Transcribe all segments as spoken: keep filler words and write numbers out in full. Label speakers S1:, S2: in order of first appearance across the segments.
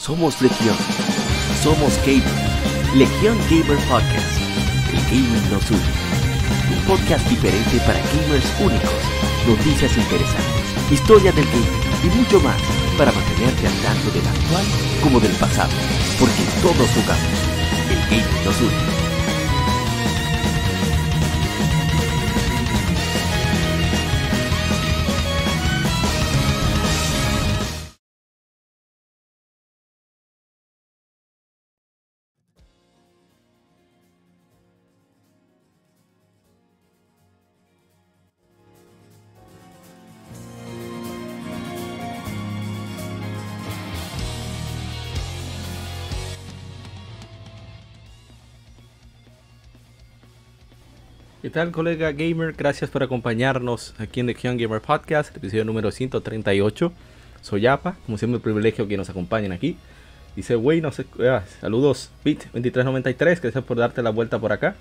S1: Somos Legión. Somos Gamer. Legión Gamer Podcast. El gaming nos une. Un podcast diferente para gamers únicos. Noticias interesantes, historia del gaming y mucho más para mantenerte al tanto del actual como del pasado. Porque todos jugamos. El gaming nos une.
S2: ¿Qué tal, colega gamer? Gracias por acompañarnos aquí en Legión Gamer Podcast, episodio número ciento treinta y ocho. Soy Yapa, como siempre un privilegio que nos acompañen aquí. Dice, güey, no sé, ah, saludos, Bit veintitrés noventa y tres, gracias por darte la vuelta por acá.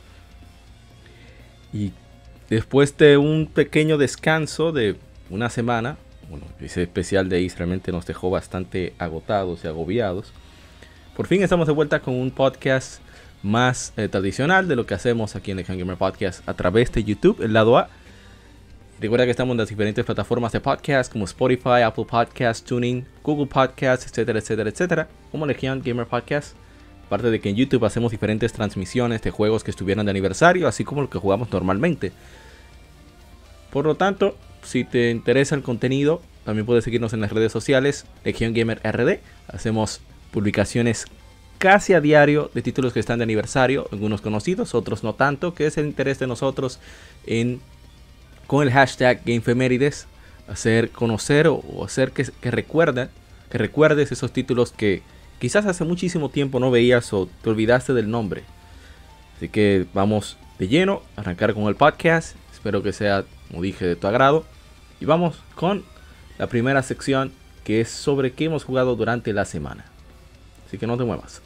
S2: Y después de un pequeño descanso de una semana, bueno, ese especial de Ace realmente nos dejó bastante agotados y agobiados. Por fin estamos de vuelta con un podcast más eh, tradicional de lo que hacemos aquí en Legion Gamer Podcast a través de YouTube, el lado A. Recuerda que estamos en las diferentes plataformas de podcast como Spotify, Apple Podcasts, Tuning, Google Podcasts, etcétera, etcétera, etcétera, como Legion Gamer Podcast. Aparte de que en YouTube hacemos diferentes transmisiones de juegos que estuvieran de aniversario, así como lo que jugamos normalmente. Por lo tanto, si te interesa el contenido, también puedes seguirnos en las redes sociales, Legion Gamer R D. Hacemos publicaciones casi a diario de títulos que están de aniversario, algunos conocidos, otros no tanto, que es el interés de nosotros en, con el hashtag GameFemérides, hacer conocer o, o hacer que, que, recuerda, que recuerdes esos títulos que quizás hace muchísimo tiempo no veías o te olvidaste del nombre. Así que vamos de lleno a arrancar con el podcast, espero que sea, como dije, de tu agrado. Y vamos con la primera sección, que es sobre qué hemos jugado durante la semana. Así que no te muevas.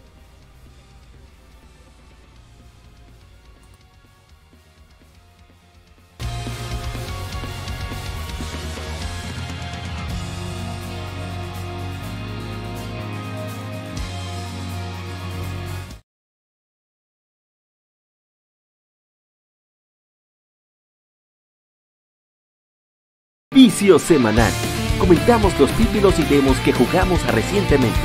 S1: Vicio semanal. Comentamos los títulos y demos que jugamos recientemente.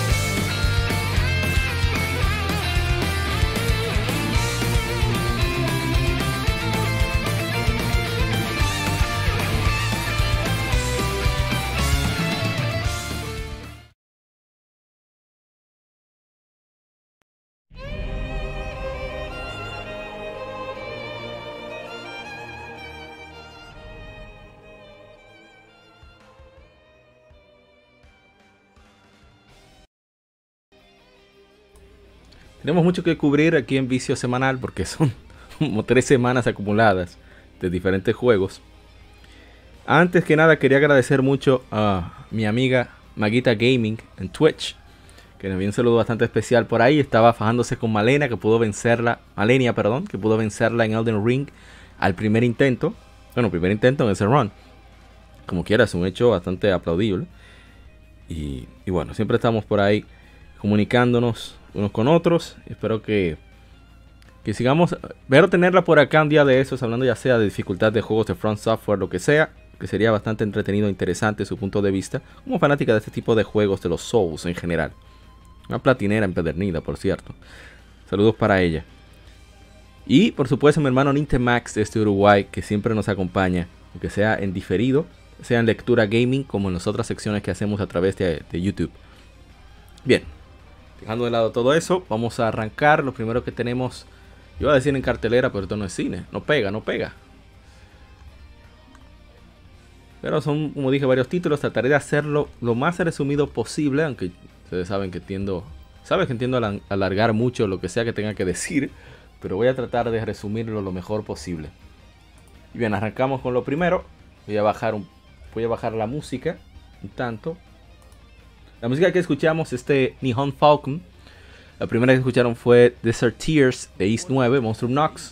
S2: Tenemos mucho que cubrir aquí en Vicio Semanal porque son como tres semanas acumuladas de diferentes juegos. Antes que nada quería agradecer mucho a mi amiga Maguita Gaming en Twitch, que me envió un saludo bastante especial por ahí. Estaba fajándose con Malenia, que pudo vencerla, Malenia, perdón, que pudo vencerla en Elden Ring al primer intento. Bueno, primer intento en ese run. Como quiera, es un hecho bastante aplaudible. Y, y bueno, siempre estamos por ahí comunicándonos unos con otros. Espero que, que sigamos. Espero tenerla por acá un día de esos, hablando ya sea de dificultad de juegos de Front Software, lo que sea, que sería bastante entretenido e interesante su punto de vista, como fanática de este tipo de juegos, de los Souls en general. Una platinera empedernida, por cierto. Saludos para ella. Y por supuesto mi hermano Nintemax desde Uruguay, que siempre nos acompaña, aunque sea en diferido, sea en lectura gaming, como en las otras secciones que hacemos a través de, de YouTube. Bien, dejando de lado todo eso, vamos a arrancar. Lo primero que tenemos, iba a decir en cartelera, pero esto no es cine. No pega, no pega. Pero son, como dije, varios títulos. Trataré de hacerlo lo más resumido posible, aunque ustedes saben que tiendo, saben que tiendo a alargar mucho lo que sea que tenga que decir, pero voy a tratar de resumirlo lo mejor posible. Y bien, arrancamos con lo primero. Voy a bajar, un, voy a bajar la música un tanto. La música que escuchamos es de Nihon Falcon. La primera que escucharon fue Desert Tears de East nueve, Monstrum Nox.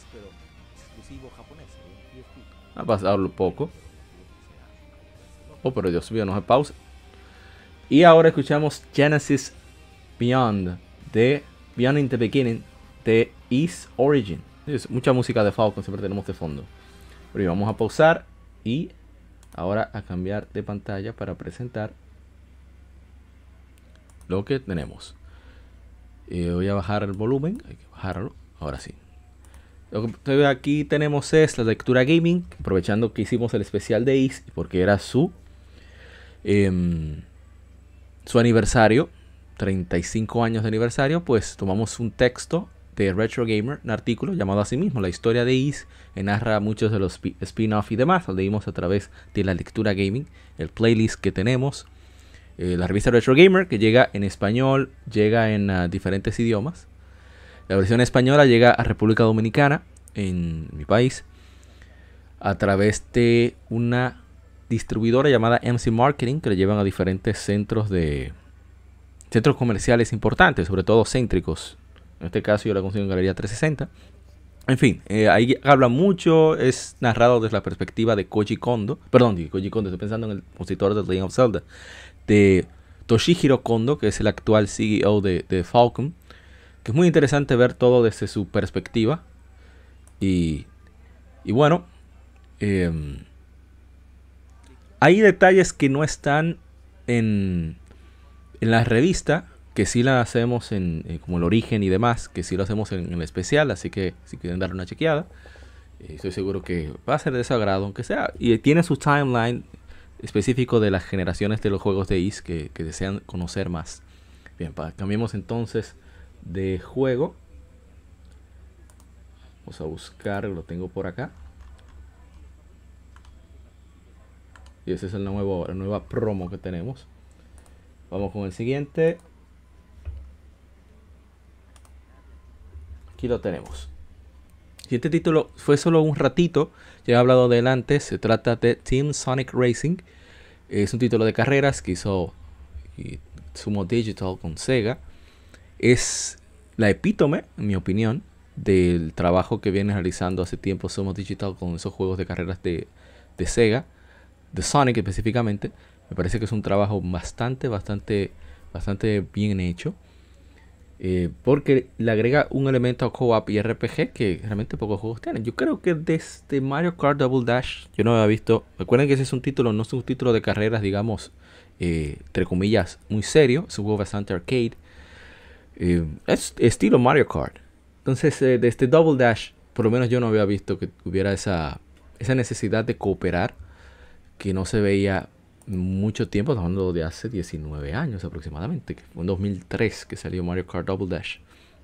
S2: Ha pasado un poco. Oh, pero Dios mío, no se pausa. Y ahora escuchamos Genesis Beyond, de Beyond in the Beginning, de Ys Origin. Es mucha música de Falcon, siempre tenemos de fondo. Pero vamos a pausar y ahora a cambiar de pantalla para presentar lo que tenemos. Eh, voy a bajar el volumen, hay que bajarlo, ahora sí. Lo que aquí tenemos es la lectura gaming, aprovechando que hicimos el especial de Ys, porque era su eh, su aniversario, treinta y cinco años de aniversario, pues tomamos un texto de Retro Gamer, un artículo llamado así mismo La historia de Ys, que narra muchos de los spin-off y demás, lo leímos a través de la lectura gaming, el playlist que tenemos, eh, la revista Retro Gamer, que llega en español, llega en uh, diferentes idiomas. La versión española llega a República Dominicana, en mi país, a través de una distribuidora llamada M C Marketing, que le llevan a diferentes centros de centros comerciales importantes, sobre todo céntricos. En este caso yo la consigo en Galería trescientos sesenta. En fin, eh, ahí habla mucho, es narrado desde la perspectiva de Koji Kondo. Perdón, de Koji Kondo, estoy pensando en el compositor de The Legend of Zelda. De Toshihiro Kondo, que es el actual C E O de, de Falcom. Que es muy interesante ver todo desde su perspectiva. Y, y bueno, eh, hay detalles que no están en, en la revista, que sí la hacemos en, eh, como el origen y demás, que sí lo hacemos en, en el especial, así que si quieren darle una chequeada, eh, estoy seguro que va a ser de su agrado, aunque sea, y tiene su timeline específico de las generaciones de los juegos de Ys que, que desean conocer más. Bien, pa, cambiemos entonces de juego. Vamos a buscar, lo tengo por acá. Y ese es el nuevo, la nueva promo que tenemos. Vamos con el siguiente. Aquí lo tenemos. Si este título fue solo un ratito, ya he hablado de él antes. Se trata de Team Sonic Racing. Es un título de carreras que hizo Sumo Digital con Sega. Es la epítome, en mi opinión, del trabajo que viene realizando hace tiempo Sumo Digital con esos juegos de carreras de, de Sega, de Sonic específicamente. Me parece que es un trabajo bastante, bastante, bastante bien hecho. Eh, porque le agrega un elemento co-op y R P G que realmente pocos juegos tienen. Yo creo que desde Mario Kart Double Dash yo no había visto. Recuerden que ese es un título, no es un título de carreras, digamos, eh, entre comillas, muy serio. Es un juego bastante arcade. Eh, es estilo Mario Kart. Entonces, eh, desde Double Dash, por lo menos yo no había visto que tuviera esa, esa necesidad de cooperar que no se veía mucho tiempo, estamos hablando de hace diecinueve años aproximadamente, que fue en dos mil tres que salió Mario Kart Double Dash.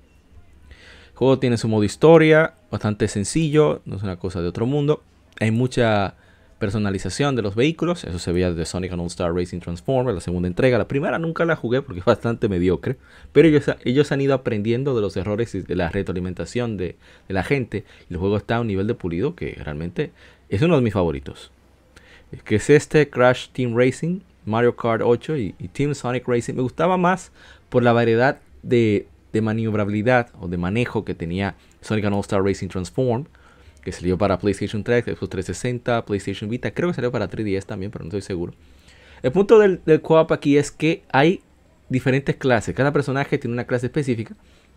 S2: El juego tiene su modo historia, bastante sencillo, no es una cosa de otro mundo. Hay mucha personalización de los vehículos, eso se veía desde Sonic and All Star Racing Transformer, la segunda entrega. La primera nunca la jugué porque es bastante mediocre, pero ellos, ellos han ido aprendiendo de los errores y de la retroalimentación de, de la gente, y el juego está a un nivel de pulido que realmente es uno de mis favoritos. Que es este Crash Team Racing, Mario Kart ocho y, y Team Sonic Racing. Me gustaba más por la variedad de, de maniobrabilidad o de manejo que tenía Sonic and All Star Racing Transform, que salió para PlayStation tres, Xbox trescientos sesenta, PlayStation Vita. Creo que salió para tres D S también, pero no estoy seguro. El punto del, del co-op aquí es que hay diferentes clases. Cada personaje tiene una clase específica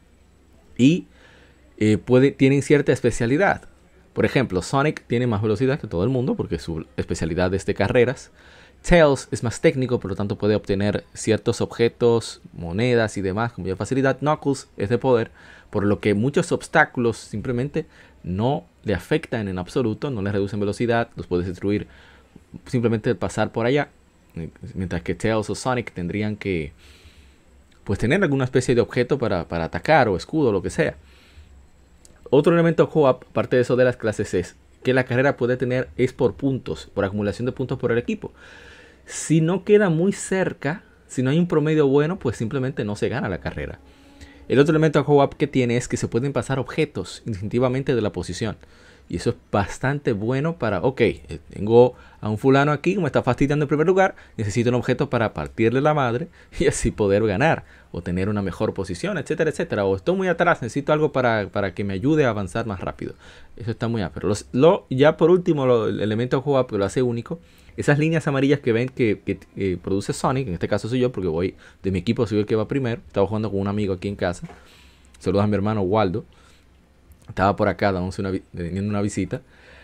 S2: y eh, puede, tienen cierta especialidad. Por ejemplo, Sonic tiene más velocidad que todo el mundo porque su especialidad es de carreras. Tails es más técnico, por lo tanto puede obtener ciertos objetos, monedas y demás con mayor facilidad. Knuckles es de poder, por lo que muchos obstáculos simplemente no le afectan en absoluto, no le reducen velocidad, los puedes destruir simplemente pasar por allá. Mientras que Tails o Sonic tendrían que pues tener alguna especie de objeto para, para atacar o escudo o lo que sea. Otro elemento co-op, aparte de eso de las clases, es que la carrera puede tener, es por puntos, por acumulación de puntos por el equipo. Si no queda muy cerca, si no hay un promedio bueno, pues simplemente no se gana la carrera. El otro elemento co-op que tiene es que se pueden pasar objetos instintivamente de la posición. Y eso es bastante bueno para, ok, tengo a un fulano aquí que me está fastidiando en primer lugar, necesito un objeto para partirle la madre y así poder ganar o tener una mejor posición, etcétera, etcétera. O estoy muy atrás, necesito algo para, para que me ayude a avanzar más rápido. Eso está muy ápero. Los, lo, ya por último, lo, el elemento co-op que lo hace único esas líneas amarillas que ven que, que eh, produce Sonic, en este caso soy yo, porque voy de mi equipo, soy el que va primero. Estaba jugando con un amigo aquí en casa. Saludos a mi hermano Waldo. Estaba por acá, damos una, teniendo una visita.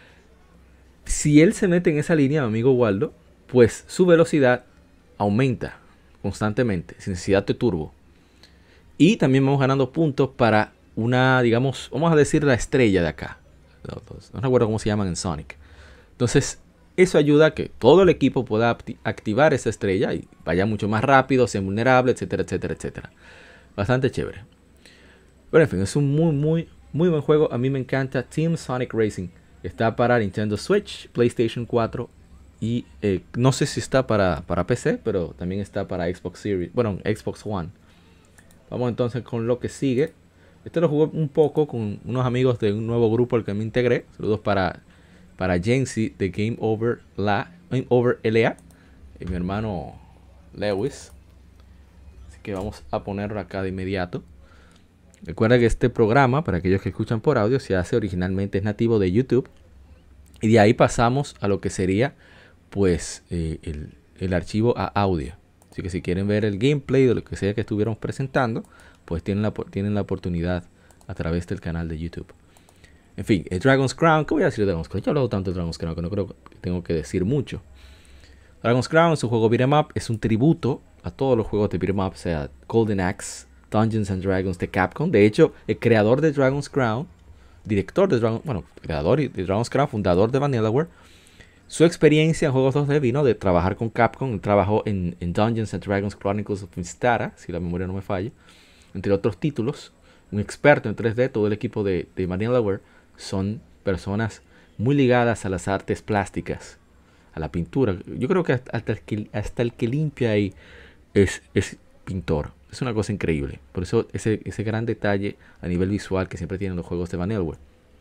S2: Si él se mete en esa línea, mi amigo Waldo, pues su velocidad aumenta constantemente, sin necesidad de turbo. Y también vamos ganando puntos para una, digamos, vamos a decir la estrella de acá. No, no recuerdo cómo se llaman en Sonic. Entonces, eso ayuda a que todo el equipo pueda activar esa estrella y vaya mucho más rápido, sea vulnerable, etcétera, etcétera, etcétera. Bastante chévere. Pero en fin, es un muy, muy, muy buen juego. A mí me encanta Team Sonic Racing. Está para Nintendo Switch, PlayStation cuatro y eh, no sé si está para, para P C, pero también está para Xbox Series, bueno, Xbox One. Vamos entonces con lo que sigue. Este lo jugué un poco con unos amigos de un nuevo grupo al que me integré. Saludos para, para Jensi de Game Over, La, Game Over L A y mi hermano Lewis. Así que vamos a ponerlo acá de inmediato. Recuerda que este programa, para aquellos que escuchan por audio, se hace originalmente, es nativo de YouTube. Y de ahí pasamos a lo que sería pues eh, el, el archivo a audio. Así que si quieren ver el gameplay de lo que sea que estuviéramos presentando, pues tienen la, tienen la oportunidad a través del canal de YouTube. En fin, el Dragon's Crown, ¿qué voy a decir de Dragon's Crown? Yo he hablado tanto de Dragon's Crown que no creo que tengo que decir mucho. Dragon's Crown es un juego beat'em up, es un tributo a todos los juegos de beat'em up, sea Golden Axe, Dungeons and Dragons de Capcom. De hecho, el creador de Dragon's Crown, director de Dragon, bueno, creador de Dragon's Crown, fundador de Vanillaware, su experiencia en juegos dos D vino de trabajar con Capcom. Trabajó en, en Dungeons and Dragons Chronicles of Mystara, si la memoria no me falla, entre otros títulos. Un experto en tres D, todo el equipo de, de Vanillaware son personas muy ligadas a las artes plásticas, a la pintura. Yo creo que hasta el que, hasta el que limpia ahí es, es pintor. Es una cosa increíble. Por eso ese, ese gran detalle a nivel visual que siempre tienen los juegos de Vanillaware.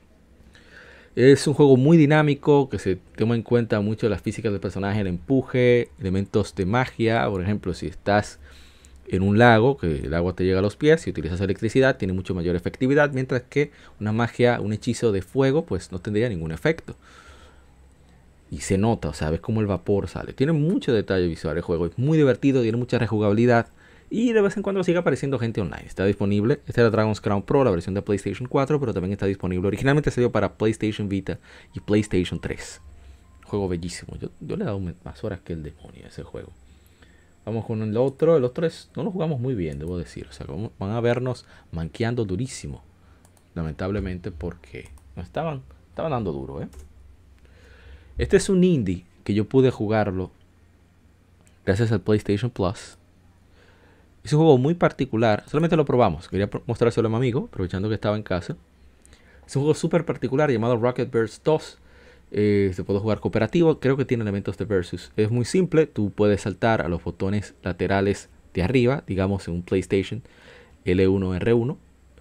S2: Es un juego muy dinámico que se toma en cuenta mucho las físicas del personaje, el empuje, elementos de magia. Por ejemplo, si estás en un lago, que el agua te llega a los pies, si utilizas electricidad, tiene mucho mayor efectividad, mientras que una magia, un hechizo de fuego, pues no tendría ningún efecto. Y se nota, o sea, ves cómo el vapor sale. Tiene mucho detalle visual el juego, es muy divertido, tiene mucha rejugabilidad. Y de vez en cuando sigue apareciendo gente online. Está disponible. Este era Dragon's Crown Pro, la versión de PlayStation cuatro, pero también está disponible. Originalmente salió para PlayStation Vita y PlayStation tres. Juego bellísimo. Yo, yo le he dado más horas que el demonio a ese juego. Vamos con el otro. El otro es, no lo jugamos muy bien, debo decir. O sea, van a vernos manqueando durísimo. Lamentablemente porque no estaban, estaban dando duro, ¿eh? Este es un indie que yo pude jugarlo gracias al PlayStation Plus. Es un juego muy particular, solamente lo probamos, quería mostrárselo a mi amigo, aprovechando que estaba en casa. Es un juego súper particular llamado Rocket Burst dos. Eh, se puede jugar cooperativo, creo que tiene elementos de versus. Es muy simple, tú puedes saltar a los botones laterales de arriba, digamos en un PlayStation, L uno, R uno.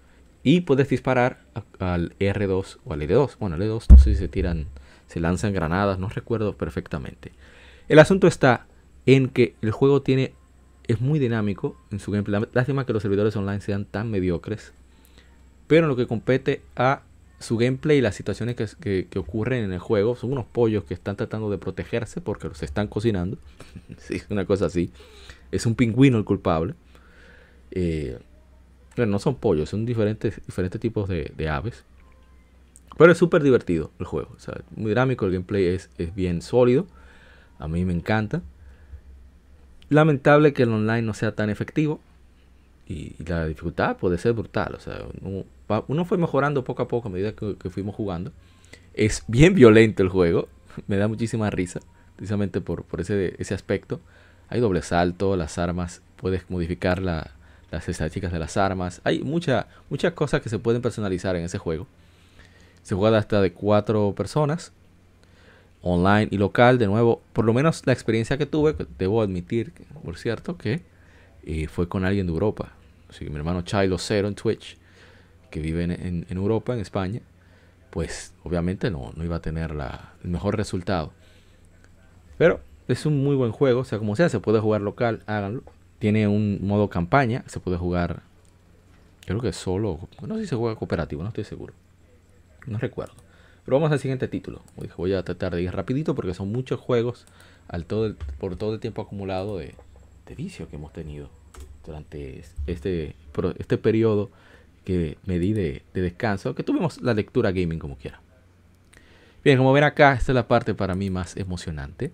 S2: Y puedes disparar a, al R dos o al L dos. Bueno, L dos no sé si se tiran, se lanzan granadas, no recuerdo perfectamente. El asunto está en que el juego tiene... es muy dinámico en su gameplay. Lástima que los servidores online sean tan mediocres. Pero en lo que compete a su gameplay y las situaciones que, que, que ocurren en el juego, son unos pollos que están tratando de protegerse porque los están cocinando. Sí, una cosa así. Es un pingüino el culpable. Eh, bueno, no son pollos, son diferentes, diferentes tipos de, de aves. Pero es súper divertido el juego. O sea, muy dinámico, el gameplay es, es bien sólido. A mí me encanta. Lamentable que el online no sea tan efectivo y, y la dificultad puede ser brutal. O sea, uno, uno fue mejorando poco a poco a medida que, que fuimos jugando. Es bien violento el juego, me da muchísima risa, precisamente por, por ese, ese aspecto. Hay doble salto, las armas, puedes modificar la, las estadísticas de las armas. Hay mucha, muchas cosas que se pueden personalizar en ese juego. Se juega hasta de cuatro personas. Online y local, de nuevo, por lo menos la experiencia que tuve, que debo admitir, por cierto, que eh, fue con alguien de Europa. Así que mi hermano Chilo Cero en Twitch, que vive en, en, en Europa, en España, pues obviamente no, no iba a tener la, el mejor resultado. Pero es un muy buen juego, o sea, como sea, se puede jugar local, háganlo. Tiene un modo campaña, se puede jugar, creo que solo, no sé si se juega cooperativo, no estoy seguro, no recuerdo. Pero vamos al siguiente título. Voy a tratar de ir rapidito porque son muchos juegos al todo el, por todo el tiempo acumulado de, de vicio que hemos tenido durante este, este periodo que me di de, de descanso, que tuvimos la lectura gaming como quiera. Bien, como ven acá, esta es la parte para mí más emocionante.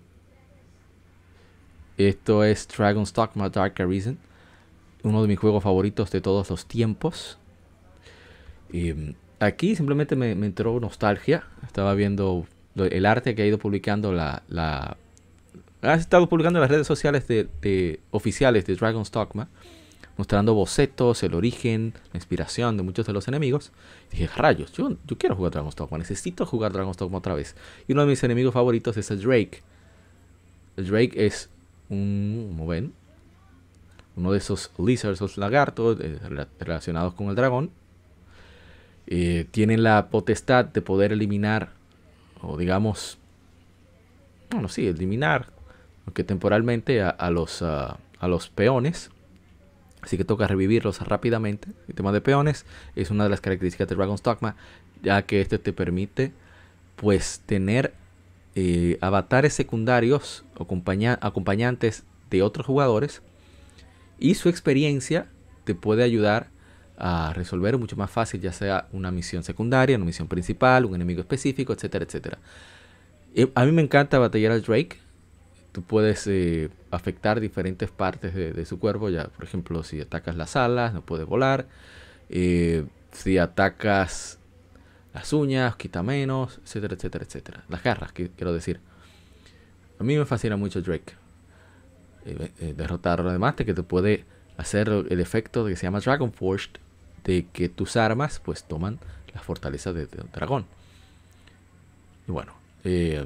S2: Esto es Dragon's Dogma Dark Arisen, uno de mis juegos favoritos de todos los tiempos. Y aquí simplemente me, me entró nostalgia. Estaba viendo el arte que ha ido publicando la... la ha estado publicando en las redes sociales de, de oficiales de Dragon's Dogma, mostrando bocetos, el origen, la inspiración de muchos de los enemigos. Y dije, rayos, yo, yo quiero jugar Dragon's Dogma, necesito jugar Dragon's Dogma otra vez. Y uno de mis enemigos favoritos es el Drake. El Drake es un, como ven, uno de esos lizards, esos lagartos eh, relacionados con el dragón. Eh, tienen la potestad de poder eliminar, o digamos, bueno, sí, eliminar, aunque temporalmente, a, a, los, uh, a los peones. Así que toca revivirlos rápidamente. El tema de peones es una de las características de Dragon's Dogma, ya que este te permite, pues, tener eh, avatares secundarios o acompaña acompañantes de otros jugadores, y su experiencia te puede ayudar a resolver mucho más fácil, ya sea una misión secundaria, una misión principal, un enemigo específico, etcétera, etcétera. Eh, a mí me encanta batallar al Drake. Tú puedes eh, afectar diferentes partes de, de su cuerpo. Ya, por ejemplo, si atacas las alas, no puede volar. Eh, si atacas las uñas, quita menos, etcétera, etcétera, etcétera. Las garras, que, quiero decir. A mí me fascina mucho Drake. Eh, eh, derrotarlo, además de que te puede hacer el efecto de que se llama Dragon Forged, de que tus armas pues toman la fortaleza de, de un dragón. Y bueno, eh,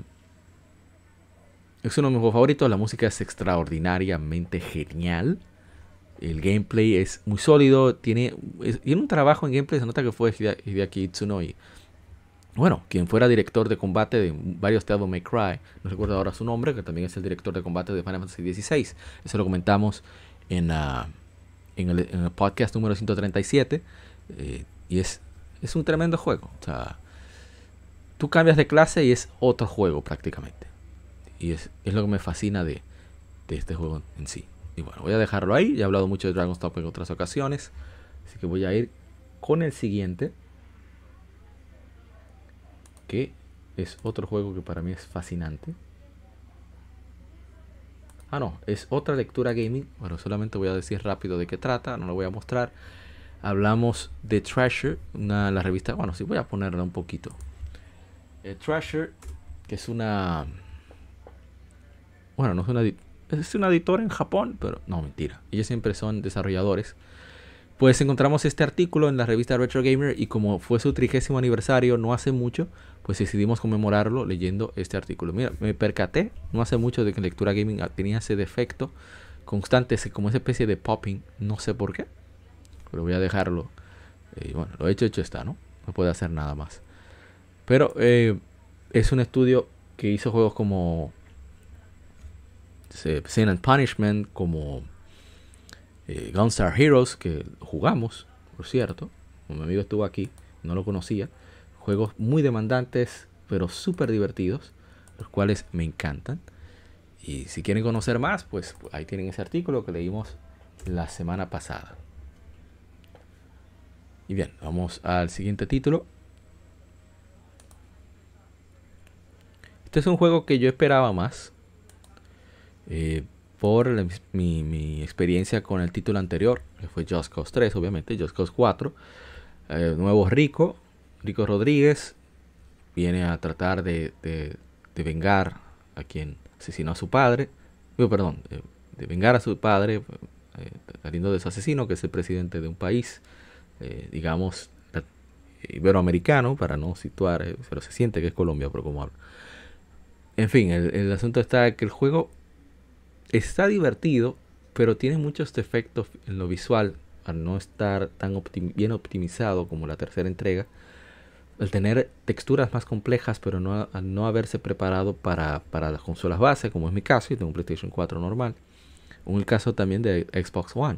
S2: es uno de mis juegos favoritos. La música es extraordinariamente genial. El gameplay es muy sólido. Tiene, es, tiene un trabajo en gameplay. Se nota que fue Hideaki Itsuno. Y bueno, quien fuera director de combate de varios Devil May Cry. No recuerdo ahora su nombre. Que también es el director de combate de Final Fantasy dieciséis. Eso lo comentamos en, uh, en, el, en el podcast número ciento treinta y siete. Eh, y es, es un tremendo juego. O sea, tú cambias de clase y es otro juego prácticamente. Y es, es lo que me fascina de, de este juego en sí. Y bueno, voy a dejarlo ahí. Ya he hablado mucho de Dragon's Dogma en otras ocasiones. Así que voy a ir con el siguiente. Que es otro juego que para mí es fascinante. Ah, no. Es otra lectura gaming. Bueno, solamente voy a decir rápido de qué trata. No lo voy a mostrar. Hablamos de Treasure. Una, la revista... Bueno, sí, voy a ponerla un poquito. Eh, Treasure, que es una... Bueno, no es una, es una editora en Japón, pero no, mentira. Ellos siempre son desarrolladores. Pues encontramos este artículo en la revista Retro Gamer y como fue su trigésimo aniversario no hace mucho, pues decidimos conmemorarlo leyendo este artículo. Mira, me percaté no hace mucho de que en lectura gaming tenía ese defecto constante, ese, como esa especie de popping, no sé por qué, pero voy a dejarlo. Eh, bueno, lo hecho, hecho está, ¿no? No puede hacer nada más. Pero eh, es un estudio que hizo juegos como Sin and Punishment, como eh, Gunstar Heroes, que jugamos, por cierto. Mi amigo estuvo aquí, no lo conocía. Juegos muy demandantes, pero súper divertidos, los cuales me encantan. Y si quieren conocer más, pues ahí tienen ese artículo que leímos la semana pasada. Y bien, vamos al siguiente título. Este es un juego que yo esperaba más. Eh, por la, mi, mi experiencia con el título anterior, que fue Just Cause tres, obviamente, Just Cause cuatro. Eh, nuevo Rico, Rico Rodríguez, viene a tratar de, de, de vengar a quien asesinó a su padre. Oh, perdón, de, de vengar a su padre, eh, saliendo de su asesino, que es el presidente de un país, eh, digamos, iberoamericano, para no situar, eh, pero se siente que es Colombia, pero como hablo. En fin, el, el asunto está que el juego está divertido, pero tiene muchos defectos en lo visual, al no estar tan optim bien optimizado como la tercera entrega, al tener texturas más complejas, pero no, al no haberse preparado para, para las consolas base, como es mi caso, y tengo un PlayStation cuatro normal, o en el caso también de Xbox One.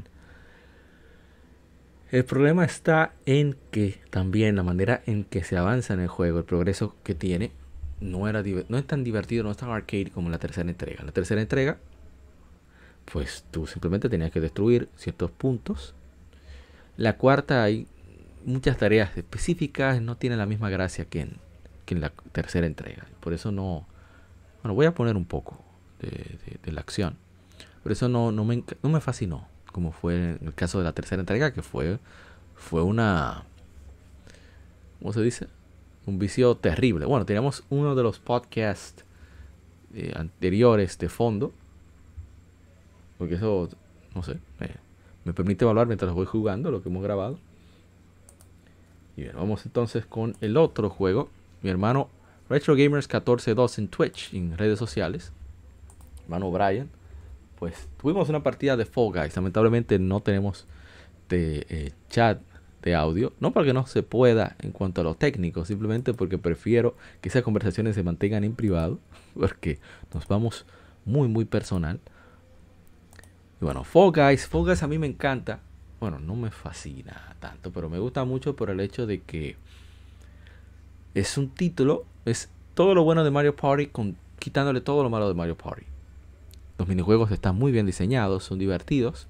S2: El problema está en que también la manera en que se avanza en el juego, el progreso que tiene, no, era, no es tan divertido, no es tan arcade como la tercera entrega. La tercera entrega, pues tú simplemente tenías que destruir ciertos puntos. La cuarta hay muchas tareas específicas, no tiene la misma gracia que en, que en la tercera entrega. Por eso no... Bueno, voy a poner un poco de, de, de la acción. Por eso no, no, me, no me fascinó, como fue en el caso de la tercera entrega, que fue, fue una... ¿Cómo se dice? Un vicio terrible. Bueno, teníamos uno de los podcasts eh, anteriores de fondo, porque eso, no sé, me, me permite evaluar mientras voy jugando lo que hemos grabado. Y bien, vamos entonces con el otro juego. Mi hermano Retro Gamers catorce dos en Twitch, en redes sociales. Hermano Brian. Pues tuvimos una partida de Fall Guys. Lamentablemente no tenemos de eh, chat de audio. No porque no se pueda en cuanto a lo técnico. Simplemente porque prefiero que esas conversaciones se mantengan en privado. Porque nos vamos muy muy personal. Y bueno, Fall Guys. Fall Guys a mí me encanta. Bueno, no me fascina tanto, pero me gusta mucho por el hecho de que es un título, es todo lo bueno de Mario Party con, quitándole todo lo malo de Mario Party. Los minijuegos están muy bien diseñados, son divertidos.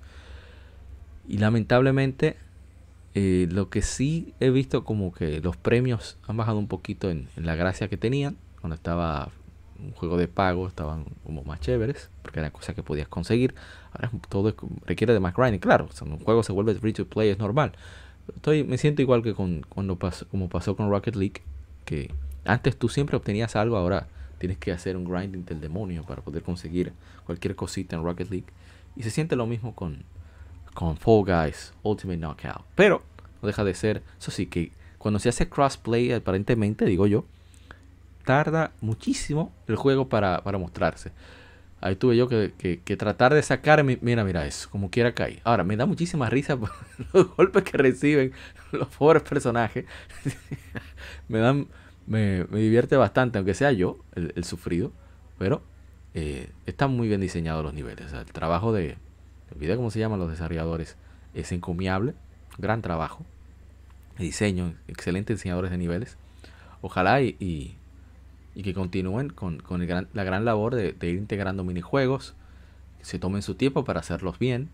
S2: Y lamentablemente, eh, lo que sí he visto como que los premios han bajado un poquito en, en la gracia que tenían. Cuando estaba un juego de pago, estaban como más chéveres, porque eran cosas que podías conseguir. Ahora todo requiere de más grinding. Claro, o sea, un juego se vuelve free to play, es normal. Estoy, me siento igual que con, cuando pasó, como pasó con Rocket League, que antes tú siempre obtenías algo, ahora tienes que hacer un grinding del demonio para poder conseguir cualquier cosita en Rocket League. Y se siente lo mismo con, con Fall Guys Ultimate Knockout. Pero no deja de ser, eso sí, que cuando se hace crossplay, aparentemente, digo yo, tarda muchísimo el juego para, para mostrarse. Ahí tuve yo que, que, que tratar de sacar, mira, mira eso, como quiera caer. Ahora, me da muchísima risa por los golpes que reciben los pobres personajes. me dan, me, me divierte bastante, aunque sea yo el, el sufrido. Pero eh, están muy bien diseñados los niveles. O sea, el trabajo de, olvidé cómo se llaman los desarrolladores, es encomiable. Gran trabajo. El diseño, excelentes diseñadores de niveles. Ojalá y... y Y que continúen con, con el gran, la gran labor de, de ir integrando minijuegos. Que se tomen su tiempo para hacerlos bien.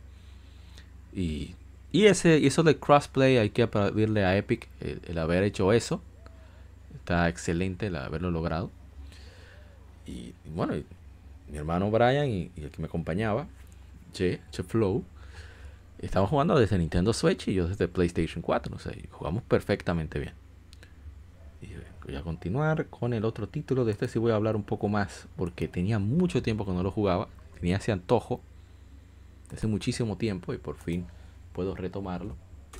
S2: Y, y, ese, y eso del crossplay hay que aplaudirle a Epic el, el haber hecho eso. Está excelente el haberlo logrado. Y, y bueno, y mi hermano Brian y, y el que me acompañaba, Che, Che Flow, estamos jugando desde Nintendo Switch y yo desde PlayStation cuatro. No sé, y jugamos perfectamente bien. Y voy a continuar con el otro título. De este sí voy a hablar un poco más, porque tenía mucho tiempo que no lo jugaba. Tenía ese antojo hace muchísimo tiempo y por fin puedo retomarlo.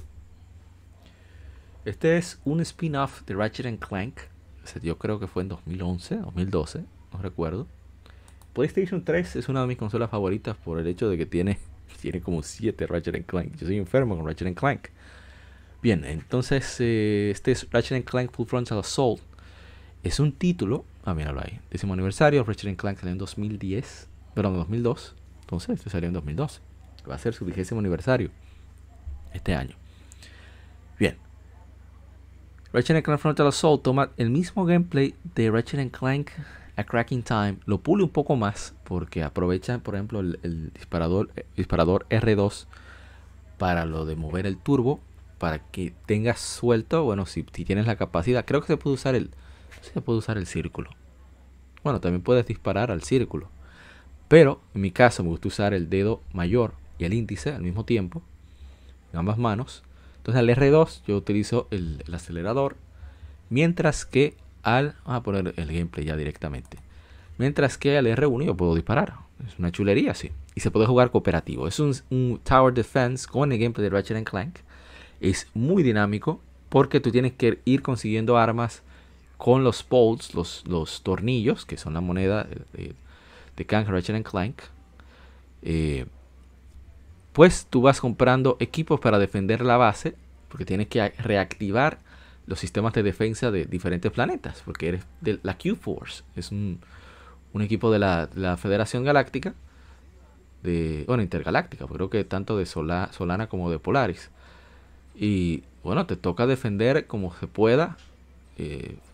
S2: Este es un spin-off de Ratchet and Clank. Yo creo que fue en dos mil once, dos mil doce, no recuerdo. PlayStation tres es una de mis consolas favoritas por el hecho de que tiene, tiene como siete Ratchet and Clank. Yo soy enfermo con Ratchet and Clank. Bien, entonces eh, este es Ratchet and Clank Full Frontal Assault. Es un título, ah, míralo ahí, décimo aniversario. Ratchet and Clank salió en dos mil diez, perdón, en dos mil dos. Entonces este salió en dos mil doce. Va a ser su vigésimo aniversario este año. Bien, Ratchet and Clank Frontal Assault toma el mismo gameplay de Ratchet and Clank A Cracking Time. Lo pule un poco más porque aprovecha, por ejemplo, el, el disparador, el disparador R dos para lo de mover el turbo, para que tengas suelto, bueno, si, si tienes la capacidad, creo que se puede usar el se puede usar el círculo. Bueno, también puedes disparar al círculo, pero en mi caso me gusta usar el dedo mayor y el índice al mismo tiempo, en ambas manos. Entonces al R dos yo utilizo el, el acelerador, mientras que al, vamos a poner el gameplay ya directamente, mientras que al R uno yo puedo disparar. Es una chulería, sí. Y se puede jugar cooperativo. Es un, un Tower Defense con el gameplay de Ratchet and Clank. Es muy dinámico porque tú tienes que ir consiguiendo armas con los bolts, los, los tornillos, que son la moneda de, de Clank, Ratchet and Clank. Eh, pues tú vas comprando equipos para defender la base, porque tienes que reactivar los sistemas de defensa de diferentes planetas, porque eres de la Q-Force. Es un, un equipo de la, de la Federación Galáctica, de, bueno, intergaláctica, creo que tanto de Sola, Solana como de Polaris. Y bueno, te toca defender como se pueda, eh,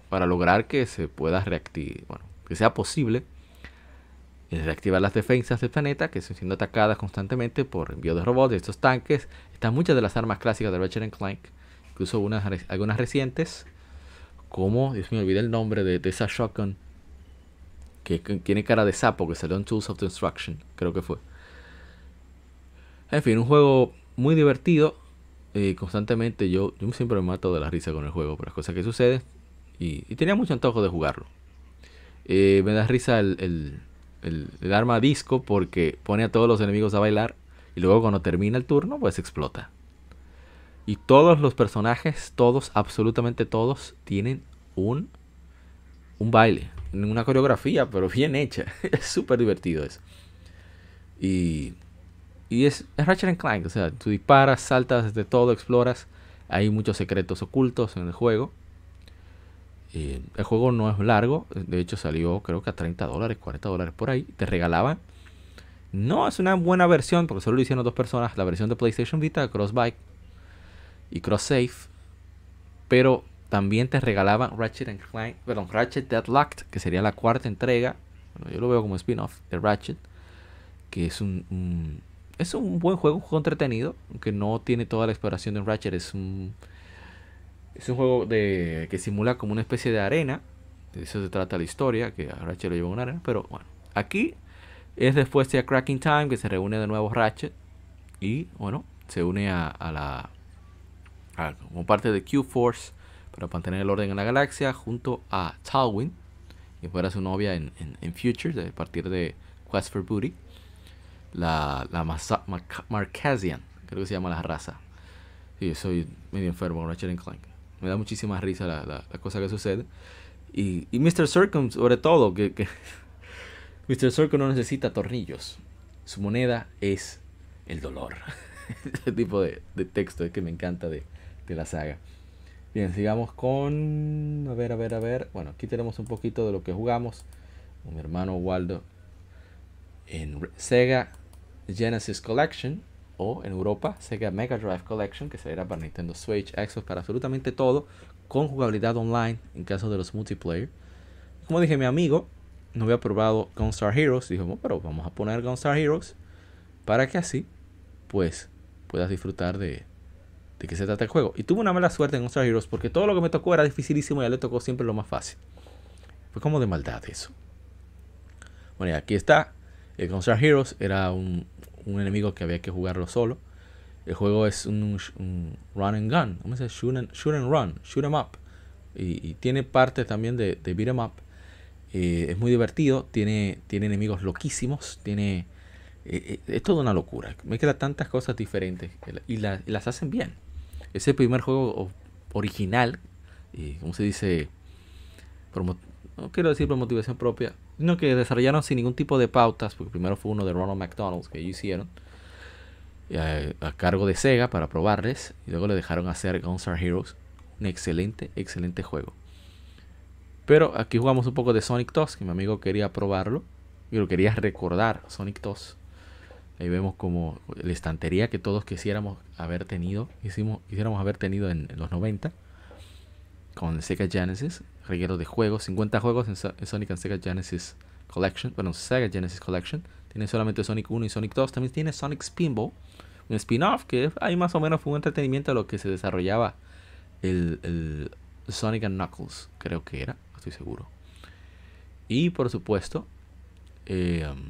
S2: para lograr que se pueda reactivar, bueno, que sea posible reactivar las defensas del planeta que están siendo atacadas constantemente por envío de robots, de estos tanques. Están muchas de las armas clásicas de Ratchet and Clank, incluso unas, algunas recientes, como, Dios mío, olvidé el nombre de, de esa shotgun que, que tiene cara de sapo, que salió en Tools of Destruction, creo que fue. En fin, un juego muy divertido. Eh, constantemente yo, yo siempre me mato de la risa con el juego por las cosas que suceden. Y, y tenía mucho antojo de jugarlo. Eh, me da risa el, el, el, el arma disco porque pone a todos los enemigos a bailar. Y luego cuando termina el turno pues explota. Y todos los personajes, todos, absolutamente todos, tienen un, un baile. Una coreografía, pero bien hecha. Es súper divertido eso. Y... Y es, es Ratchet and Clank, o sea, tú disparas, saltas de todo, exploras. Hay muchos secretos ocultos en el juego. Eh, el juego no es largo, de hecho salió creo que a treinta dólares, cuarenta dólares por ahí. Te regalaban. No es una buena versión, porque solo lo hicieron dos personas. La versión de PlayStation Vita, Cross Bike y Cross Save. Pero también te regalaban Ratchet and Clank, perdón, Ratchet Deadlocked, que sería la cuarta entrega. Bueno, yo lo veo como spin-off de Ratchet, que es un... un Es un buen juego, un juego entretenido, aunque no tiene toda la exploración de Ratchet. Es un es un juego de que simula como una especie de arena. De eso se trata la historia, que a Ratchet lo lleva a una arena. Pero bueno, aquí es después de A Cracking Time que se reúne de nuevo Ratchet. Y bueno, se une a, a la a, como parte de Q-Force para mantener el orden en la galaxia, junto a Talwyn, que fuera su novia en, en, en Future, a partir de Quest for Booty. La, la Masa, Mar- Markazian, creo que se llama la raza. Sí, soy medio enfermo con Ratchet and Clank. Me da muchísima risa la, la, la cosa que sucede. Y, y mister Circum, sobre todo, que, que mister Circum no necesita tornillos. Su moneda es el dolor. Ese tipo de, de texto es que me encanta de, de la saga. Bien, sigamos con... A ver, a ver, a ver. Bueno, aquí tenemos un poquito de lo que jugamos con mi hermano Waldo en Sega Genesis Collection, o en Europa Sega Mega Drive Collection, que será para Nintendo Switch, Xbox, para absolutamente todo, con jugabilidad online en caso de los multiplayer. Como dije, mi amigo no había probado Gunstar Heroes. Dijo, bueno, pero vamos a poner Gunstar Heroes para que así pues puedas disfrutar de, de qué se trata el juego. Y tuve una mala suerte en Gunstar Heroes porque todo lo que me tocó era dificilísimo y a él le tocó siempre lo más fácil. Fue como de maldad eso. Bueno, y aquí está. El Gunstar Heroes era un, un enemigo que había que jugarlo solo. El juego es un, un run and gun. ¿Cómo se dice? Shoot and, shoot and run. Shoot 'em up. Y, y tiene parte también de, de beat 'em up. Eh, es muy divertido. Tiene, tiene enemigos loquísimos. Tiene... Eh, es toda una locura. Me quedan tantas cosas diferentes. Y, la, y las hacen bien. Es el primer juego original. Eh, ¿Cómo se dice? Promo, no quiero decir por motivación propia, sino que desarrollaron sin ningún tipo de pautas, porque primero fue uno de Ronald McDonald que ellos hicieron a, a cargo de Sega para probarles, y luego le dejaron hacer Gunstar Heroes, un excelente, excelente juego. Pero aquí jugamos un poco de Sonic dos, que mi amigo quería probarlo, y lo quería recordar, Sonic dos. Ahí vemos como la estantería que todos quisiéramos haber tenido, hicimos, quisiéramos haber tenido en, en los noventa, con Sega Genesis, reguero de juegos, cincuenta juegos en, en Sonic and Sega Genesis Collection, bueno, Sega Genesis Collection. Tiene solamente Sonic uno y Sonic dos, también tiene Sonic Spinball, un spin-off que ahí más o menos fue un entretenimiento a lo que se desarrollaba el, el Sonic and Knuckles, creo que era, no estoy seguro. Y por supuesto, eh, um,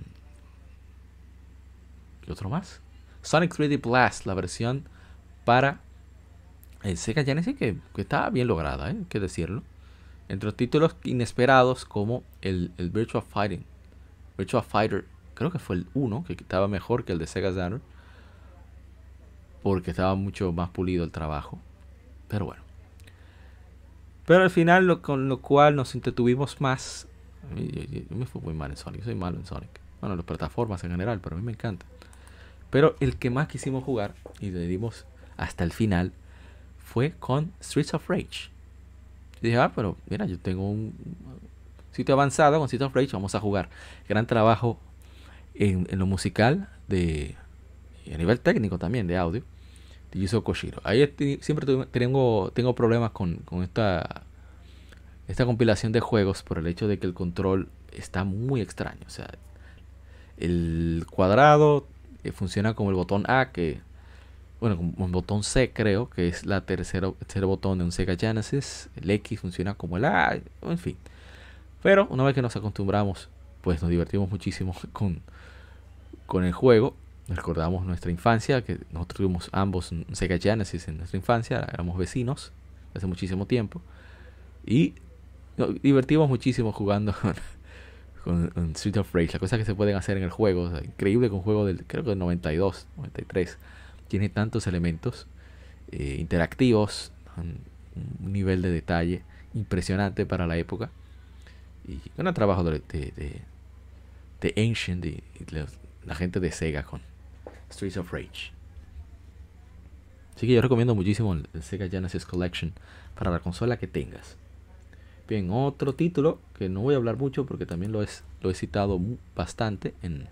S2: ¿y otro más? Sonic tres D Blast, la versión para el Sega Genesis, que, que estaba bien lograda, ¿eh? Hay que decirlo. Entre los títulos inesperados como el, el Virtua Fighting, Virtua Fighter, creo que fue el uno, que estaba mejor que el de Sega Saturn, porque estaba mucho más pulido el trabajo. Pero bueno. Pero al final, lo, con lo cual nos entretuvimos más. A mí, yo, yo, yo me fui muy mal en Sonic, soy malo en Sonic. Bueno, las plataformas en general, pero a mí me encanta. Pero el que más quisimos jugar, y le dimos hasta el final, fue con Streets of Rage. Y dije, ah, pero mira, yo tengo un sitio avanzado con Streets of Rage, vamos a jugar. Gran trabajo en, en lo musical de, y a nivel técnico también, de audio, de Yuzo Koshiro. Ahí estoy, siempre tuve, tengo, tengo problemas con, con esta esta compilación de juegos por el hecho de que el control está muy extraño. O sea, el cuadrado eh, funciona como el botón A, que bueno, como el botón C creo, que es la tercera, el tercer botón de un Sega Genesis. El X funciona como el A, en fin. Pero una vez que nos acostumbramos, pues nos divertimos muchísimo con, con el juego. Recordamos nuestra infancia, que nosotros tuvimos ambos un Sega Genesis en nuestra infancia, éramos vecinos hace muchísimo tiempo. Y nos divertimos muchísimo jugando con, con, con Street of Rage, las cosas que se pueden hacer en el juego. O sea, increíble que un juego del, creo que del noventa y dos, noventa y tres, tiene tantos elementos eh, interactivos, un, un nivel de detalle impresionante para la época. Y con el trabajo de, de, de, de Ancient, de, de la gente de Sega con Streets of Rage. Así que yo recomiendo muchísimo el, el Sega Genesis Collection para la consola que tengas. Bien, otro título que no voy a hablar mucho porque también lo, es, lo he citado bastante en,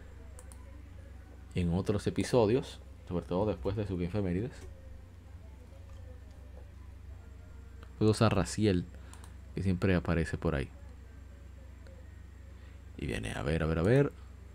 S2: en otros episodios, sobre todo después de sus efemérides. Juegos a Raziel, que siempre aparece por ahí. Y viene, a ver, a ver, a ver.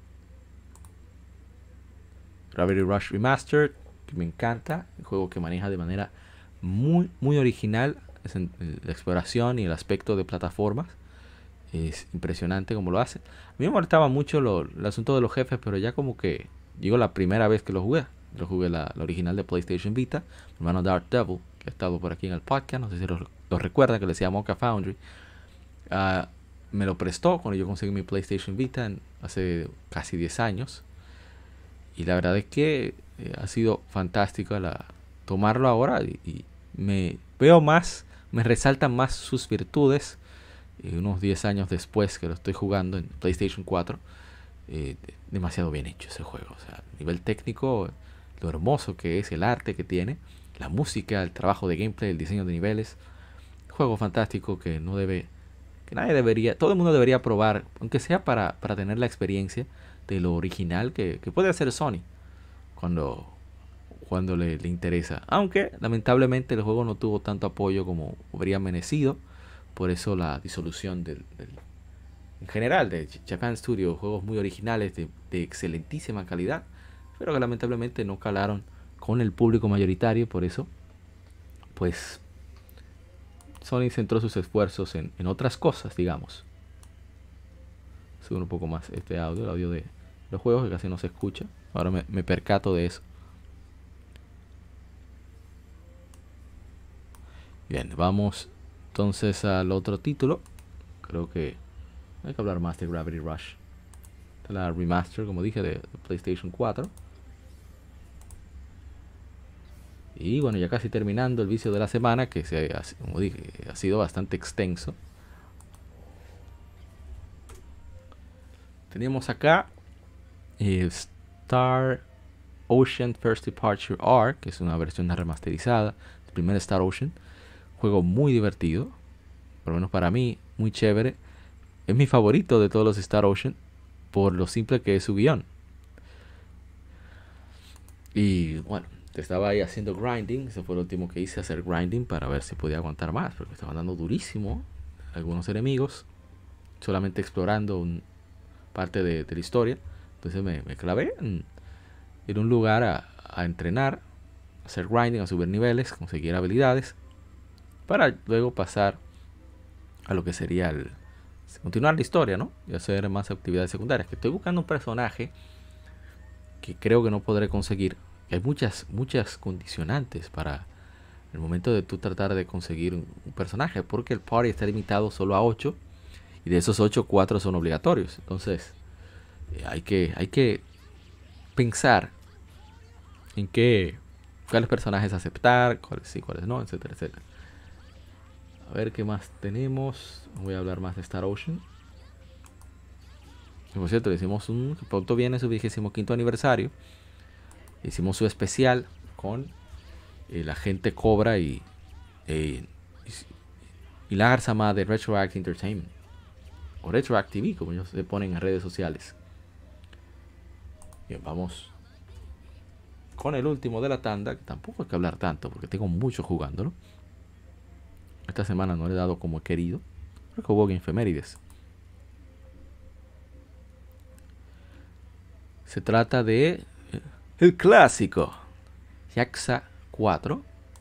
S2: Gravity Rush Remastered, que me encanta. Un juego que maneja de manera muy, muy original es en, en la exploración y el aspecto de plataformas. Es impresionante como lo hace. A mí me molestaba mucho lo, el asunto de los jefes, pero ya como que llegó la primera vez que lo jugué. Lo jugué la, la original de PlayStation Vita. Mi hermano Dark Devil, que ha estado por aquí en el podcast, no sé si lo, lo recuerdan, que le decía Mocha Foundry. Uh, me lo prestó cuando yo conseguí mi PlayStation Vita en, hace casi diez años. Y la verdad es que eh, ha sido fantástico la, tomarlo ahora. Y, y me veo más, me resaltan más sus virtudes. Eh, unos diez años después que lo estoy jugando en PlayStation cuatro. Eh, demasiado bien hecho ese juego. O sea, a nivel técnico, lo hermoso que es, el arte que tiene, la música, el trabajo de gameplay, el diseño de niveles. Juego fantástico que no debe, que nadie debería, todo el mundo debería probar, aunque sea para, para tener la experiencia de lo original que, que puede hacer Sony cuando, cuando le, le interesa. Aunque lamentablemente el juego no tuvo tanto apoyo como habría merecido. Por eso la disolución del, del en general de Japan Studio, juegos muy originales de, de excelentísima calidad, pero que lamentablemente no calaron con el público mayoritario. Por eso pues Sony centró sus esfuerzos en, en otras cosas, digamos. Según un poco más este audio, el audio de los juegos, que casi no se escucha. Ahora me, me percato de eso. Bien, vamos entonces al otro título. Creo que hay que hablar más de Gravity Rush. De la remaster, como dije, de, de PlayStation cuatro. Y bueno, ya casi terminando el vicio de la semana, que se, como dije, ha sido bastante extenso. Tenemos acá eh, Star Ocean First Departure R, que es una versión remasterizada del primer Star Ocean. Juego muy divertido, por lo menos para mí, muy chévere. Es mi favorito de todos los Star Ocean por lo simple que es su guión. Y bueno, estaba ahí haciendo grinding. Ese fue lo último que hice, hacer grinding para ver si podía aguantar más, porque estaba dando durísimo algunos enemigos, solamente explorando un, parte de, de la historia. Entonces me, me clavé en, en un lugar a, a entrenar, a hacer grinding, a subir niveles, conseguir habilidades, para luego pasar a lo que sería el continuar la historia, ¿no? Y hacer más actividades secundarias. Que estoy buscando un personaje que creo que no podré conseguir. Hay muchas, muchas condicionantes para el momento de tú tratar de conseguir un, un personaje, porque el party está limitado solo a ocho, y de esos ocho, cuatro son obligatorios. Entonces eh, hay que hay que pensar en qué, cuáles personajes aceptar, cuáles sí, cuáles no, etcétera, etcétera. A ver qué más tenemos. Voy a hablar más de Star Ocean. Y por cierto, le hicimos un, que pronto viene su vigésimo quinto aniversario. Hicimos su especial con eh, la gente Cobra y, eh, y, y la Garzama de Retroact Entertainment, o Retroact T V, como ellos se ponen en redes sociales. Bien, vamos con el último de la tanda, que tampoco hay que hablar tanto porque tengo mucho jugándolo. Esta semana no le he dado como he querido. Creo que hubo efemérides. Se trata de el clásico Yakuza cuatro,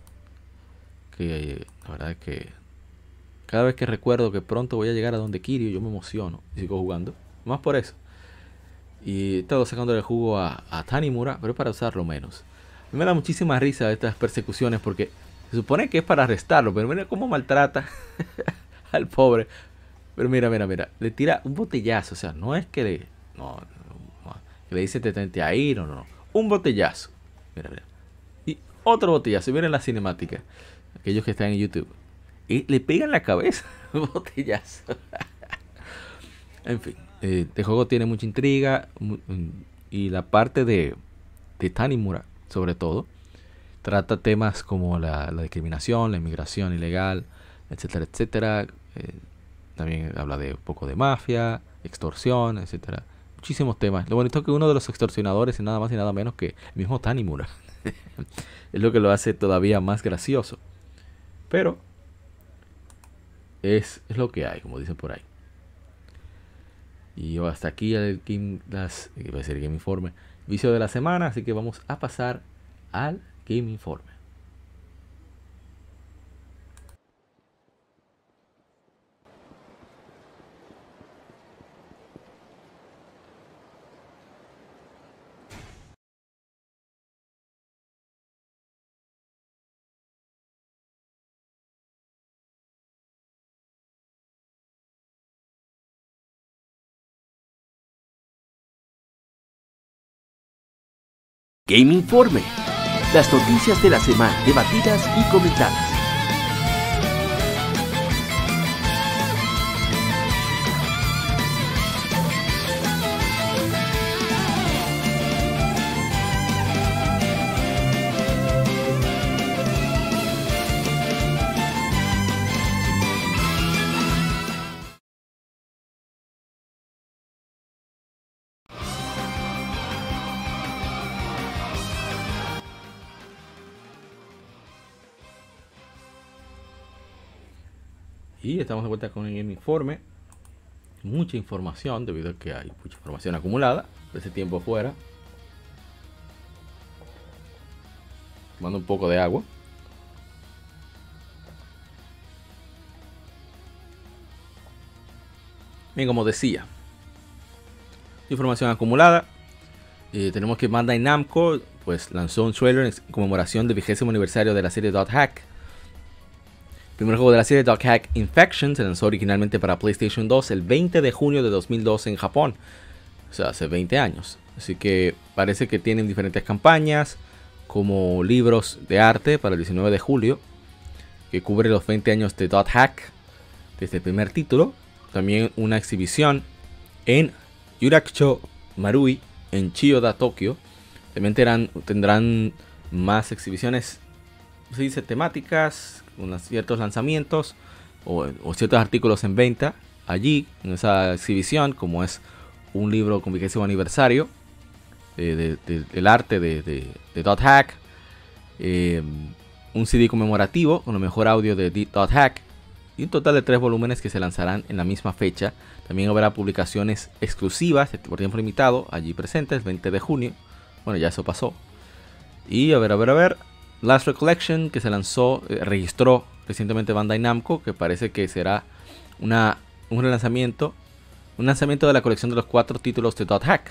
S2: que la verdad es que cada vez que recuerdo que pronto voy a llegar a donde Kiryu, yo me emociono y sigo jugando, más por eso. Y he estado sacándole el jugo a, a Tanimura, pero es para usarlo menos. A mí me da muchísima risa estas persecuciones porque se supone que es para arrestarlo, pero mira cómo maltrata al pobre. Pero mira, mira, mira, le tira un botellazo, o sea, no es que le, no, no, no, que le dice detente ahí, no, no, no, un botellazo. Mira, mira. Y otro botellazo, miren la cinemática, aquellos que están en YouTube. Y le pegan la cabeza, un botellazo. En fin, eh, este juego tiene mucha intriga y la parte de, de Tanimura, sobre todo, trata temas como la, la discriminación, la inmigración ilegal, etcétera, etcétera. Eh, también habla de un poco de mafia, extorsión, etcétera. Muchísimos temas. Lo bonito es que uno de los extorsionadores es nada más y nada menos que el mismo Tanimura. Es lo que lo hace todavía más gracioso. Pero es, es lo que hay, como dicen por ahí. Y yo hasta aquí el Game, las, iba a decir Game Informe, vicio de la semana, así que vamos a pasar al Game Informe.
S1: Game Informe. Las noticias de la semana debatidas y comentadas.
S2: Y estamos de vuelta con el Game Informe. Mucha información, debido a que hay mucha información acumulada de ese tiempo afuera. Tomando un poco de agua. Bien, como decía, información acumulada. Eh, tenemos que Bandai Namco pues lanzó un trailer en conmemoración del vigésimo aniversario de la serie Dot Hack. El primer juego de la serie Dot Hack Infection se lanzó originalmente para PlayStation dos el veinte de junio de dos mil doce en Japón. O sea, hace veinte años. Así que parece que tienen diferentes campañas, como libros de arte para el diecinueve de julio, que cubre los veinte años de Dot Hack desde el primer título. También una exhibición en Yurakucho Marui, en Chiyoda, Tokio. También tendrán, tendrán más exhibiciones, se dice, temáticas, unos ciertos lanzamientos o, o ciertos artículos en venta allí en esa exhibición, como es un libro con vigésimo aniversario eh, de, de, del arte de, de, de Dot Hack, eh, un C D conmemorativo con el mejor audio de Dot Hack y un total de tres volúmenes que se lanzarán en la misma fecha. También habrá publicaciones exclusivas por tiempo limitado allí presentes, veinte de junio. Bueno, ya eso pasó. Y a ver, a ver, a ver. Last Recollection, que se lanzó, eh, registró recientemente Bandai Namco, que parece que será una, un relanzamiento, un lanzamiento de la colección de los cuatro títulos de Dot Hack.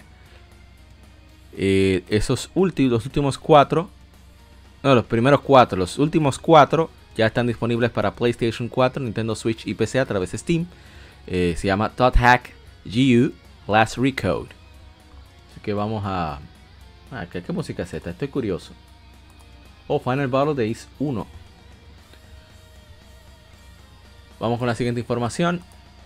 S2: Eh, esos últimos, los últimos cuatro, no, los primeros cuatro, los últimos cuatro ya están disponibles para PlayStation cuatro, Nintendo Switch y P C a través de Steam. Eh, se llama Dot Hack G U Last Recode. Así que vamos a... Ah, ¿qué, ¿qué música es esta? Estoy curioso. Oh, Final Battle Days uno. Vamos con la siguiente información.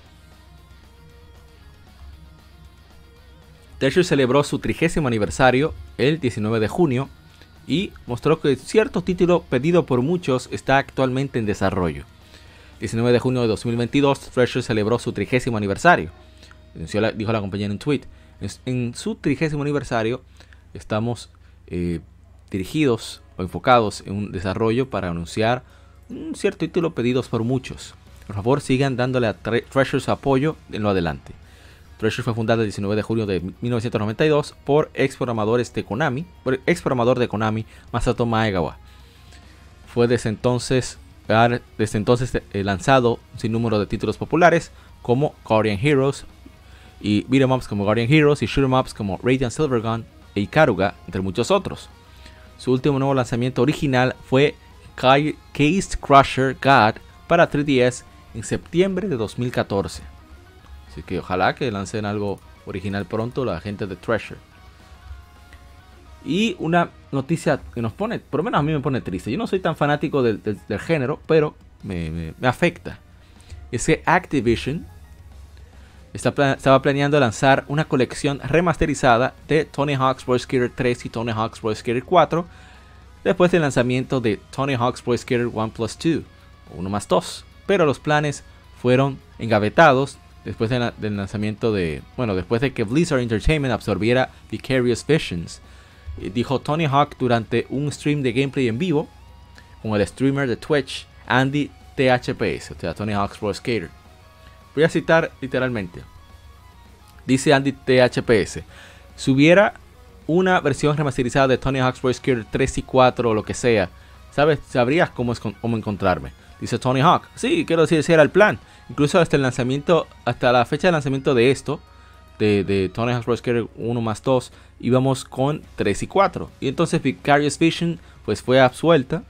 S2: Treasure celebró su trigésimo aniversario el diecinueve de junio y mostró que cierto título pedido por muchos está actualmente en desarrollo. diecinueve de junio de dos mil veintidós, Treasure celebró su trigésimo aniversario. Dijo la compañía en un tweet. En su trigésimo aniversario estamos eh, dirigidos o enfocados en un desarrollo para anunciar un cierto título pedidos por muchos. por favor sigan dándole a Tre Treasure su apoyo en lo adelante. Treasure fue fundada el diecinueve de julio de mil novecientos noventa y dos por ex programadores de Konami, por ex programador de Konami, Masato Maegawa. Fue desde entonces, desde entonces eh, lanzado un sinnúmero de títulos populares como Guardian Heroes, y beat'em ups como Guardian Heroes, y shoot'em ups como Radiant Silvergun e Ikaruga, entre muchos otros. Su último nuevo lanzamiento original fue Case Crusher God para tres D S en septiembre de dos mil catorce. Así que ojalá que lancen algo original pronto la gente de Treasure. Y una noticia que nos pone, por lo menos a mí me pone triste. Yo no soy tan fanático del, del, del género, pero me, me, me afecta. Es que Activision está, estaba planeando lanzar una colección remasterizada de Tony Hawk's Pro Skater tres y Tony Hawk's Pro Skater cuatro después del lanzamiento de Tony Hawk's Pro Skater uno plus dos, o uno más dos. Pero los planes fueron engavetados después de la, del lanzamiento de, bueno, después de que Blizzard Entertainment absorbiera Vicarious Visions. Dijo Tony Hawk durante un stream de gameplay en vivo con el streamer de Twitch, Andy T H P S, o sea, Tony Hawk's Pro Skater. Voy a citar literalmente. Dice Andy T H P S: si hubiera una versión remasterizada de Tony Hawk's Pro Skater tres y cuatro o lo que sea, ¿sabes? Sabrías cómo, es, cómo encontrarme. Dice Tony Hawk: sí, quiero decir, ese era el plan. Incluso hasta el lanzamiento, hasta la fecha de lanzamiento de esto, de, de Tony Hawk's Pro Skater uno más dos, íbamos con tres y cuatro. Y entonces Vicarious Vision pues fue absuelta.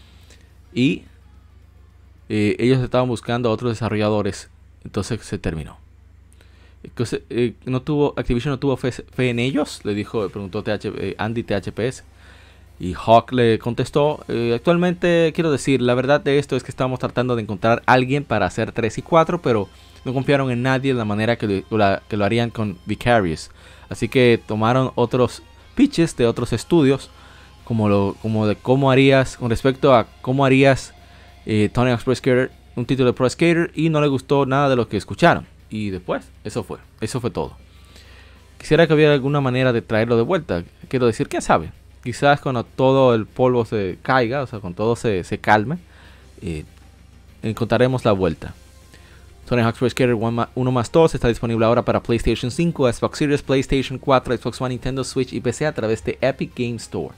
S2: Y eh, ellos estaban buscando a otros desarrolladores. Entonces se terminó. Entonces, eh, no tuvo, Activision no tuvo fe, fe en ellos, le dijo, preguntó T H, eh, Andy T H P S. Y Hawk le contestó: eh, actualmente quiero decir, la verdad de esto es que estamos tratando de encontrar a alguien para hacer tres y cuatro, pero no confiaron en nadie de la manera que, la, que lo harían con Vicarious. Así que tomaron otros pitches de otros estudios, como, lo, como de cómo harías, con respecto a cómo harías eh, Tony Hawk's Pro Skater, un título de Pro Skater, y no le gustó nada de lo que escucharon. Y después, eso fue, eso fue todo. Quisiera que hubiera alguna manera de traerlo de vuelta. Quiero decir, quién sabe. Quizás cuando todo el polvo se caiga, o sea, cuando todo se, se calme, eh, encontraremos la vuelta. Tony Hawk's Pro Skater uno más dos está disponible ahora para PlayStation cinco, Xbox Series, PlayStation cuatro, Xbox One, Nintendo Switch y P C a través de Epic Game Store.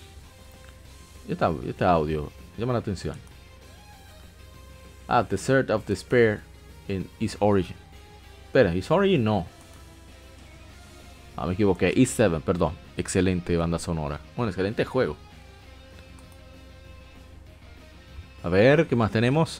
S2: Este, este audio llama la atención. Ah, Desert of Despair en Ys Origin. Espera, Ys Origin no. Ah, me equivoqué. Ys siete, perdón. Excelente banda sonora. Bueno, excelente juego. A ver, ¿qué más tenemos?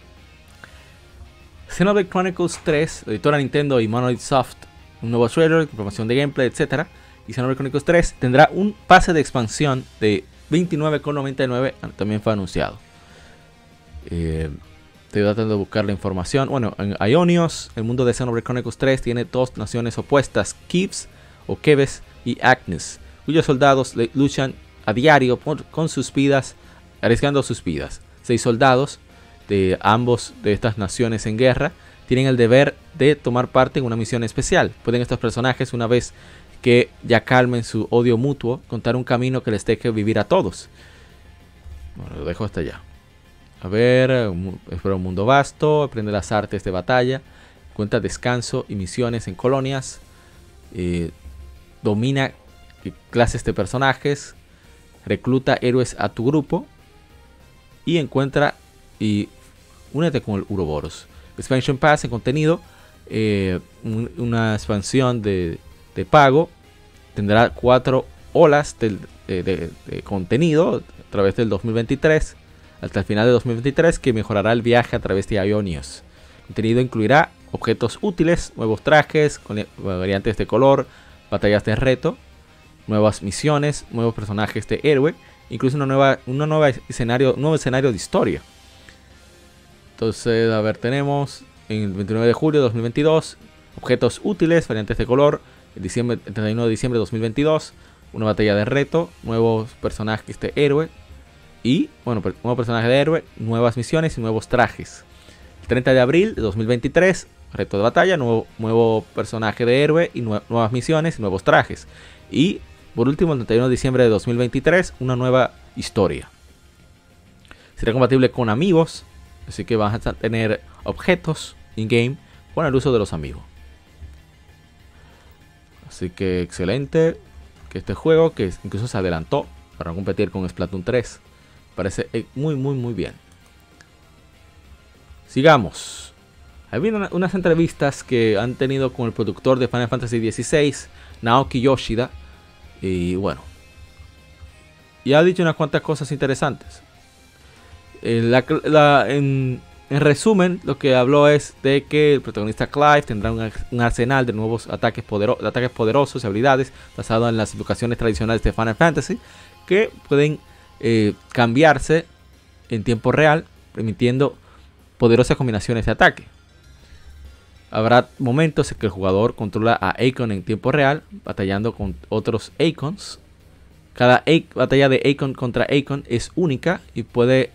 S2: Xenoblade Chronicles tres, editora Nintendo y Monolith Soft. Un nuevo trailer, información de gameplay, etcétera. Y Xenoblade Chronicles tres tendrá un pase de expansión de veintinueve con noventa y nueve. También fue anunciado. Eh... Estoy tratando de buscar la información. Bueno, en Aionios, el mundo de Xenoblade Chronicles tres tiene dos naciones opuestas, Kivs o Keves y Agnes, cuyos soldados luchan a diario por, con sus vidas, arriesgando sus vidas. Seis soldados de ambos de estas naciones en guerra tienen el deber de tomar parte en una misión especial. Pueden estos personajes, una vez que ya calmen su odio mutuo, contar un camino que les deje vivir a todos. Bueno, lo dejo hasta allá. A ver, espera un mundo vasto, aprende las artes de batalla, cuenta descanso y misiones en colonias, eh, domina clases de personajes, recluta héroes a tu grupo y encuentra y únete con el Uroboros. Expansion Pass en contenido, eh, un, una expansión de, de pago, tendrá cuatro olas de, de, de, de contenido a través del dos mil veintitrés. Hasta el final de dos mil veintitrés, que mejorará el viaje a través de Aionios. El contenido incluirá objetos útiles, nuevos trajes, con variantes de color, batallas de reto, nuevas misiones, nuevos personajes de héroe, incluso una nueva, una nueva escenario, un nuevo escenario de historia. Entonces, a ver, tenemos en el veintinueve de julio de dos mil veintidós, objetos útiles, variantes de color, el, diciembre, el treinta y uno de diciembre de dos mil veintidós, una batalla de reto, nuevos personajes de héroe, y, bueno, nuevo personaje de héroe, nuevas misiones y nuevos trajes. El treinta de abril de dos mil veintitrés, reto de batalla, nuevo, nuevo personaje de héroe y nue nuevas misiones y nuevos trajes. Y, por último, el treinta y uno de diciembre de dos mil veintitrés, una nueva historia. Será compatible con amigos Así que vas a tener objetos in-game con el uso de los amigos. Así que excelente que este juego, que incluso se adelantó para competir con Splatoon tres, parece muy muy muy bien. Sigamos. Ha habido una, unas entrevistas que han tenido con el productor de Final Fantasy dieciséis, Naoki Yoshida, y bueno, y ha dicho unas cuantas cosas interesantes. Eh, la, la, en, en resumen, lo que habló es de que el protagonista Clive tendrá un, un arsenal de nuevos ataques, podero, de ataques poderosos y habilidades basado en las invocaciones tradicionales de Final Fantasy, que pueden eh, cambiarse en tiempo real, permitiendo poderosas combinaciones de ataque. Habrá momentos en que el jugador controla a Akon en tiempo real, batallando con otros Akons. Cada batalla de Akon contra Akon es única y puede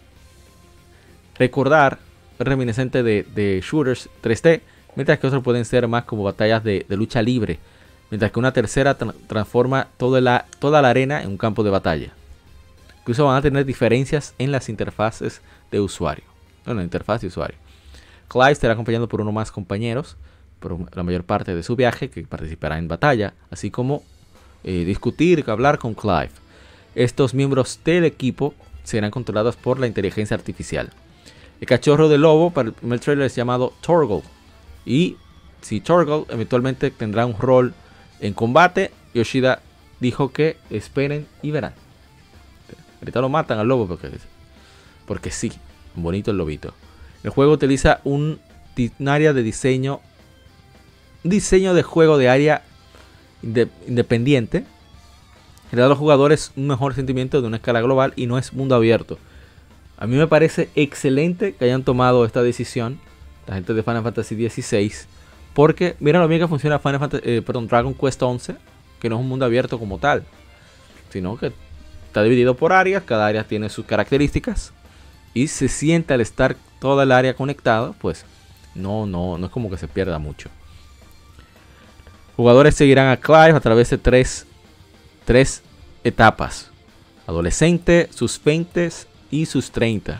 S2: recordar reminiscente de, de shooters tres D, mientras que otros pueden ser más como batallas de, de lucha libre, mientras que una tercera tra transforma toda la, toda la arena en un campo de batalla. Incluso van a tener diferencias en las interfaces de usuario, en la interfaz de usuario. Clive será acompañado por uno más compañeros por la mayor parte de su viaje, que participará en batalla, así como eh, discutir, hablar con Clive. Estos miembros del equipo serán controlados por la inteligencia artificial. El cachorro de lobo para el primer trailer es llamado Torgal. Y si Torgal eventualmente tendrá un rol en combate, Yoshida dijo que esperen y verán. Ahorita lo matan al lobo porque, porque sí, bonito el lobito. El juego utiliza un, un área de diseño, un diseño de juego de área inde, independiente, que le da a los jugadores un mejor sentimiento de una escala global y no es mundo abierto. A mí me parece excelente que hayan tomado esta decisión la gente de Final Fantasy dieciséis, porque mira lo bien que funciona Final Fantasy, eh, perdón, Dragon Quest once, que no es un mundo abierto como tal, sino que está dividido por áreas, cada área tiene sus características y se siente al estar toda el área conectada, pues no, no, no es como que se pierda mucho. Jugadores seguirán a Clive a través de tres, tres etapas: adolescente, sus veintes y sus treinta.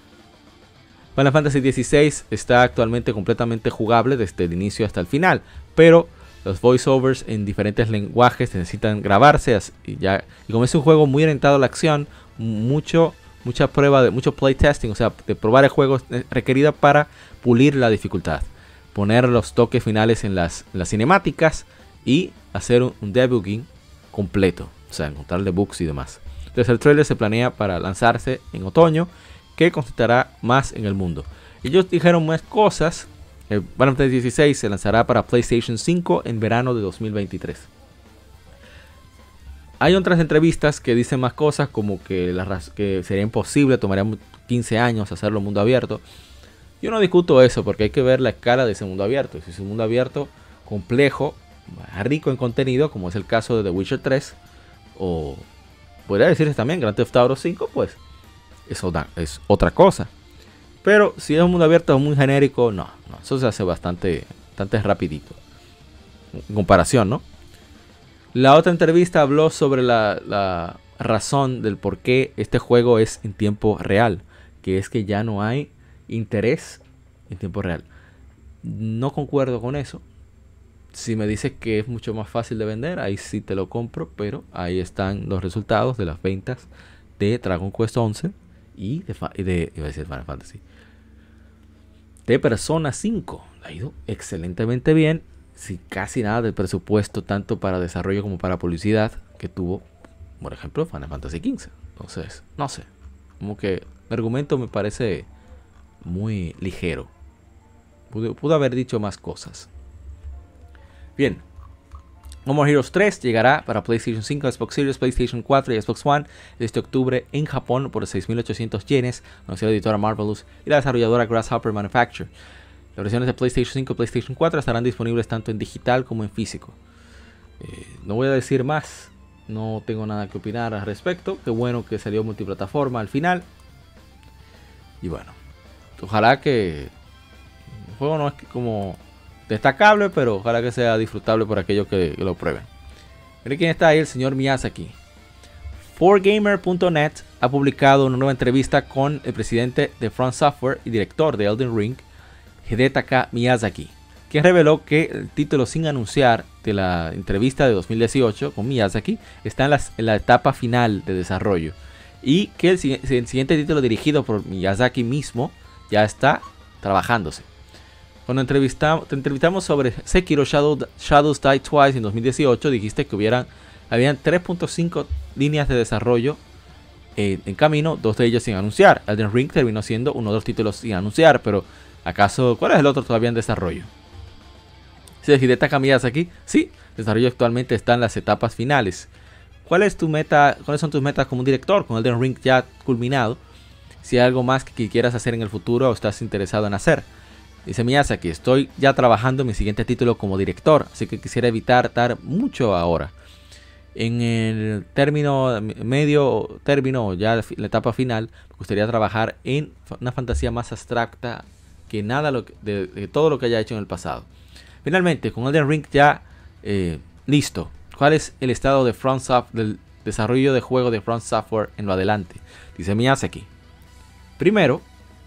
S2: Final Fantasy dieciséis está actualmente completamente jugable desde el inicio hasta el final, pero los voiceovers en diferentes lenguajes necesitan grabarse y, ya, y como es un juego muy orientado a la acción, mucho, mucha prueba, de mucho playtesting, o sea, de probar el juego es requerida para pulir la dificultad, poner los toques finales en las, en las cinemáticas y hacer un, un debugging completo, o sea, encontrarle bugs y demás. Entonces el trailer se planea para lanzarse en otoño, que constará más en el mundo. Ellos dijeron más cosas. El Final Fantasy dieciséis se lanzará para PlayStation cinco en verano de dos mil veintitrés. Hay otras entrevistas que dicen más cosas, como que, la que sería imposible, tomaría quince años hacerlo en mundo abierto. Yo no discuto eso, porque hay que ver la escala de ese mundo abierto. Si es un mundo abierto complejo, rico en contenido, como es el caso de The Witcher tres, o podría decirse también Grand Theft Auto cinco, pues es otra, es otra cosa. Pero si es un mundo abierto muy genérico, no, no, eso se hace bastante, bastante rapidito en comparación, ¿no? La otra entrevista habló sobre la, la razón del por qué este juego es en tiempo real, que es que ya no hay interés en tiempo real. No concuerdo con eso. Si me dices que es mucho más fácil de vender, ahí sí te lo compro, pero ahí están los resultados de las ventas de Dragon Quest once y de, de, iba a decir Final Fantasy, de Persona cinco. Ha ido excelentemente bien, sin casi nada de presupuesto, tanto para desarrollo como para publicidad, que tuvo, por ejemplo, Final Fantasy quince. Entonces, no sé, como que el argumento me parece muy ligero. Pudo, pudo haber dicho más cosas. Bien, No More Heroes tres llegará para PlayStation cinco, Xbox Series, PlayStation cuatro y Xbox One este octubre en Japón por seis mil ochocientos yenes, anunció la editora Marvelous y la desarrolladora Grasshopper Manufacture. Las versiones de PlayStation cinco y PlayStation cuatro estarán disponibles tanto en digital como en físico. Eh, no voy a decir más, no tengo nada que opinar al respecto. Qué bueno que salió multiplataforma al final. Y bueno, ojalá que el juego no es como destacable, pero ojalá que sea disfrutable por aquellos que, que lo prueben. Miren quién está ahí, el señor Miyazaki. four gamer punto net ha publicado una nueva entrevista con el presidente de From Software y director de Elden Ring, Hidetaka Miyazaki, quien reveló que el título sin anunciar de la entrevista de dos mil dieciocho con Miyazaki está en, las, en la etapa final de desarrollo y que el, el siguiente título dirigido por Miyazaki mismo ya está trabajándose. Cuando entrevistamos, te entrevistamos sobre Sekiro Shadow, Shadows Die Twice en dos mil dieciocho, dijiste que hubieran, habían tres punto cinco líneas de desarrollo eh, en camino, dos de ellos sin anunciar. Elden Ring terminó siendo uno de los títulos sin anunciar, pero ¿acaso cuál es el otro todavía en desarrollo? Si es Hidetaka Miyazaki, sí, el desarrollo actualmente está en las etapas finales. ¿Cuál es tu meta, ¿Cuáles son tus metas como un director con Elden Ring ya culminado? Si hay algo más que quieras hacer en el futuro o estás interesado en hacer. Dice Miyazaki, estoy ya trabajando en mi siguiente título como director, así que quisiera evitar dar mucho ahora. En el término medio término, ya la etapa final, me gustaría trabajar en una fantasía más abstracta que nada lo que, de, de todo lo que haya hecho en el pasado. Finalmente, con Elden Ring ya eh, listo, ¿cuál es el estado de From Software, del desarrollo de juego de From Software en lo adelante? Dice Miyazaki. Primero,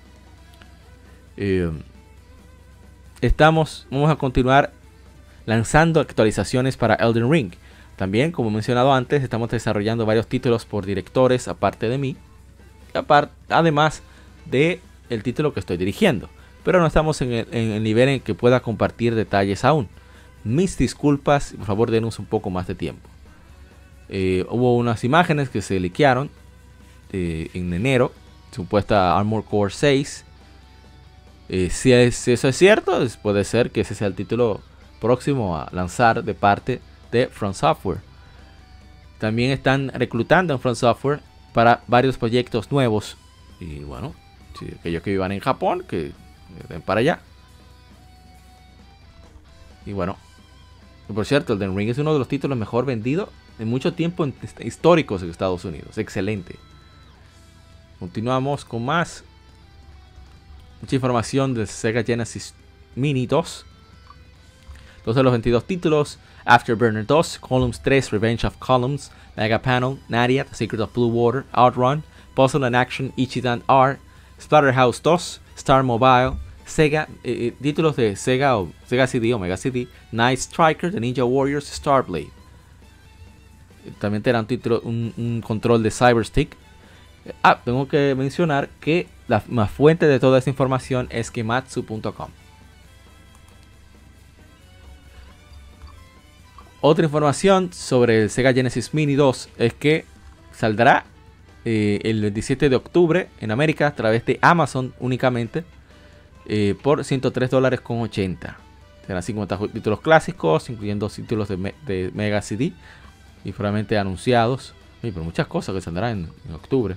S2: eh, estamos, vamos a continuar lanzando actualizaciones para Elden Ring. También, como he mencionado antes, estamos desarrollando varios títulos por directores aparte de mí, apart, además de el título que estoy dirigiendo. Pero no estamos en el, en el nivel en que pueda compartir detalles aún. Mis disculpas y por favor denos un poco más de tiempo. Eh, hubo unas imágenes que se liquearon eh, en enero, supuesta Armored Core seis. Eh, si, es, si eso es cierto, puede ser que ese sea el título próximo a lanzar de parte de From Software. También están reclutando en From Software para varios proyectos nuevos. Y bueno, si aquellos que vivan en Japón, que ven para allá. Y bueno, por cierto, Elden Ring es uno de los títulos mejor vendidos en mucho tiempo en, históricos en Estados Unidos. Excelente. Continuamos con más. Mucha información del Sega Genesis Mini dos. Dos de los veintidós títulos: Afterburner dos, Columns tres, Revenge of Columns, Mega Panel, Nadia, The Secret of Blue Water, Outrun, Puzzle and Action, Ichidan R, Splatterhouse dos, Star Mobile, Sega, eh, eh, títulos de Sega o Sega C D o Mega C D, Night Striker, The Ninja Warriors, Starblade. También te dan título, un, un control de Cyberstick. Ah, tengo que mencionar que la, la fuente de toda esta información es Gematsu punto com. Otra información sobre el Sega Genesis Mini dos es que saldrá eh, el veintisiete de octubre en América a través de Amazon únicamente eh, por ciento tres dólares con ochenta. Serán cincuenta títulos clásicos, incluyendo títulos de, me de Mega C D y probablemente anunciados. Oye, pero muchas cosas que saldrán en, en octubre.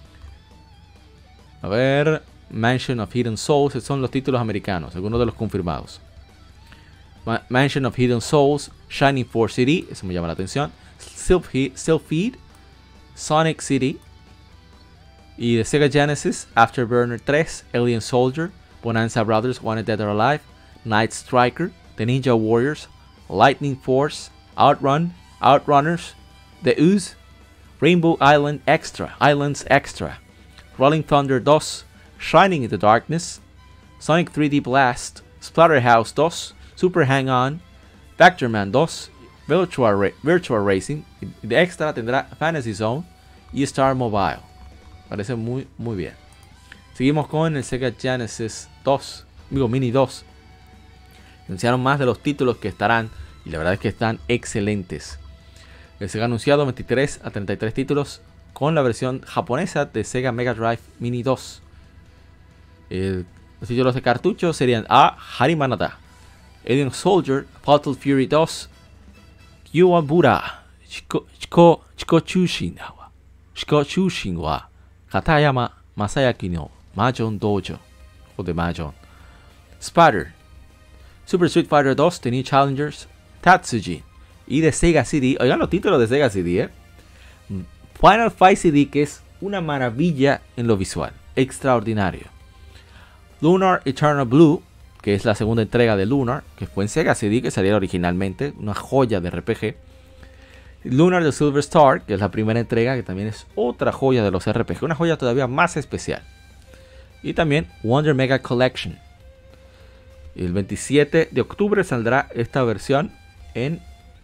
S2: A ver, Mansion of Hidden Souls, son los títulos americanos, algunos de los confirmados. Ma Mansion of Hidden Souls, Shining Force City, eso me llama la atención. Sylpheed, Sonic City. Y de Sega Genesis, Afterburner tres, Alien Soldier, Bonanza Brothers, Wanted Dead or Alive, Night Striker, The Ninja Warriors, Lightning Force, Outrun, Outrunners, The Ooze, Rainbow Island Extra, Islands Extra, Rolling Thunder dos, Shining in the Darkness, Sonic tres D Blast, Splatterhouse dos, Super Hang-On, Vectorman dos, Virtual, Ra Virtual Racing. Y de extra tendrá Fantasy Zone y Star Mobile. Parece muy muy bien. Seguimos con el Sega Genesis dos, digo Mini dos. Anunciaron más de los títulos que estarán y la verdad es que están excelentes. El Sega ha anunciado veintitrés a treinta y tres títulos con la versión japonesa de Sega Mega Drive Mini dos. El, los títulos de cartucho serían A. Harimanada, Alien Soldier, Fatal Fury dos, Yuabura, Chiko Chiko Chushin wa Chiko Chushin wa Katayama Masayaki no Mahjong Dojo o de Mahjong, Spider, Super Street Fighter dos, The New Challengers, Tatsuji. Y de Sega C D, oigan los títulos de Sega C D, ¿eh? Final Fight C D, que es una maravilla en lo visual, extraordinario. Lunar Eternal Blue, que es la segunda entrega de Lunar, que fue en Sega C D, que saliera originalmente, una joya de R P G. Lunar the Silver Star, que es la primera entrega, que también es otra joya de los R P G, una joya todavía más especial. Y también Wonder Mega Collection. El veintisiete de octubre saldrá esta versión en...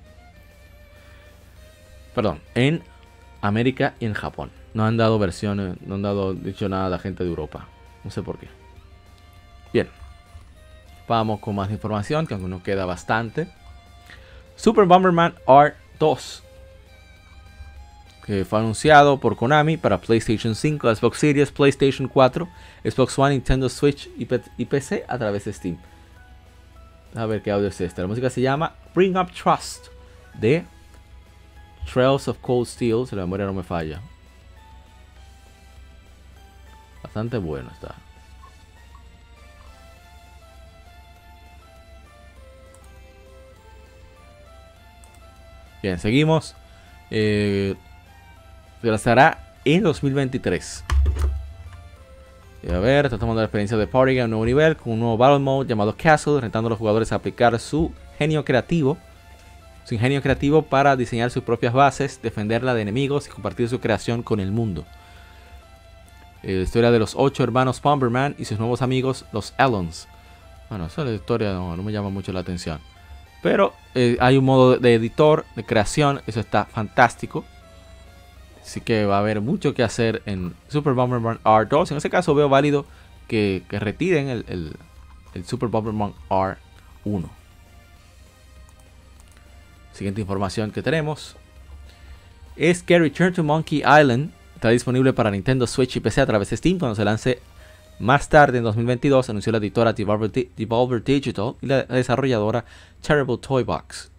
S2: Perdón, en América y en Japón. No han dado versiones, no han dado dicho nada a la gente de Europa. No sé por qué. Bien. Vamos con más información, que aún nos queda bastante. Super Bomberman R dos. Que fue anunciado por Konami para PlayStation cinco, Xbox Series, PlayStation cuatro, Xbox One, Nintendo Switch y, y P C a través de Steam. A ver qué audio es este. La música se llama Bring Up Trust de Trails of Cold Steel. Si la memoria no me falla. Bastante bueno está. Bien, seguimos. Eh, se lanzará en dos mil veintitrés. Y a ver, está tomando la experiencia de Party a un nuevo nivel con un nuevo Battle Mode llamado Castle, retando a los jugadores a aplicar su genio creativo. Su ingenio creativo para diseñar sus propias bases, defenderla de enemigos y compartir su creación con el mundo. Eh, la historia de los ocho hermanos Bomberman y sus nuevos amigos, los Allons. Bueno, esa es la historia, no, no me llama mucho la atención. Pero eh, hay un modo de editor, de creación, eso está fantástico. Así que va a haber mucho que hacer en Super Bomberman R dos. En ese caso veo válido que, que retiren el, el, el Super Bomberman R uno. Siguiente información que tenemos es que Return to Monkey Island está disponible para Nintendo Switch y P C a través de Steam cuando se lance más tarde en dos mil veintidós, anunció la editora Devolver, Devolver Digital y la desarrolladora Terrible Toy Box.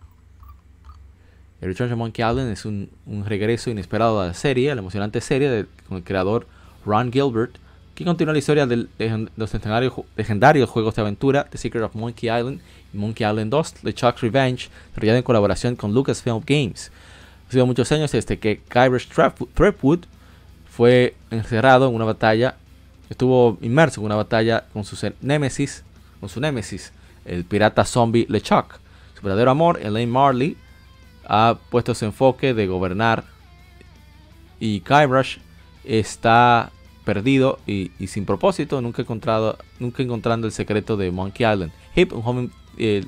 S2: El Return to Monkey Island es un, un regreso inesperado a la serie, a la emocionante serie de, con el creador Ron Gilbert, que continúa la historia de los legendarios, legendarios juegos de aventura The Secret of Monkey Island y Monkey Island dos, LeChuck's Revenge, desarrollado en colaboración con Lucasfilm Games. Ha sido muchos años desde que Guybrush Threepwood fue encerrado en una batalla, estuvo inmerso en una batalla con su némesis, con su némesis, el pirata zombie LeChuck. Su verdadero amor, Elaine Marley, ha puesto su enfoque de gobernar y Guybrush está perdido y, y sin propósito, nunca encontrado, nunca encontrando el secreto de Monkey Island. Hip, un joven eh,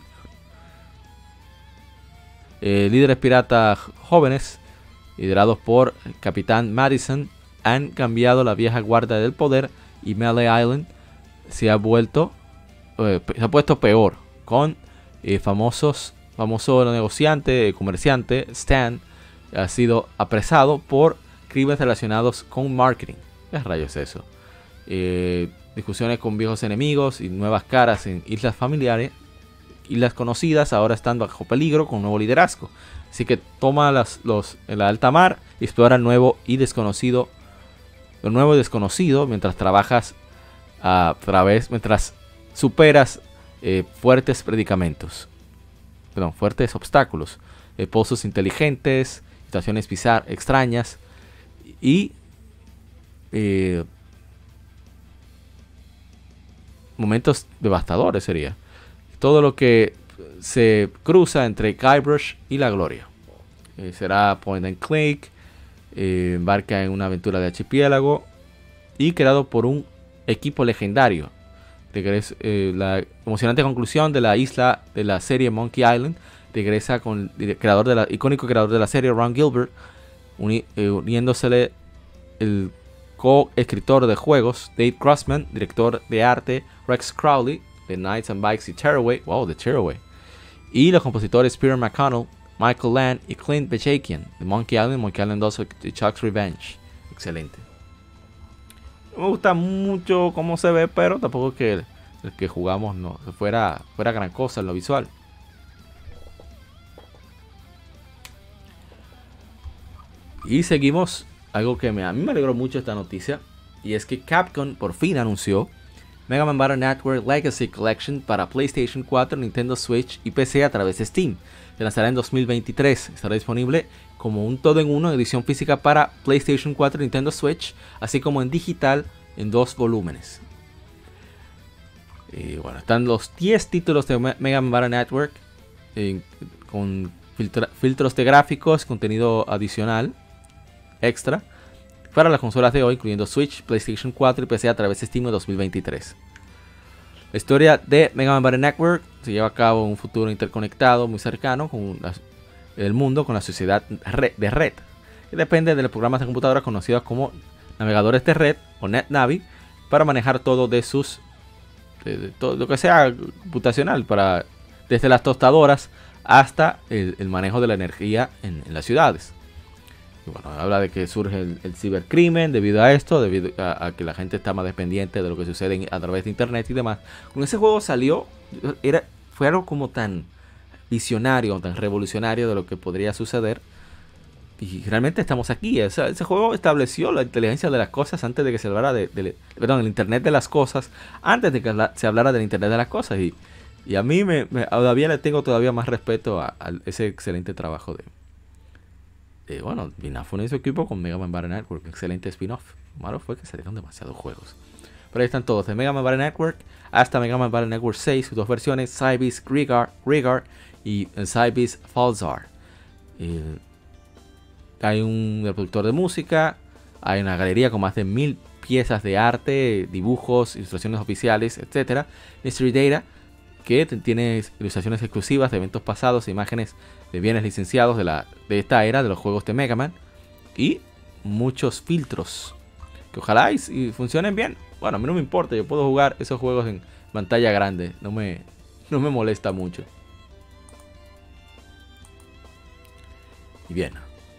S2: eh, líderes piratas jóvenes liderados por el Capitán Madison han cambiado la vieja guardia del poder y Melee Island se ha vuelto eh, se ha puesto peor con eh, famosos famoso negociante, eh, comerciante Stan ha sido apresado por crímenes relacionados con marketing. ¿Qué rayos es eso? Eh, discusiones con viejos enemigos y nuevas caras en islas familiares, islas conocidas ahora están bajo peligro con nuevo liderazgo. Así que toma las, los, en la alta mar y explora el nuevo y desconocido, lo nuevo y desconocido mientras trabajas a través, mientras superas eh, fuertes predicamentos, perdón, fuertes obstáculos, eh, pozos inteligentes, situaciones bizarras, extrañas y eh, momentos devastadores sería. Todo lo que se cruza entre Guybrush y la gloria. Eh, será point and click, eh, embarca en una aventura de archipiélago y creado por un equipo legendario. Regresa, eh, la emocionante conclusión de la isla de la serie Monkey Island regresa con el creador de la, icónico creador de la serie Ron Gilbert, uni, eh, uniéndosele el co-escritor de juegos Dave Grossman, director de arte Rex Crowley de Knights and Bikes y Tearaway, wow, de Tearaway, y los compositores Peter McConnell, Michael Land y Clint Bechakian de Monkey Island, Monkey Island dos y Chuck's Revenge. Excelente. No me gusta mucho cómo se ve, pero tampoco es que el, el que jugamos no fuera, fuera gran cosa en lo visual. Y seguimos, algo que me, a mí me alegró mucho esta noticia, y es que Capcom por fin anunció Mega Man Battle Network Legacy Collection para PlayStation cuatro, Nintendo Switch y P C a través de Steam. Se lanzará en dos mil veintitrés. Estará disponible como un todo en uno en edición física para PlayStation cuatro y Nintendo Switch, así como en digital en dos volúmenes. Y bueno, están los diez títulos de Mega Man Battle Network, eh, con filtra, filtros de gráficos, contenido adicional, extra, para las consolas de hoy, incluyendo Switch, PlayStation cuatro y P C a través de Steam en dos mil veintitrés. La historia de Mega Man Battle Network se lleva a cabo en un futuro interconectado muy cercano con la, el mundo, con la sociedad de red, que depende de los programas de computadora conocidos como navegadores de red o NetNavi, para manejar todo de sus de, de todo lo que sea computacional, para desde las tostadoras hasta el, el manejo de la energía en, en las ciudades. Y bueno, habla de que surge el, el cibercrimen debido a esto, debido a, a que la gente está más dependiente de lo que sucede en, a través de internet y demás. Cuando ese juego salió, era, fue algo como tan visionario, tan revolucionario de lo que podría suceder. Y realmente estamos aquí. O sea, ese juego estableció la inteligencia de las cosas antes de que se hablara de, de, perdón, el internet de las cosas, antes de que habla, se hablara del internet de las cosas. Y, y a mí me, me, todavía le tengo todavía más respeto a, a ese excelente trabajo de... Eh, bueno, Inafune y su equipo con Mega Man Battle Network, excelente spin-off. Malo fue que salieron demasiados juegos. Pero ahí están todos, de Mega Man Battle Network hasta Mega Man Battle Network seis, sus dos versiones, Cybeast Rigard, Rigard y Cybeast Falzar. Eh, hay un reproductor de música, hay una galería con más de mil piezas de arte, dibujos, ilustraciones oficiales, etcétera. Mystery Data, que tiene ilustraciones exclusivas de eventos pasados, imágenes de bienes licenciados de, la, de esta era de los juegos de Mega Man y muchos filtros que ojalá y, y funcionen bien. Bueno, a mí no me importa, yo puedo jugar esos juegos en pantalla grande, no me, no me molesta mucho. Y bien,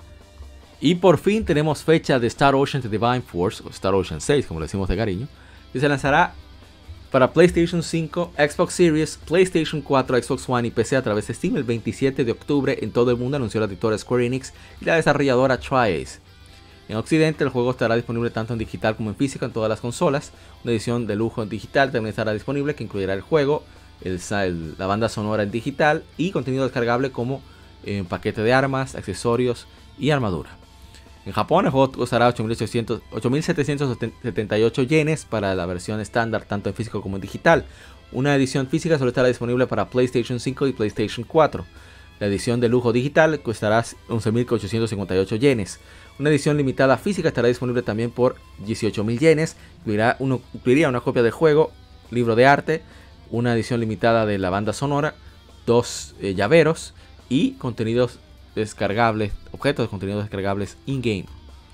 S2: y por fin tenemos fecha de Star Ocean The Divine Force, o Star Ocean seis como le decimos de cariño, que se lanzará para PlayStation cinco, Xbox Series, PlayStation cuatro, Xbox One y P C a través de Steam el veintisiete de octubre en todo el mundo, anunció la editora Square Enix y la desarrolladora Tri-Ace. En Occidente el juego estará disponible tanto en digital como en físico en todas las consolas. Una edición de lujo en digital también estará disponible, que incluirá el juego, el, el, la banda sonora en digital y contenido descargable como eh, paquete de armas, accesorios y armadura. En Japón el juego costará ocho mil setecientos setenta y ocho yenes para la versión estándar tanto en físico como en digital. Una edición física solo estará disponible para PlayStation cinco y PlayStation cuatro. La edición de lujo digital costará once mil ochocientos cincuenta y ocho yenes. Una edición limitada física estará disponible también por dieciocho mil yenes. Incluirá uno, incluiría una copia del juego, libro de arte, una edición limitada de la banda sonora, dos eh, llaveros y contenidos descargables, objetos de contenido descargables in-game.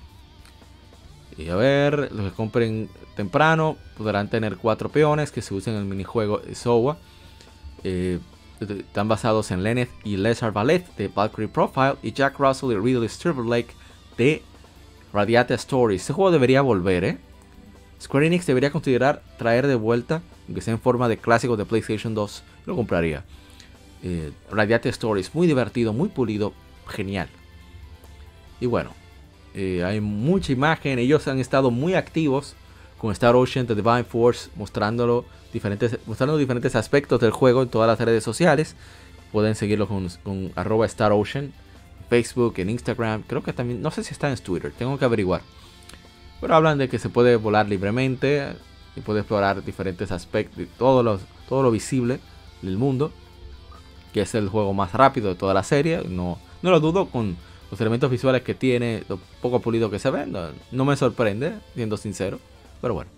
S2: Y a ver, los que compren temprano podrán tener cuatro peones que se usan en el minijuego Sowa. Eh, están basados en Lenneth y Les Arbaleth de Valkyrie Profile y Jack Russell y Ridley Timberlake de Radiata Stories. Este juego debería volver, ¿eh? Square Enix debería considerar traer de vuelta, aunque sea en forma de clásico de PlayStation dos, lo compraría. Eh, Radiata Stories, muy divertido, muy pulido, genial. Y bueno, eh, hay mucha imagen. Ellos han estado muy activos con Star Ocean The Divine Force, mostrándolo diferentes, mostrando diferentes aspectos del juego en todas las redes sociales. Pueden seguirlo con, con arroba Star Ocean, Facebook, en Instagram. Creo que también, no sé si está en Twitter, tengo que averiguar. Pero hablan de que se puede volar libremente y puede explorar diferentes aspectos, todo lo, todo lo visible del mundo, que es el juego más rápido de toda la serie. No, no lo dudo con los elementos visuales que tiene, lo poco pulido que se ve. No, no me sorprende, siendo sincero. Pero bueno,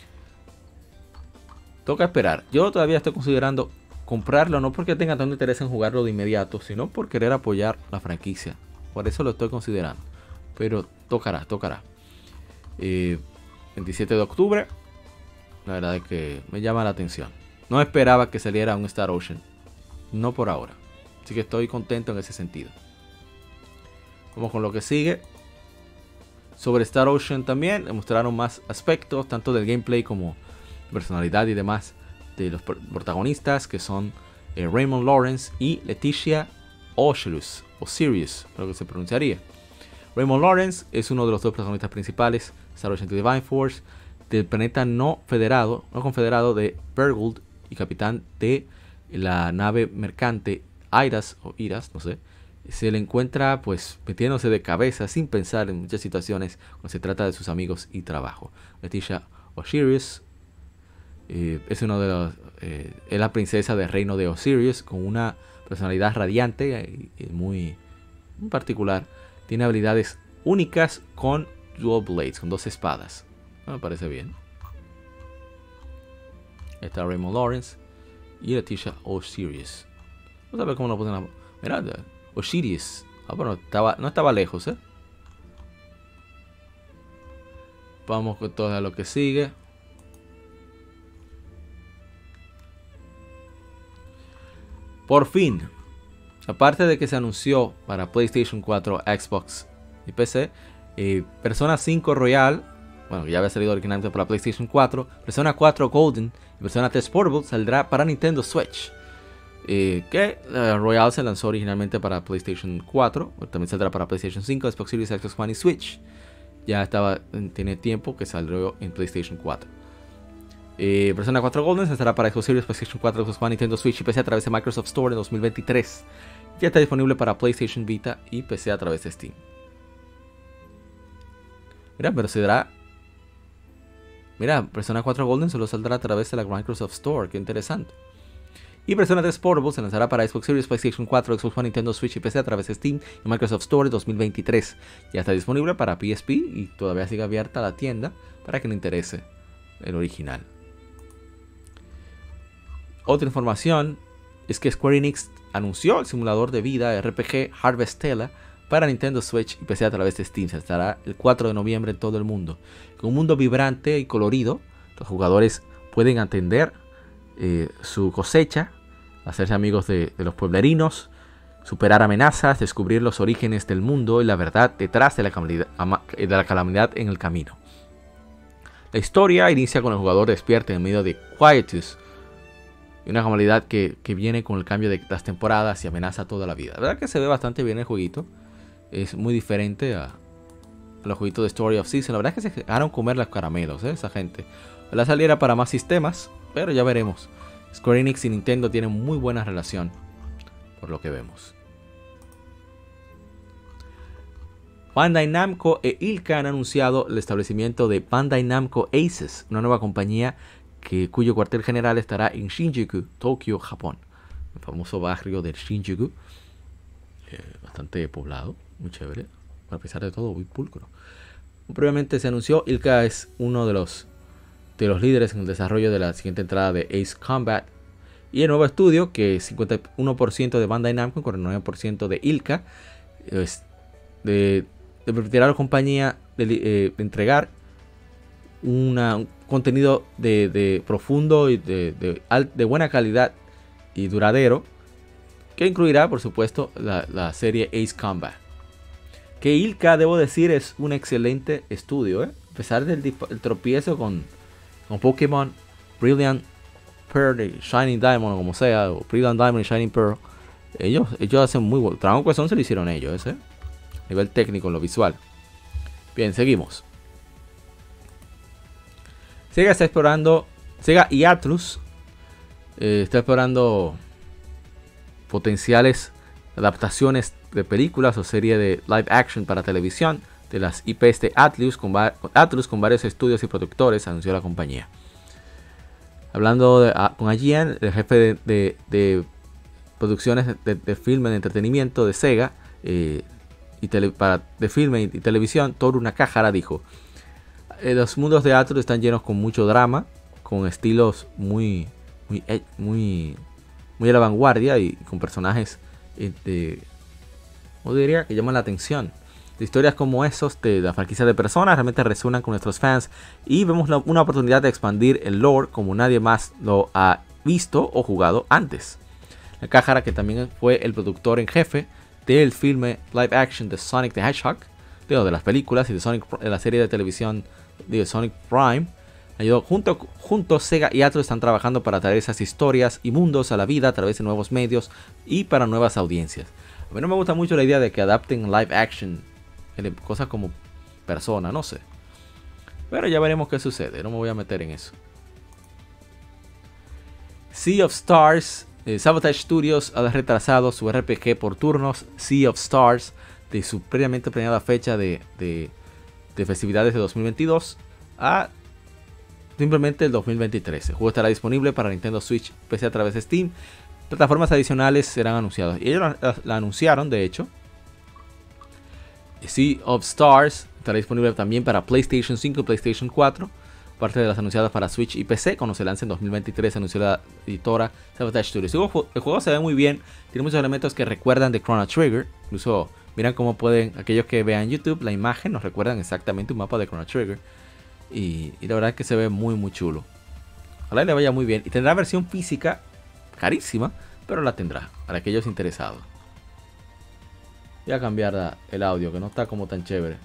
S2: toca esperar. Yo todavía estoy considerando comprarlo, no porque tenga tanto interés en jugarlo de inmediato, sino por querer apoyar la franquicia. Por eso lo estoy considerando. Pero tocará, tocará. Eh, veintisiete de octubre. La verdad es que me llama la atención. No esperaba que saliera un Star Ocean. No por ahora. Así que estoy contento en ese sentido. Vamos con lo que sigue. Sobre Star Ocean también mostraron más aspectos, tanto del gameplay como personalidad y demás de los protagonistas, que son eh, Raymond Lawrence y Leticia Osiris, Osiris, creo que se pronunciaría. Raymond Lawrence es uno de los dos protagonistas principales de Star Ocean The Divine Force, del planeta no federado, no confederado de Bergold, y capitán de la nave mercante Iras, o Iras, no sé. Se le encuentra pues metiéndose de cabeza sin pensar en muchas situaciones cuando se trata de sus amigos y trabajo. Leticia Osiris eh, es uno de los eh, es la princesa del reino de Osiris, con una personalidad radiante y, y muy, muy particular. Tiene habilidades únicas con dual blades, con dos espadas. Me parece bien. Está Raymond Lawrence y Leticia Osiris. Vamos a ver cómo lo ponen la... Mira, Osiris. Ah, bueno, estaba, no estaba lejos, ¿eh? Vamos con todo lo que sigue. Por fin, aparte de que se anunció para PlayStation cuatro, Xbox y P C, eh, Persona cinco Royal, bueno, ya había salido originalmente para PlayStation cuatro, Persona cuatro Golden y Persona tres Portable saldrá para Nintendo Switch. Eh, que uh, Royal se lanzó originalmente para PlayStation cuatro, también saldrá para PlayStation cinco, Xbox Series, Xbox One y Switch. Ya estaba, tiene tiempo que salió en PlayStation cuatro. Eh, Persona cuatro Golden se estará para Xbox Series, PlayStation cuatro, Xbox One, Nintendo Switch y P C a través de Microsoft Store en dos mil veintitrés. Ya está disponible para PlayStation Vita y P C a través de Steam. Mira, pero se dará... Mira, Persona cuatro Golden solo saldrá a través de la Microsoft Store. Qué interesante. Y Persona tres Portable se lanzará para Xbox Series, PlayStation cuatro, Xbox One, Nintendo Switch y P C a través de Steam y Microsoft Store dos mil veintitrés. Ya está disponible para P S P y todavía sigue abierta la tienda para que le interese el original. Otra información es que Square Enix anunció el simulador de vida R P G Harvestella para Nintendo Switch y P C a través de Steam. Se estará el cuatro de noviembre en todo el mundo. Con un mundo vibrante y colorido, los jugadores pueden atender eh, su cosecha, hacerse amigos de, de los pueblerinos, superar amenazas, descubrir los orígenes del mundo y la verdad detrás de la calamidad, de la calamidad en el camino. La historia inicia con el jugador despierto en medio de Quietus, y una calamidad que, que viene con el cambio de las temporadas y amenaza toda la vida. La verdad que se ve bastante bien el jueguito. Es muy diferente a, a los jueguitos de Story of Season. La verdad es que se dejaron comer los caramelos, ¿eh? Esa gente. La saliera para más sistemas, pero ya veremos. Square Enix y Nintendo tienen muy buena relación, por lo que vemos. Bandai Namco e Ilka han anunciado el establecimiento de Bandai Namco Aces, una nueva compañía que, cuyo cuartel general estará en Shinjuku, Tokio, Japón. El famoso barrio del Shinjuku, eh, bastante poblado, muy chévere, a pesar de todo muy pulcro. Previamente se anunció, Ilka es uno de los, de los líderes en el desarrollo de la siguiente entrada de Ace Combat. Y el nuevo estudio, que es cincuenta y uno por ciento de Bandai Namco y cuarenta y nueve por ciento de Ilka, es de, de permitirá a la compañía de, eh, de entregar una, un contenido de, de profundo y de, de, de buena calidad y duradero, que incluirá, por supuesto, la, la serie Ace Combat. Que Ilka, debo decir, es un excelente estudio, ¿eh? A pesar del el tropiezo con, con Pokémon Brilliant Pearl y Shining Diamond, o como sea, o Brilliant Diamond y Shining Pearl, ellos, ellos hacen muy buen trabajo. Que son se lo hicieron ellos, ¿eh? A nivel técnico, en lo visual. Bien, seguimos. Sega está explorando, Sega y Atlus eh, está explorando potenciales adaptaciones de películas o serie de live action para televisión de las I Pes de Atlus con, Atlus con varios estudios y productores, anunció la compañía. Hablando de, a, con I G N, el jefe de, de, de producciones de, de filme de entretenimiento de Sega eh, y tele, para, de filme y, y televisión, Toru Nakahara, dijo: los mundos de Atlus están llenos con mucho drama, con estilos muy, muy, muy, muy a la vanguardia y con personajes de, ¿cómo diría?, que llaman la atención. De historias como esos de la franquicia de Persona realmente resuenan con nuestros fans y vemos la, una oportunidad de expandir el lore como nadie más lo ha visto o jugado antes. Nakahara, que también fue el productor en jefe del filme live action de Sonic the Hedgehog, de, de las películas y de Sonic, de la serie de televisión de Sonic Prime, ayudó junto, juntos Sega y Atlus están trabajando para traer esas historias y mundos a la vida a través de nuevos medios y para nuevas audiencias. A mí no me gusta mucho la idea de que adapten live action, cosas como Persona, no sé. Pero ya veremos qué sucede, no me voy a meter en eso. Sea of Stars, eh, Sabotage Studios ha retrasado su R P G por turnos Sea of Stars de su previamente planeada fecha de, de, de festividades de dos mil veintidós a simplemente el dos mil veintitrés. El juego estará disponible para Nintendo Switch, P C a través de Steam. Plataformas adicionales serán anunciadas. Y ellos la, la, la anunciaron, de hecho. Sea of Stars estará disponible también para PlayStation cinco y PlayStation cuatro. Parte de las anunciadas para Switch y P C. Cuando se lance en dos mil veintitrés, anunció la editora Sabotage Studios. El juego, el juego se ve muy bien. Tiene muchos elementos que recuerdan de Chrono Trigger. Incluso miran cómo pueden, aquellos que vean YouTube, la imagen nos recuerdan exactamente un mapa de Chrono Trigger. Y, y la verdad es que se ve muy muy chulo. Ojalá le vaya muy bien. Y tendrá versión física carísima, pero la tendrá para aquellos interesados. Voy a cambiar la, el audio, que no está como tan chévere.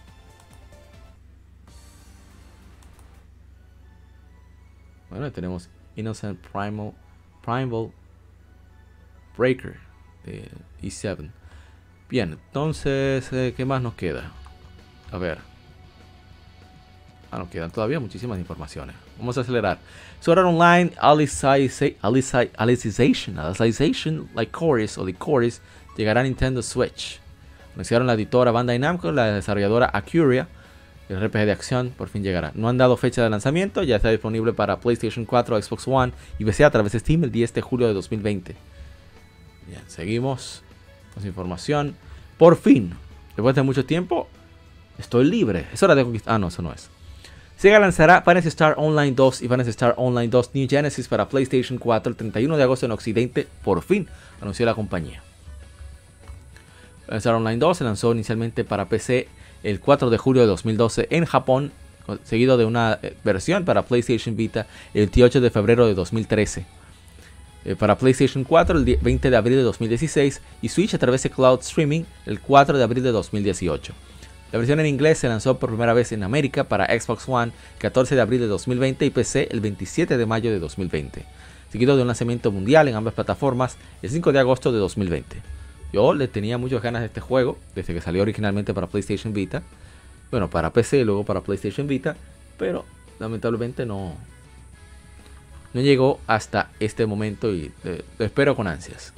S2: Bueno, tenemos Innocent Primal, Primal Breaker de E siete. Bien, entonces, eh, ¿qué más nos queda? A ver. Ah, nos quedan todavía muchísimas informaciones. Vamos a acelerar. Sword Art Online Alicization, Alicization, Alicization, like Chorus o The Chorus, llegará a Nintendo Switch. Anunciaron la editora Bandai Namco, la desarrolladora Acuria. El R P G de acción por fin llegará. No han dado fecha de lanzamiento, ya está disponible para PlayStation cuatro, Xbox One y P C a través de Steam el diez de julio de dos mil veinte. Bien, seguimos con información. Por fin, después de mucho tiempo, estoy libre. Es hora de conquistar. Ah, no, eso no es. Sega lanzará Phantasy Star Online dos y Phantasy Star Online dos New Genesis para PlayStation cuatro el treinta y uno de agosto en Occidente. Por fin, anunció la compañía. Phantasy Star Online dos se lanzó inicialmente para P C el cuatro de julio de dos mil doce en Japón, seguido de una versión para PlayStation Vita el veintiocho de febrero de dos mil trece. Eh, para PlayStation cuatro el veinte de abril de dos mil dieciséis y Switch a través de Cloud Streaming el cuatro de abril de dos mil dieciocho. La versión en inglés se lanzó por primera vez en América para Xbox One el catorce de abril de dos mil veinte y P C el veintisiete de mayo de dos mil veinte, seguido de un lanzamiento mundial en ambas plataformas el cinco de agosto de dos mil veinte. Yo le tenía muchas ganas de este juego desde que salió originalmente para PlayStation Vita, bueno, para P C y luego para PlayStation Vita, pero lamentablemente no, no llegó hasta este momento y eh, lo espero con ansias.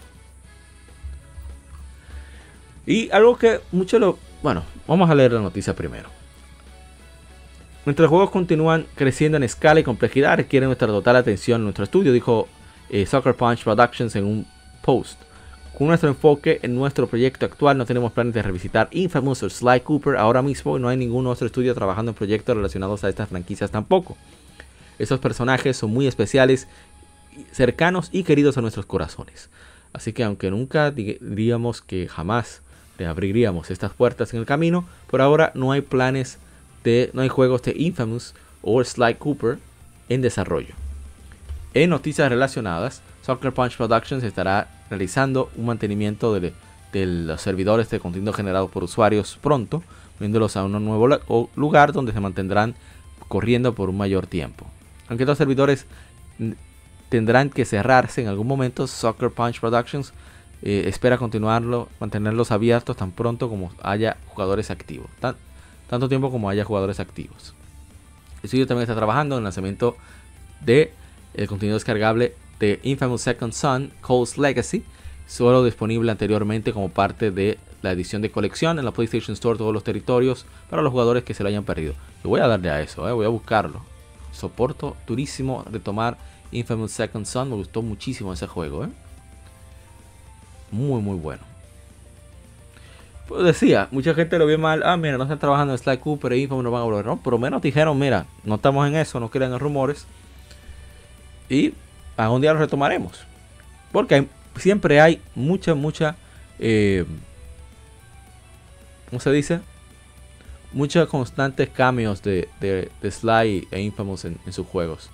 S2: Y algo que mucho lo... Bueno, vamos a leer la noticia primero. Mientras los juegos continúan creciendo en escala y complejidad, requieren nuestra total atención en nuestro estudio, dijo eh, Sucker Punch Productions en un post. Con nuestro enfoque en nuestro proyecto actual, no tenemos planes de revisitar Infamous o Sly Cooper ahora mismo y no hay ningún otro estudio trabajando en proyectos relacionados a estas franquicias tampoco. Estos personajes son muy especiales, cercanos y queridos a nuestros corazones. Así que aunque nunca diríamos que jamás le abriríamos estas puertas en el camino, por ahora no hay planes de, no hay juegos de Infamous o Sly Cooper en desarrollo. En noticias relacionadas, Sucker Punch Productions estará realizando un mantenimiento de, de los servidores de contenido generados por usuarios pronto, poniéndolos a un nuevo lugar donde se mantendrán corriendo por un mayor tiempo. Aunque estos servidores tendrán que cerrarse en algún momento, Sucker Punch Productions eh, espera continuarlo, mantenerlos abiertos tan pronto como haya jugadores activos, tan, tanto tiempo como haya jugadores activos. El estudio también está trabajando en el lanzamiento de el contenido descargable de Infamous Second Son, Cole's Legacy, solo disponible anteriormente como parte de la edición de colección en la PlayStation Store, todos los territorios para los jugadores que se lo hayan perdido. Yo voy a darle a eso, eh, voy a buscarlo. Soporto durísimo retomar Infamous Second Son, me gustó muchísimo ese juego, eh. Muy muy bueno. Pues decía, mucha gente lo vio mal. Ah, mira, no están trabajando en Sly Cooper e Infamous, no van a volver. No, por lo menos dijeron, mira, no estamos en eso, no crean en rumores. Y algún día lo retomaremos. Porque hay, siempre hay mucha, mucha... Eh, ¿Cómo se dice? Muchos constantes cambios de, de, de Sly e Infamous en, en sus juegos.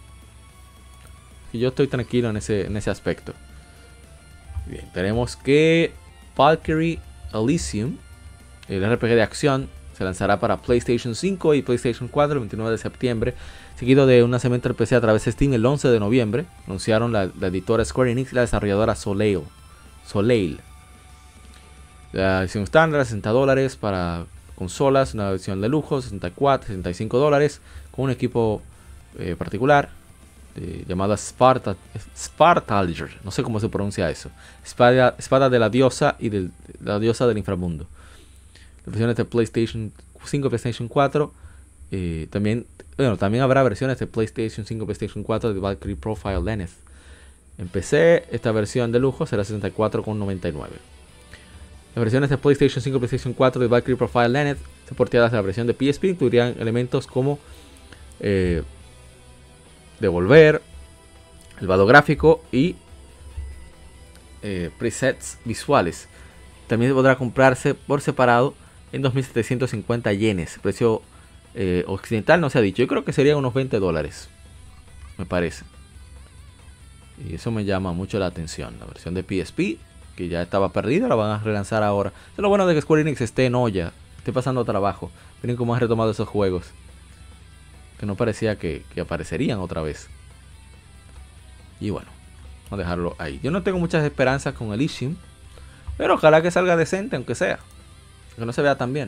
S2: Y yo estoy tranquilo en ese, en ese aspecto. Bien, tenemos que Valkyrie Elysium, el R P G de acción, se lanzará para PlayStation cinco y PlayStation cuatro el veintinueve de septiembre, seguido de un lanzamiento de P C a través de Steam el once de noviembre. Anunciaron la, la editora Square Enix y la desarrolladora Soleil. Soleil. La edición estándar, sesenta dólares para consolas, una versión de lujo, sesenta y cuatro, sesenta y cinco dólares, con un equipo eh, particular eh, llamado Sparta, Spartalger, no sé cómo se pronuncia eso. Espada, espada de la diosa y de, de la diosa del inframundo. Las versiones de PlayStation cinco y PlayStation cuatro Eh, también, bueno, también habrá versiones de PlayStation cinco, PlayStation cuatro de Valkyrie Profile Lenneth. En P C, esta versión de lujo será sesenta y cuatro con noventa y nueve. Las versiones de PlayStation cinco y PlayStation cuatro de Valkyrie Profile Lenneth, soportadas a la versión de P S P, incluirían elementos como eh, devolver, el vado gráfico y eh, presets visuales. También podrá comprarse por separado en dos mil setecientos cincuenta yenes. Precio eh, occidental no se ha dicho. Yo creo que serían unos veinte dólares, me parece. Y eso me llama mucho la atención. La versión de P S P, que ya estaba perdida, la van a relanzar ahora. Es lo bueno de que Square Enix esté en olla, esté pasando trabajo. Miren cómo han retomado esos juegos, que no parecía que, que aparecerían otra vez. Y bueno, vamos a dejarlo ahí. Yo no tengo muchas esperanzas con Elysium, pero ojalá que salga decente, aunque sea, que no se vea tan bien.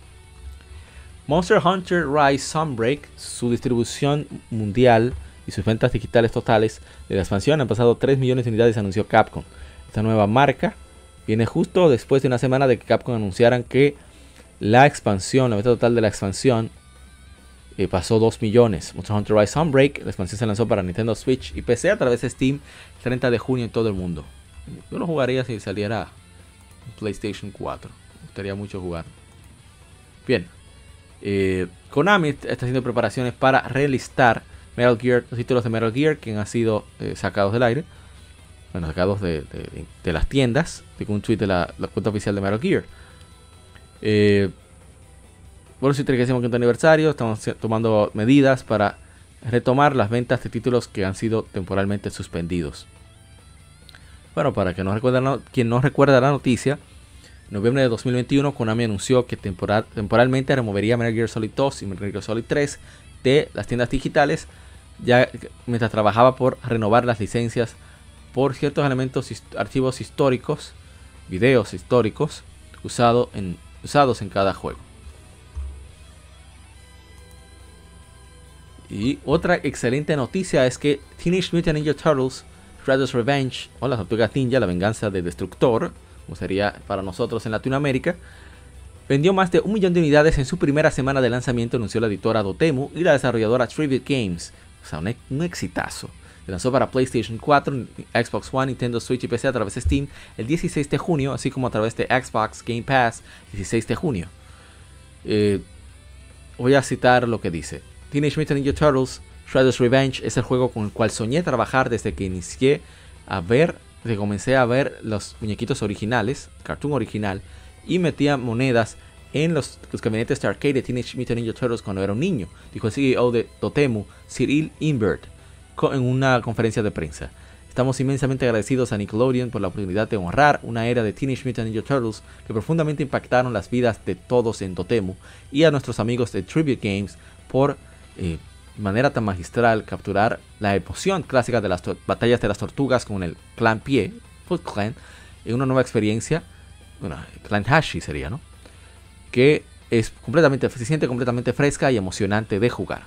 S2: Monster Hunter Rise Sunbreak, su distribución mundial y sus ventas digitales totales de la expansión han pasado tres millones de unidades, anunció Capcom. Esta nueva marca viene justo después de una semana de que Capcom anunciaran que la expansión, la venta total de la expansión eh, pasó dos millones. Monster Hunter Rise Sunbreak, la expansión se lanzó para Nintendo Switch y P C a través de Steam el treinta de junio en todo el mundo. Yo lo jugaría si saliera en PlayStation cuatro. Me gustaría mucho jugar. Bien. Eh, Konami está haciendo preparaciones para relistar Metal Gear, los títulos de Metal Gear que han sido eh, sacados del aire. Bueno, sacados de, de, de las tiendas. De un tweet de la, la cuenta oficial de Metal Gear. Eh, por su trigésimo quinto aniversario, estamos tomando medidas para retomar las ventas de títulos que han sido temporalmente suspendidos. Bueno, para que no recuerda, quien no recuerda la noticia, en noviembre de dos mil veintiuno Konami anunció que temporal, temporalmente removería Metal Gear Solid dos y Metal Gear Solid tres de las tiendas digitales, ya mientras trabajaba por renovar las licencias por ciertos elementos, archivos históricos, videos históricos usado en, usados en cada juego. Y otra excelente noticia es que Teenage Mutant Ninja Turtles Shredder's Revenge, o las Tortugas Ninja, la venganza del Destructor, como sería para nosotros en Latinoamérica, vendió más de un millón de unidades en su primera semana de lanzamiento, anunció la editora Dotemu y la desarrolladora Tribute Games. O sea, un, un exitazo. Se lanzó para PlayStation cuatro, Xbox One, Nintendo Switch y P C a través de Steam el dieciséis de junio, así como a través de Xbox Game Pass el dieciséis de junio. Eh, voy a citar lo que dice. Teenage Mutant Ninja Turtles Shredder's Revenge es el juego con el cual soñé trabajar desde que inicié a ver, desde que comencé a ver los muñequitos originales, cartoon original, y metía monedas en los, los gabinetes de arcade de Teenage Mutant Ninja Turtles cuando era un niño, dijo el C E O de Dotemu, Cyril Imbert, en una conferencia de prensa. Estamos inmensamente agradecidos a Nickelodeon por la oportunidad de honrar una era de Teenage Mutant Ninja Turtles que profundamente impactaron las vidas de todos en Dotemu, y a nuestros amigos de Tribute Games por eh, de manera tan magistral capturar la emoción clásica de las batallas de las tortugas con el clan Pie, Foot Clan, en una nueva experiencia, bueno, Clan Hashi sería, ¿no? Que es completamente, se siente completamente fresca y emocionante de jugar.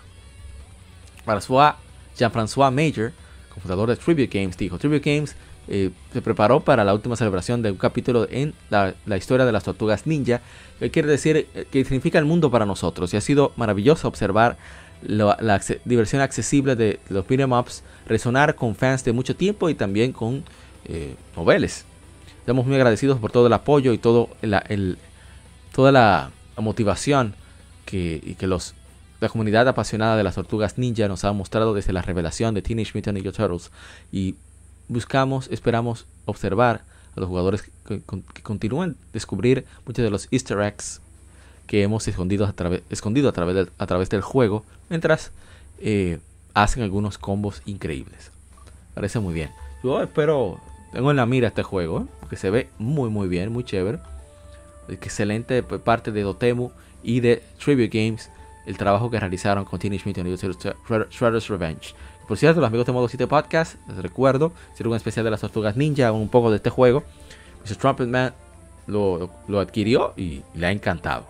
S2: François, Jean-François Major, cofundador de Tribute Games, dijo: Tribute Games eh, se preparó para la última celebración de un capítulo en la, la historia de las tortugas ninja, que quiere decir que significa el mundo para nosotros, y ha sido maravilloso observar la, la diversión accesible de los beat'em ups resonar con fans de mucho tiempo y también con eh, noveles. Estamos muy agradecidos por todo el apoyo y todo la, el, toda la, la motivación que, y que los, la comunidad apasionada de las tortugas ninja nos ha mostrado desde la revelación de Teenage Mutant Ninja Turtles, y buscamos, esperamos observar a los jugadores que, que continúen descubrir muchos de los easter eggs que hemos escondido a, través, escondido a, través del, a través del juego, mientras eh, hacen algunos combos increíbles. Parece muy bien. Yo espero, tengo en la mira este juego, ¿eh? Porque se ve muy muy bien, muy chévere. Excelente parte de Dotemu y de Tribute Games el trabajo que realizaron con Teenage Mutant Ninja Turtles Shredder's Revenge. Por cierto, los amigos de Modo siete Podcast, les recuerdo, hicieron un especial de las tortugas ninja, un poco de este juego. mister Trumpetman lo, lo adquirió y le ha encantado.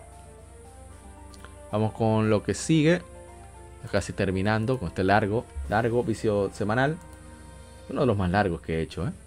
S2: Vamos con lo que sigue. Casi terminando con este largo, largo vicio semanal. Uno de los más largos que he hecho, ¿eh?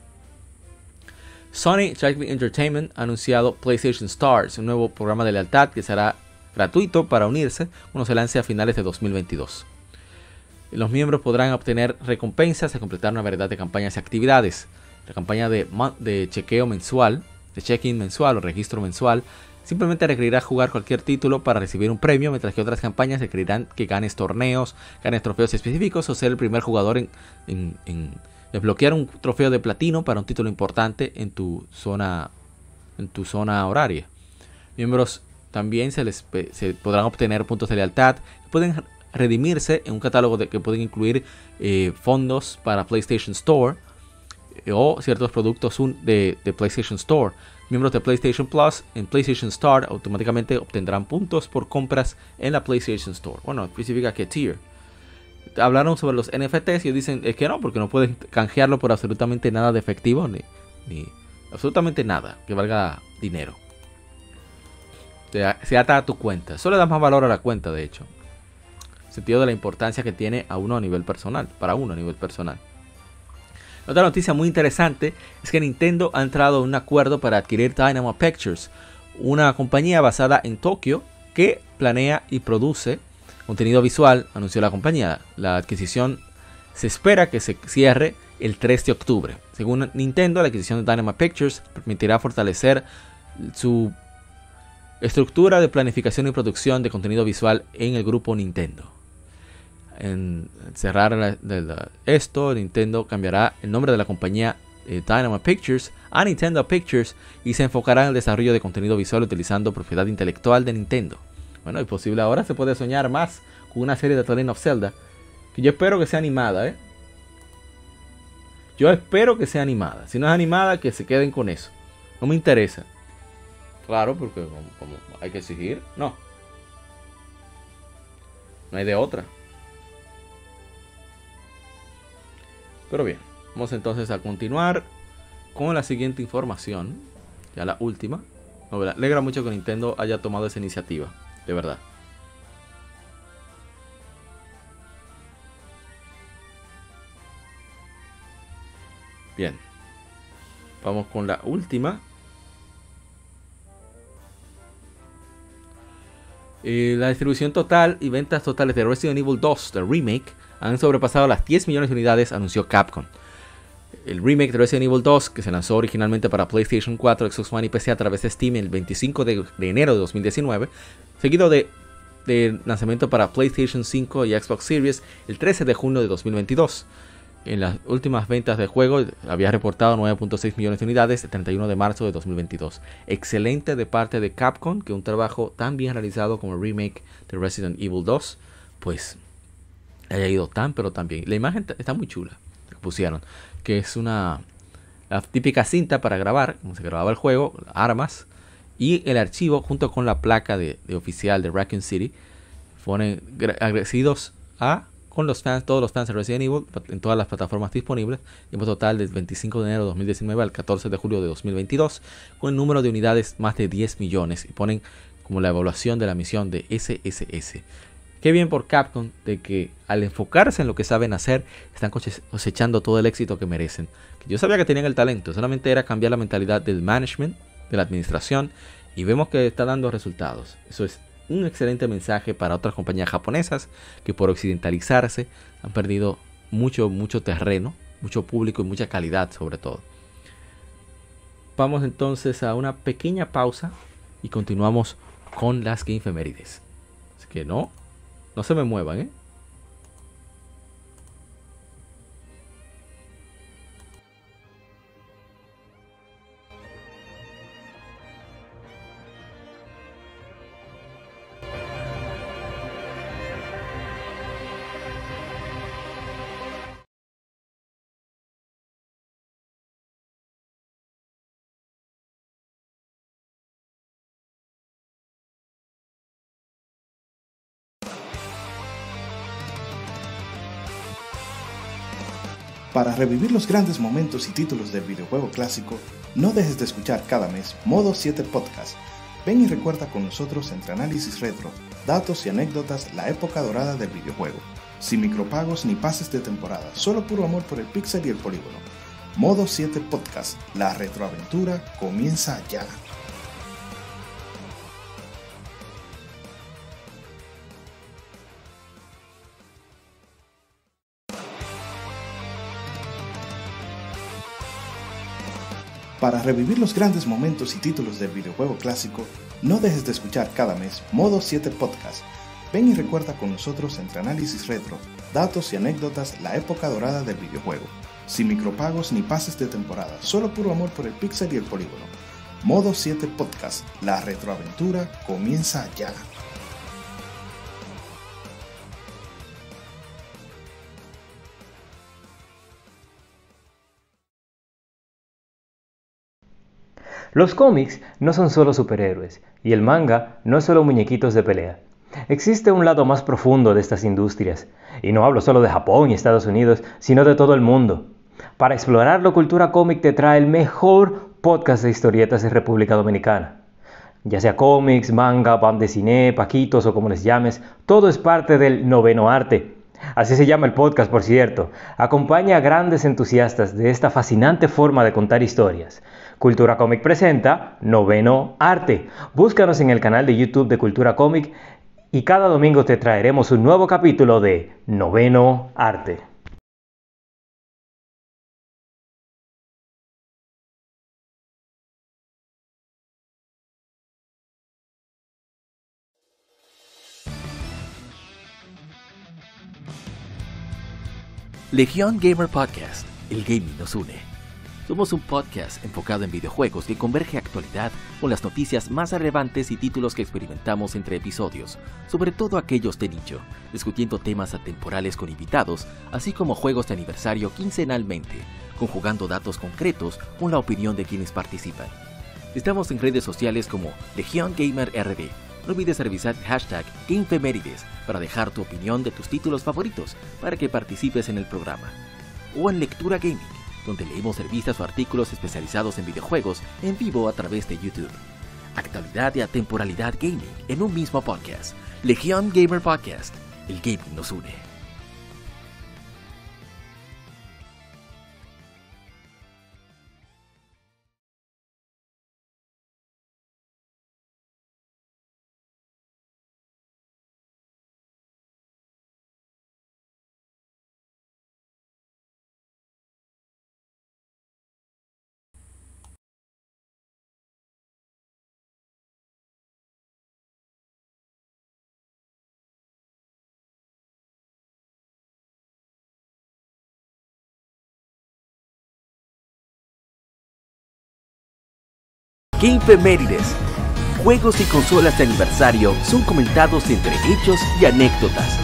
S2: Sony Interactive Entertainment ha anunciado PlayStation Stars, un nuevo programa de lealtad que será gratuito para unirse cuando se lance a finales de dos mil veintidós. Los miembros podrán obtener recompensas al completar una variedad de campañas y actividades. La campaña de, de chequeo mensual, de check-in mensual o registro mensual, simplemente requerirá jugar cualquier título para recibir un premio, mientras que otras campañas requerirán que ganes torneos, ganes trofeos específicos o ser el primer jugador en, en, en desbloquear un trofeo de platino para un título importante en tu zona, en tu zona horaria. Miembros también se les se podrán obtener puntos de lealtad, pueden redimirse en un catálogo de, que pueden incluir eh, fondos para PlayStation Store eh, o ciertos productos un, de, de PlayStation Store. Miembros de PlayStation Plus en PlayStation Store automáticamente obtendrán puntos por compras en la PlayStation Store. Bueno, especifica que tier. Hablaron sobre los N F Ts y ellos dicen es que no, porque no pueden canjearlo por absolutamente nada de efectivo ni, ni absolutamente nada que valga dinero. Se ata a tu cuenta. Eso le da más valor a la cuenta, de hecho. Sentido de la importancia que tiene a uno a nivel personal, para uno a nivel personal. Otra noticia muy interesante es que Nintendo ha entrado en un acuerdo para adquirir Dynamo Pictures, una compañía basada en Tokio que planea y produce contenido visual, anunció la compañía. La adquisición se espera que se cierre el tres de octubre. Según Nintendo, la adquisición de Dynamo Pictures permitirá fortalecer su estructura de planificación y producción de contenido visual en el grupo Nintendo. En cerrar la, de la, esto, Nintendo cambiará el nombre de la compañía eh, Dynamo Pictures a Nintendo Pictures y se enfocará en el desarrollo de contenido visual utilizando propiedad intelectual de Nintendo. Bueno, es posible ahora se puede soñar más con una serie de The Legend of Zelda que yo espero que sea animada, ¿eh? Yo espero que sea animada. Si no es animada, que se queden con eso. No me interesa. Claro, porque como, como hay que exigir, no. No hay de otra. Pero bien, vamos entonces a continuar con la siguiente información. Ya la última. No, me alegra mucho que Nintendo haya tomado esa iniciativa. De verdad. Bien. Vamos con la última. Eh, la distribución total y ventas totales de Resident Evil dos, el remake, han sobrepasado las diez millones de unidades, anunció Capcom. El remake de Resident Evil dos, que se lanzó originalmente para PlayStation cuatro, Xbox One y P C a través de Steam el veinticinco de enero de dos mil diecinueve, seguido de, de lanzamiento para PlayStation cinco y Xbox Series el trece de junio de dos mil veintidós. En las últimas ventas del juego había reportado nueve punto seis millones de unidades el treinta y uno de marzo de dos mil veintidós. Excelente de parte de Capcom que un trabajo tan bien realizado como el remake de Resident Evil dos pues haya ido tan pero tan bien. La imagen está muy chula que pusieron, que es una la típica cinta para grabar como se grababa el juego, armas y el archivo junto con la placa de, de oficial de Raccoon City fueron agradecidos a con los fans, todos los fans de Resident Evil en todas las plataformas disponibles, en un total del veinticinco de enero de dos mil diecinueve al catorce de julio de dos mil veintidós, con el número de unidades más de diez millones, y ponen como la evaluación de la misión de S S S. Qué bien por Capcom de que al enfocarse en lo que saben hacer, están cosechando todo el éxito que merecen. Yo sabía que tenían el talento, solamente era cambiar la mentalidad del management, de la administración, y vemos que está dando resultados. Eso es un excelente mensaje para otras compañías japonesas que por occidentalizarse han perdido mucho, mucho terreno, mucho público y mucha calidad sobre todo. Vamos entonces a una pequeña pausa y continuamos con las Gamefemérides. Así que no, no se me muevan, ¿eh?
S3: Para revivir los grandes momentos y títulos del videojuego clásico, no dejes de escuchar cada mes Modo siete Podcast. Ven y recuerda con nosotros entre análisis retro, datos y anécdotas la época dorada del videojuego. Sin micropagos ni pases de temporada, solo puro amor por el pixel y el polígono. Modo siete Podcast, la retroaventura comienza ya. Para revivir los grandes momentos y títulos del videojuego clásico, no dejes de escuchar cada mes Modo siete Podcast. Ven y recuerda con nosotros entre análisis retro, datos y anécdotas la época dorada del videojuego. Sin micropagos ni pases de temporada, solo puro amor por el pixel y el polígono. Modo siete Podcast, la retroaventura comienza ya.
S4: Los cómics no son solo superhéroes, y el manga no es solo muñequitos de pelea. Existe un lado más profundo de estas industrias, y no hablo solo de Japón y Estados Unidos, sino de todo el mundo. Para explorarlo, Cultura Cómic te trae el mejor podcast de historietas de República Dominicana. Ya sea cómics, manga, bande dessinée, paquitos o como les llames, todo es parte del noveno arte. Así se llama el podcast, por cierto. Acompaña a grandes entusiastas de esta fascinante forma de contar historias. Cultura Cómic presenta Noveno Arte. Búscanos en el canal de YouTube de Cultura Cómic y cada domingo te traeremos un nuevo capítulo de Noveno Arte.
S1: Legión Gamer Podcast, el gaming nos une. Somos un podcast enfocado en videojuegos que converge actualidad con las noticias más relevantes y títulos que experimentamos entre episodios, sobre todo aquellos de nicho, discutiendo temas atemporales con invitados, así como juegos de aniversario quincenalmente, conjugando datos concretos con la opinión de quienes participan. Estamos en redes sociales como Legión Gamer R D. No olvides revisar hashtag GameFemérides para dejar tu opinión de tus títulos favoritos para que participes en el programa. O en Lectura Gaming, donde leemos revistas o artículos especializados en videojuegos en vivo a través de YouTube. Actualidad y atemporalidad gaming en un mismo podcast. Legión Gamer Podcast. El gaming nos une. Gamefemérides. Juegos y consolas de aniversario son comentados entre hechos y anécdotas.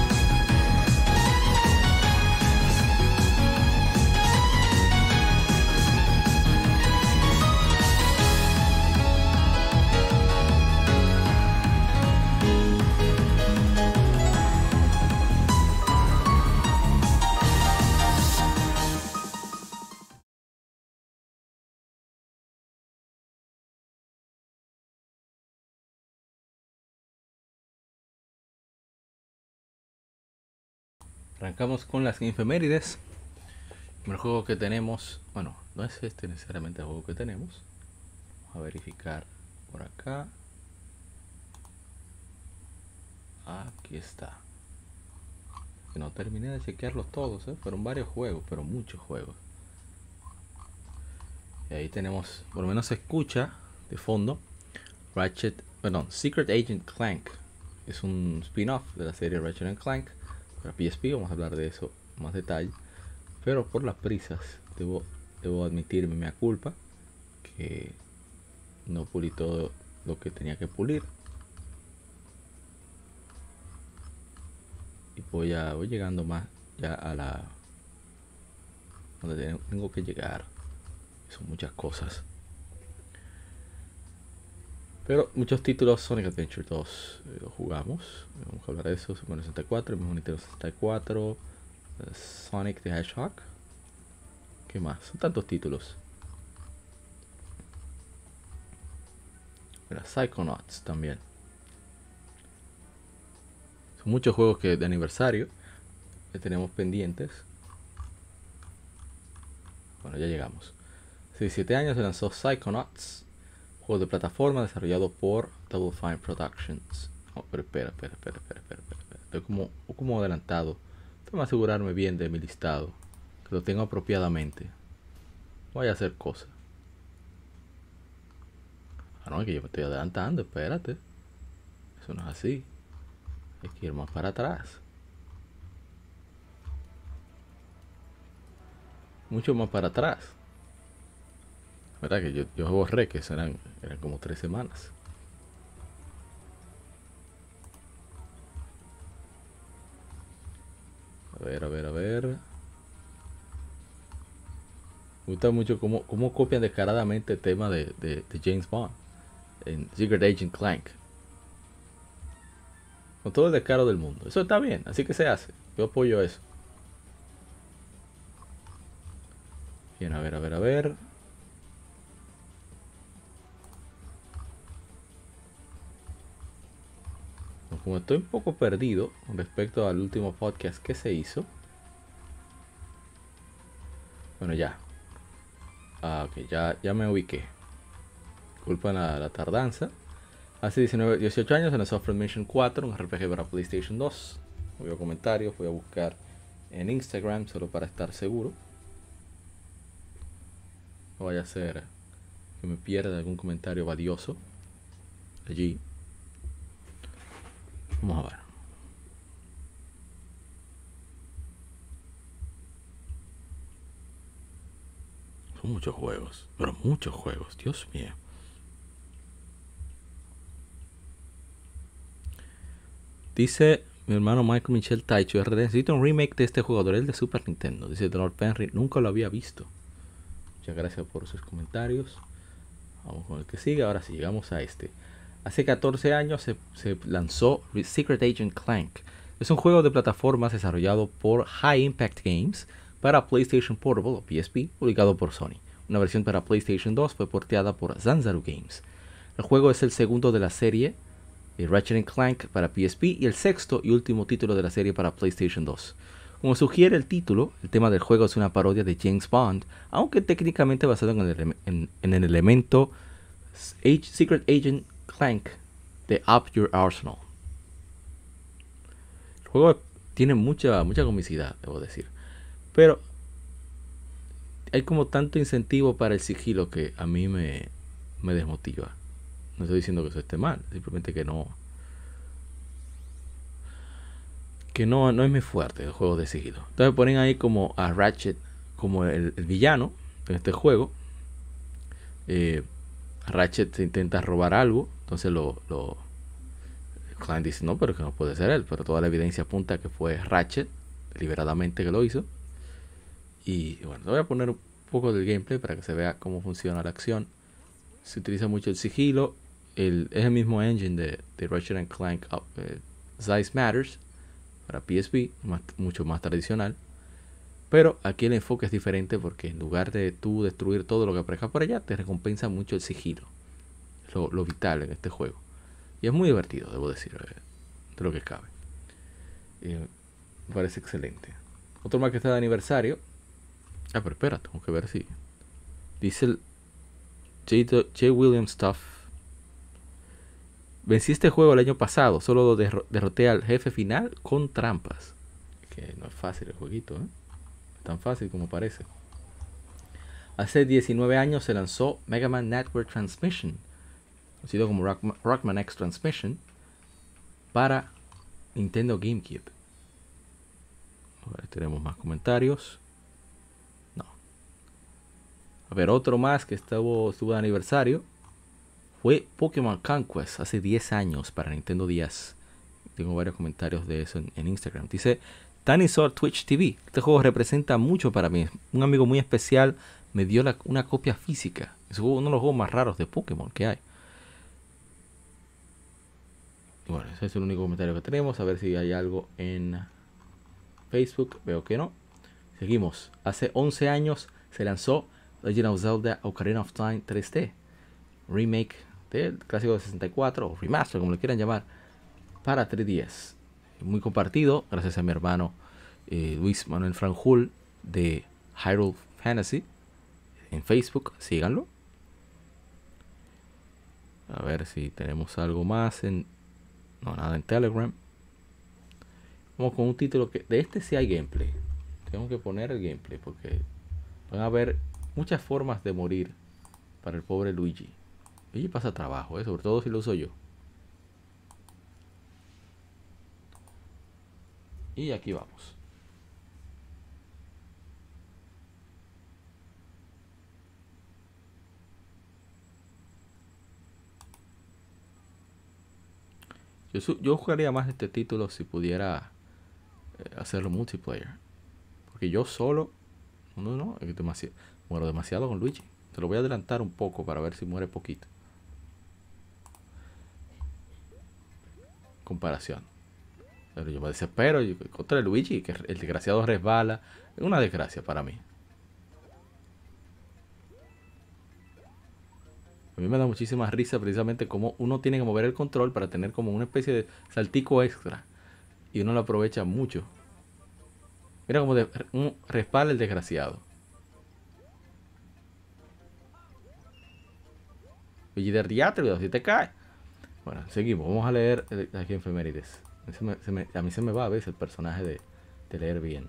S2: Arrancamos con las efemérides. El juego que tenemos, bueno, no es este necesariamente el juego que tenemos. Vamos a verificar por acá. Aquí está. No terminé de chequearlos todos, ¿eh? Fueron varios juegos, pero muchos juegos. Y ahí tenemos, por lo menos se escucha de fondo, Ratchet, perdón, Secret Agent Clank. Es un spin-off de la serie Ratchet and Clank para P S P. Vamos a hablar de eso en más detalle. Pero por las prisas, debo, debo admitirme mi culpa, que no pulí todo lo que tenía que pulir. Y voy, a, voy llegando más ya a la... donde tengo que llegar. Son muchas cosas. Pero muchos títulos. Sonic Adventure dos eh, lo jugamos. Vamos a hablar de eso. Super sesenta y cuatro, el mismo Nintendo sesenta y cuatro. Uh, Sonic the Hedgehog. ¿Qué más? Son tantos títulos. Mira, Psychonauts también. Son muchos juegos que de aniversario que tenemos pendientes. Bueno, ya llegamos. Hace diecisiete años se lanzó Psychonauts, juego de plataforma desarrollado por Double Fine Productions. Oh, pero espera, espera, espera, espera, espera, espera. Estoy como, como adelantado. Tengo que asegurarme bien de mi listado, que lo tengo apropiadamente. Voy a hacer cosas. Ah, no, es que yo me estoy adelantando, espérate. Eso no es así. Hay que ir más para atrás. Mucho más para atrás. ¿Verdad? Que yo, yo borré que eso eran, eran como tres semanas. A ver, a ver, a ver. Me gusta mucho cómo, cómo copian descaradamente el tema de, de, de James Bond en Secret Agent Clank. Con todo el descaro del mundo. Eso está bien, así que se hace. Yo apoyo eso. Bien, a ver, a ver, a ver. Como estoy un poco perdido con respecto al último podcast que se hizo. Bueno, ya. Ah, ok, ya, ya me ubiqué. Disculpen la, la tardanza. Hace diecinueve, dieciocho años en el Software Mission cuatro, un R P G para PlayStation dos. No veo comentarios, voy a buscar en Instagram solo para estar seguro. No vaya a ser que me pierda algún comentario valioso allí. Vamos a ver. Son muchos juegos, pero muchos juegos, Dios mío. Dice mi hermano Michael Michel Taicho, R D, necesito un remake de este jugador, el de Super Nintendo. Dice Donald Penry, nunca lo había visto. Muchas gracias por sus comentarios. Vamos con el que sigue. Ahora sí, llegamos a este. Hace catorce años se, se lanzó Secret Agent Clank. Es un juego de plataformas desarrollado por High Impact Games para PlayStation Portable o P S P, publicado por Sony. Una versión para PlayStation dos fue porteada por Zanzaru Games. El juego es el segundo de la serie Ratchet and Clank para P S P y el sexto y último título de la serie para PlayStation dos. Como sugiere el título, el tema del juego es una parodia de James Bond, aunque técnicamente basado en el, en, en el elemento Secret Agent Clank de Up Your Arsenal. El juego tiene mucha, mucha comicidad, debo decir, pero hay como tanto incentivo para el sigilo que a mí me, me desmotiva. No estoy diciendo que eso esté mal, simplemente que no que no, no es muy fuerte el juego de sigilo. Entonces ponen ahí como a Ratchet como el, el villano en este juego. eh, Ratchet se intenta robar algo, entonces lo, lo Clank dice no, pero que no puede ser él, pero toda la evidencia apunta a que fue Ratchet deliberadamente que lo hizo. Y bueno, voy a poner un poco del gameplay para que se vea cómo funciona la acción. Se utiliza mucho el sigilo. El, es el mismo engine de, de Ratchet and Clank uh, eh, Size Matters para P S P, más, mucho más tradicional. Pero aquí el enfoque es diferente porque en lugar de tú destruir todo lo que aparezca por allá, te recompensa mucho el sigilo. Lo, lo vital en este juego. Y es muy divertido, debo decir, eh, de lo que cabe. Eh, me parece excelente. Otro más que está de aniversario. Ah, pero espera, tengo que ver si dice el J. J. Williams Stuff. Vencí este juego el año pasado. Solo derro derroté al jefe final con trampas. Que no es fácil el jueguito, ¿eh? Tan fácil como parece. Hace diecinueve años se lanzó Mega Man Network Transmission, conocido como Rock Rockman X Transmission, para Nintendo GameCube. A ver, tenemos más comentarios. No. A ver, otro más que estuvo, estuvo de aniversario fue Pokémon Conquest hace diez años para Nintendo D S. Tengo varios comentarios de eso en, en Instagram. Dice Tanisor Twitch T V. Este juego representa mucho para mí. Un amigo muy especial me dio la, una copia física. Es uno de los juegos más raros de Pokémon que hay. Y bueno, ese es el único comentario que tenemos. A ver si hay algo en Facebook. Veo que no. Seguimos. Hace once años se lanzó Legend of Zelda Ocarina of Time tres D. Remake del clásico de sesenta y cuatro. O remaster, como le quieran llamar. Para tres D S. Muy compartido. Gracias a mi hermano eh, Luis Manuel Franjul de Hyrule Fantasy. En Facebook. Síganlo. A ver si tenemos algo más en... No, nada en Telegram. Vamos con un título que... De este sí hay gameplay. Tengo que poner el gameplay porque van a haber muchas formas de morir para el pobre Luigi. Luigi pasa trabajo, ¿eh? Sobre todo si lo uso yo. Y aquí vamos. Yo, yo jugaría más este título si pudiera eh, hacerlo multiplayer. Porque yo solo... No, no, es demasiado, muero demasiado con Luigi. Te lo voy a adelantar un poco para ver si muere poquito. Comparación. Pero yo me desespero y contra el Luigi, que el desgraciado resbala. Es una desgracia para mí. A mí me da muchísima risa precisamente como uno tiene que mover el control para tener como una especie de saltico extra. Y uno lo aprovecha mucho. Mira como de, un respalda el desgraciado. Oye, de diátrio, si te cae. Bueno, seguimos. Vamos a leer aquí en efemérides. Se me, se me, a mí se me va a veces el personaje de, de leer bien.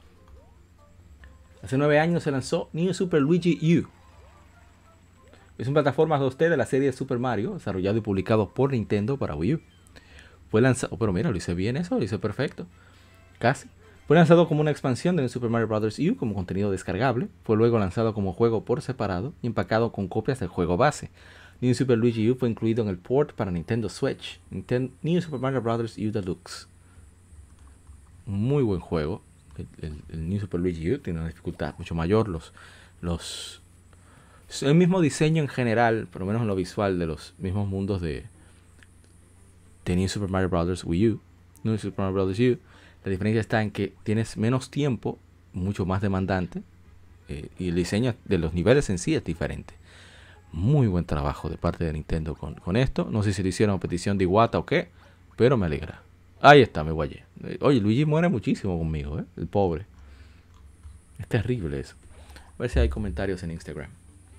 S2: Hace nueve años se lanzó New Super Luigi U. Es una plataforma dos D de la serie Super Mario, desarrollado y publicado por Nintendo para Wii U. Fue lanzado... Oh, pero mira, lo hice bien eso, lo hice perfecto. Casi. Fue lanzado como una expansión de New Super Mario Bros. U como contenido descargable. Fue luego lanzado como juego por separado y empacado con copias del juego base. New Super Luigi U fue incluido en el port para Nintendo Switch. Nintendo, New Super Mario Bros. U Deluxe. Muy buen juego. El, el, el New Super Luigi U tiene una dificultad mucho mayor. Los... los el mismo diseño en general, por lo menos en lo visual, de los mismos mundos de, de New Super Mario Bros. Wii U. New Super Mario Bros. U. La diferencia está en que tienes menos tiempo, mucho más demandante, eh, y el diseño de los niveles en sí es diferente. Muy buen trabajo de parte de Nintendo con, con esto. No sé si le hicieron petición de Iwata o qué, pero me alegra. Ahí está, me guayé. Oye, Luigi muere muchísimo conmigo, ¿eh? El pobre. Es terrible eso. A ver si hay comentarios en Instagram.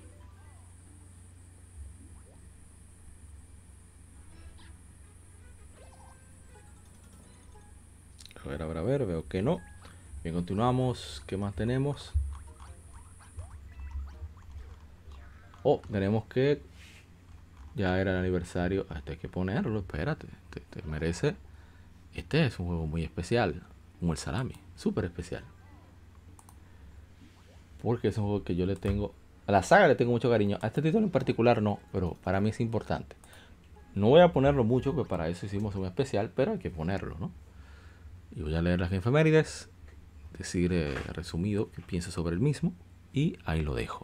S2: A ver, a ver, a ver, veo que no. Bien, continuamos. ¿Qué más tenemos? Oh, tenemos que... Ya era el aniversario. Ah, este hay que ponerlo, espérate. Te, te merece... Este es un juego muy especial. Como el Salami. Súper especial. Porque es un juego que yo le tengo... A la saga le tengo mucho cariño. A este título en particular no, pero para mí es importante. No voy a ponerlo mucho, porque para eso hicimos un especial, pero hay que ponerlo, ¿no? Y voy a leer las efemérides, decir eh, resumido qué pienso sobre el mismo, y ahí lo dejo.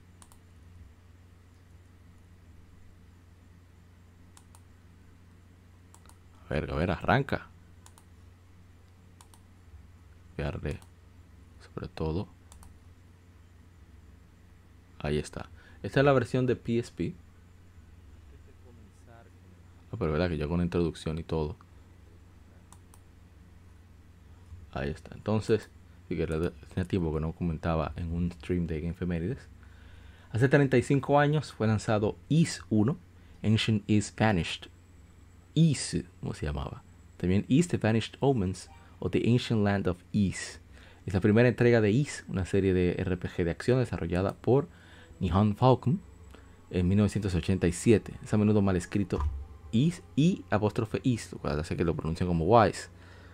S2: A ver, a ver, arranca. Voy a darle sobre todo. Ahí está. Esta es la versión de P S P. Ah, pero verdad que ya con introducción y todo. Ahí está. Entonces, tenía tiempo que no comentaba en un stream de Game Efemérides. Hace treinta y cinco años fue lanzado Ys uno, Ancient Ys Vanished. Ys, ¿cómo se llamaba? También Ys The Vanished Omens o The Ancient Land of Ys. Es la primera entrega de Ys, una serie de R P G de acción desarrollada por Nihon Falcom en mil novecientos ochenta y siete. Es a menudo mal escrito Ys y apóstrofe Ys, lo cual hace que lo pronuncien como Wise.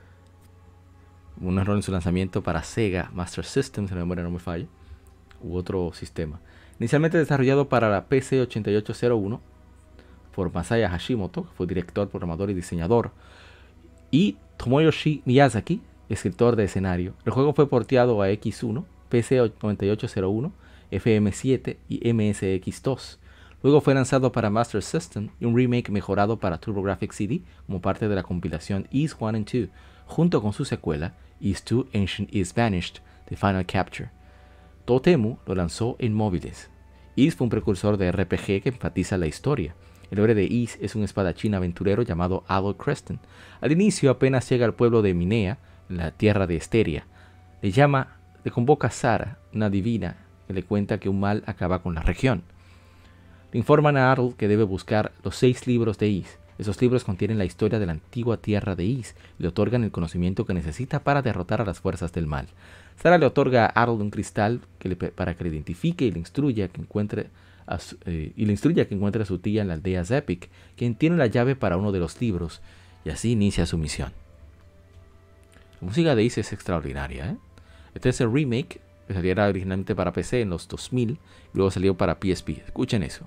S2: Un error en su lanzamiento para Sega Master System, si la memoria no me falla, u otro sistema. Inicialmente desarrollado para la P C ochenta y ocho cero uno por Masaya Hashimoto, que fue director, programador y diseñador, y Tomoyoshi Miyazaki, escritor de escenario. El juego fue porteado a X uno, P C noventa y ocho cero uno, F M siete y M S X dos. Luego fue lanzado para Master System y un remake mejorado para TurboGrafx C D como parte de la compilación Ys uno and dos, junto con su secuela Ys dos Ancient Ys Vanished, The Final Capture. Totemu lo lanzó en móviles. Ys fue un precursor de R P G que enfatiza la historia. El héroe de Ys es un espadachín aventurero llamado Adol Creston. Al inicio apenas llega al pueblo de Minea, en la tierra de Esteria. Le llama, le convoca a Sara, una divina, que le cuenta que un mal acaba con la región. Le informan a Adol que debe buscar los seis libros de Ys. Esos libros contienen la historia de la antigua tierra de Ys y le otorgan el conocimiento que necesita para derrotar a las fuerzas del mal. Sara le otorga a Adol un cristal que le, para que le identifique y le instruya que encuentre a su, eh, y le instruye a que encuentre a su tía en la aldea Zepik, quien tiene la llave para uno de los libros, y así inicia su misión. La música de Ys es extraordinaria, ¿eh? Este es el remake que saliera originalmente para P C en los dos mil y luego salió para P S P. Escuchen eso.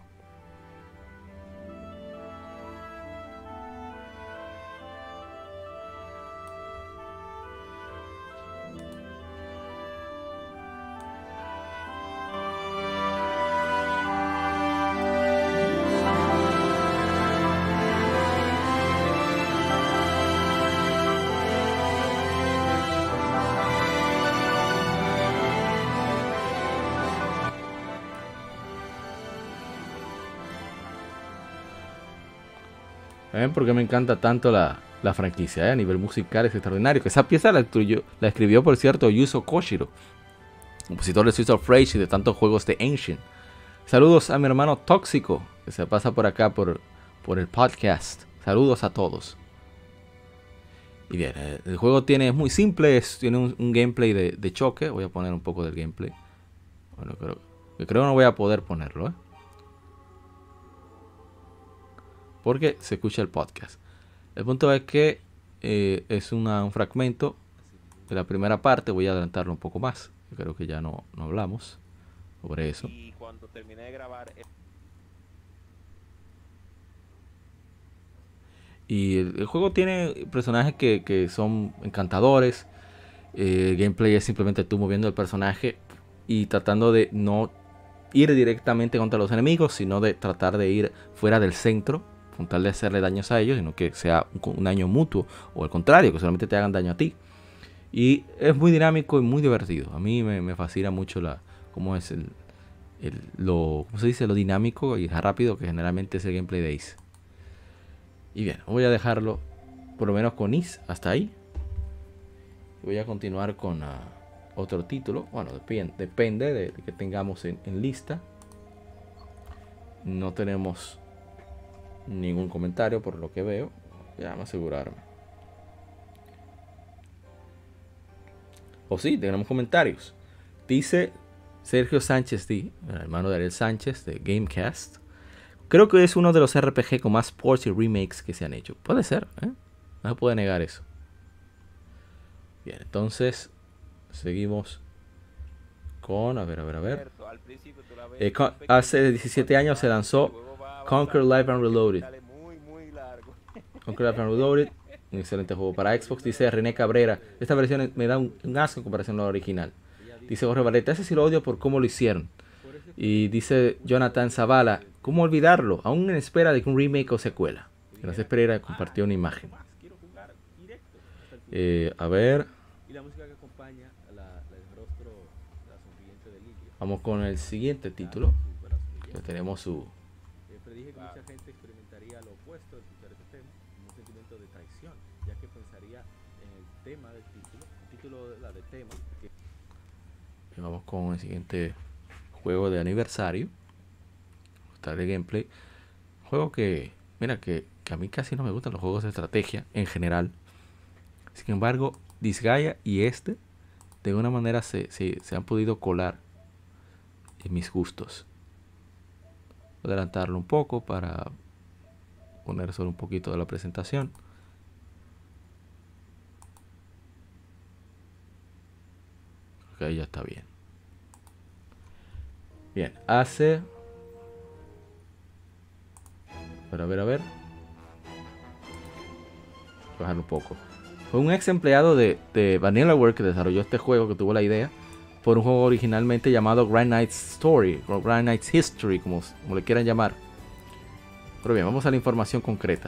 S2: ¿Ven por qué me encanta tanto la, la franquicia? ¿eh? A nivel musical es extraordinario. Que esa pieza la, escribió, la escribió, por cierto, Yuzo Koshiro, compositor de Streets of Rage y de tantos juegos de Ancient. Saludos a mi hermano Tóxico, que se pasa por acá por, por el podcast. Saludos a todos. Y bien, el juego tiene, es muy simple, es, tiene un, un gameplay de, de choque. Voy a poner un poco del gameplay. Bueno, creo, creo que no voy a poder ponerlo, ¿eh? Porque se escucha el podcast. El punto es que eh, es una, un fragmento de la primera parte. Voy a adelantarlo un poco más. Yo creo que ya no, no hablamos sobre eso.
S5: Y cuando terminé de grabar...
S2: Y el, el juego tiene personajes que, que son encantadores. Eh, el gameplay es simplemente tú moviendo el personaje y tratando de no ir directamente contra los enemigos, sino de tratar de ir fuera del centro, con tal de hacerle daños a ellos, sino que sea un, un daño mutuo, o al contrario, que solamente te hagan daño a ti. Y es muy dinámico y muy divertido. A mí me, me fascina mucho la cómo es el, el lo ¿cómo se dice? Lo dinámico y rápido que generalmente es el gameplay de Ys. Y bien, voy a dejarlo por lo menos con Ys hasta ahí. Voy a continuar con uh, otro título. Bueno, depende, depende de, de que tengamos en, en lista. No tenemos ningún comentario por lo que veo. Ya me asegurarme. O sí, tenemos comentarios. Dice Sergio Sánchez D, el hermano de Ariel Sánchez de Gamecast. Creo que es uno de los R P G con más ports y remakes que se han hecho. Puede ser, ¿eh? No se puede negar eso. Bien, entonces seguimos con, a ver, a ver, a ver. Eh, con, hace diecisiete años se lanzó Conquer Live and Reloaded. Conquer Live and Reloaded, un excelente juego para Xbox. Dice René Cabrera, esta versión me da un, un asco en comparación a la original. Dice Jorge Valeta, ese sí lo odio por cómo lo hicieron. Y dice Jonathan Zavala, ¿cómo olvidarlo? Aún en espera de que un remake o secuela. Gracias Pereira compartió una imagen. Eh, a ver. Vamos con el siguiente título. Ya tenemos su... Predije que mucha gente experimentaría lo opuesto de escuchar este tema, un sentimiento de traición, ya que pensaría en el tema del título, el título de la de tema. Que... Vamos con el siguiente juego de aniversario. Está de gameplay. Juego que, mira, que, que a mí casi no me gustan los juegos de estrategia en general. Sin embargo, Disgaea y este, de alguna manera se, se, se han podido colar en mis gustos. Voy a adelantarlo un poco para poner solo un poquito de la presentación. Ok, ya está bien. Bien, hace... A ver, a ver, a ver. Voy a bajar un poco. Fue un ex empleado de, de Vanillaware que desarrolló este juego, que tuvo la idea por un juego originalmente llamado Grand Knight's Story, o Grand Knight's History, como, como le quieran llamar. Pero bien, vamos a la información concreta.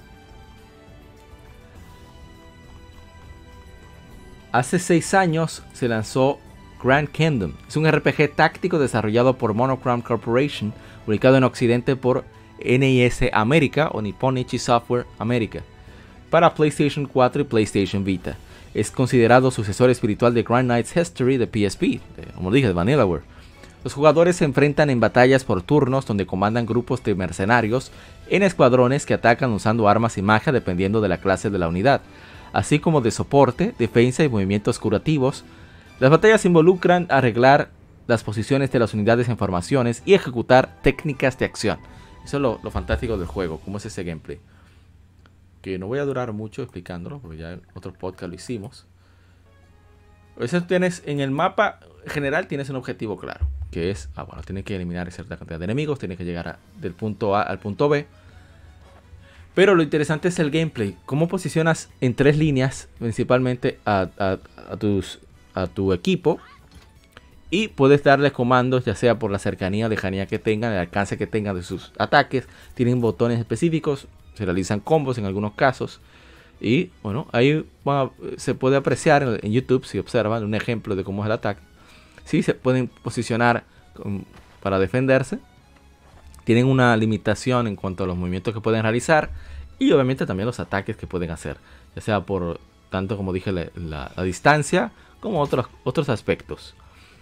S2: Hace seis años se lanzó Grand Kingdom. Es un R P G táctico desarrollado por Monochrome Corporation, ubicado en Occidente por N I S América o Nippon Ichi Software América, para PlayStation cuatro y PlayStation Vita. Es considerado sucesor espiritual de Grand Knight's History de P S P, de, como dije, de Vanillaware. Los jugadores se enfrentan en batallas por turnos donde comandan grupos de mercenarios en escuadrones que atacan usando armas y magia dependiendo de la clase de la unidad, así como de soporte, defensa y movimientos curativos. Las batallas involucran arreglar las posiciones de las unidades en formaciones y ejecutar técnicas de acción. Eso es lo, lo fantástico del juego, cómo es ese gameplay. Que no voy a durar mucho explicándolo, porque ya en otro podcast lo hicimos. Eso tienes, en el mapa general tienes un objetivo claro, que es, ah, bueno, tienes que eliminar cierta cantidad de enemigos, tienes que llegar a, del punto A al punto B. Pero lo interesante es el gameplay, cómo posicionas en tres líneas, principalmente a, a, a, tus, a tu equipo. Y puedes darles comandos, ya sea por la cercanía o lejanía que tengan, el alcance que tengan de sus ataques. Tienen botones específicos, se realizan combos en algunos casos. Y bueno, ahí va, se puede apreciar en, en YouTube, si observan, un ejemplo de cómo es el ataque. Sí, se pueden posicionar con, para defenderse. Tienen una limitación en cuanto a los movimientos que pueden realizar. Y obviamente también los ataques que pueden hacer. Ya sea por, tanto como dije, la, la, la distancia, como otros, otros aspectos.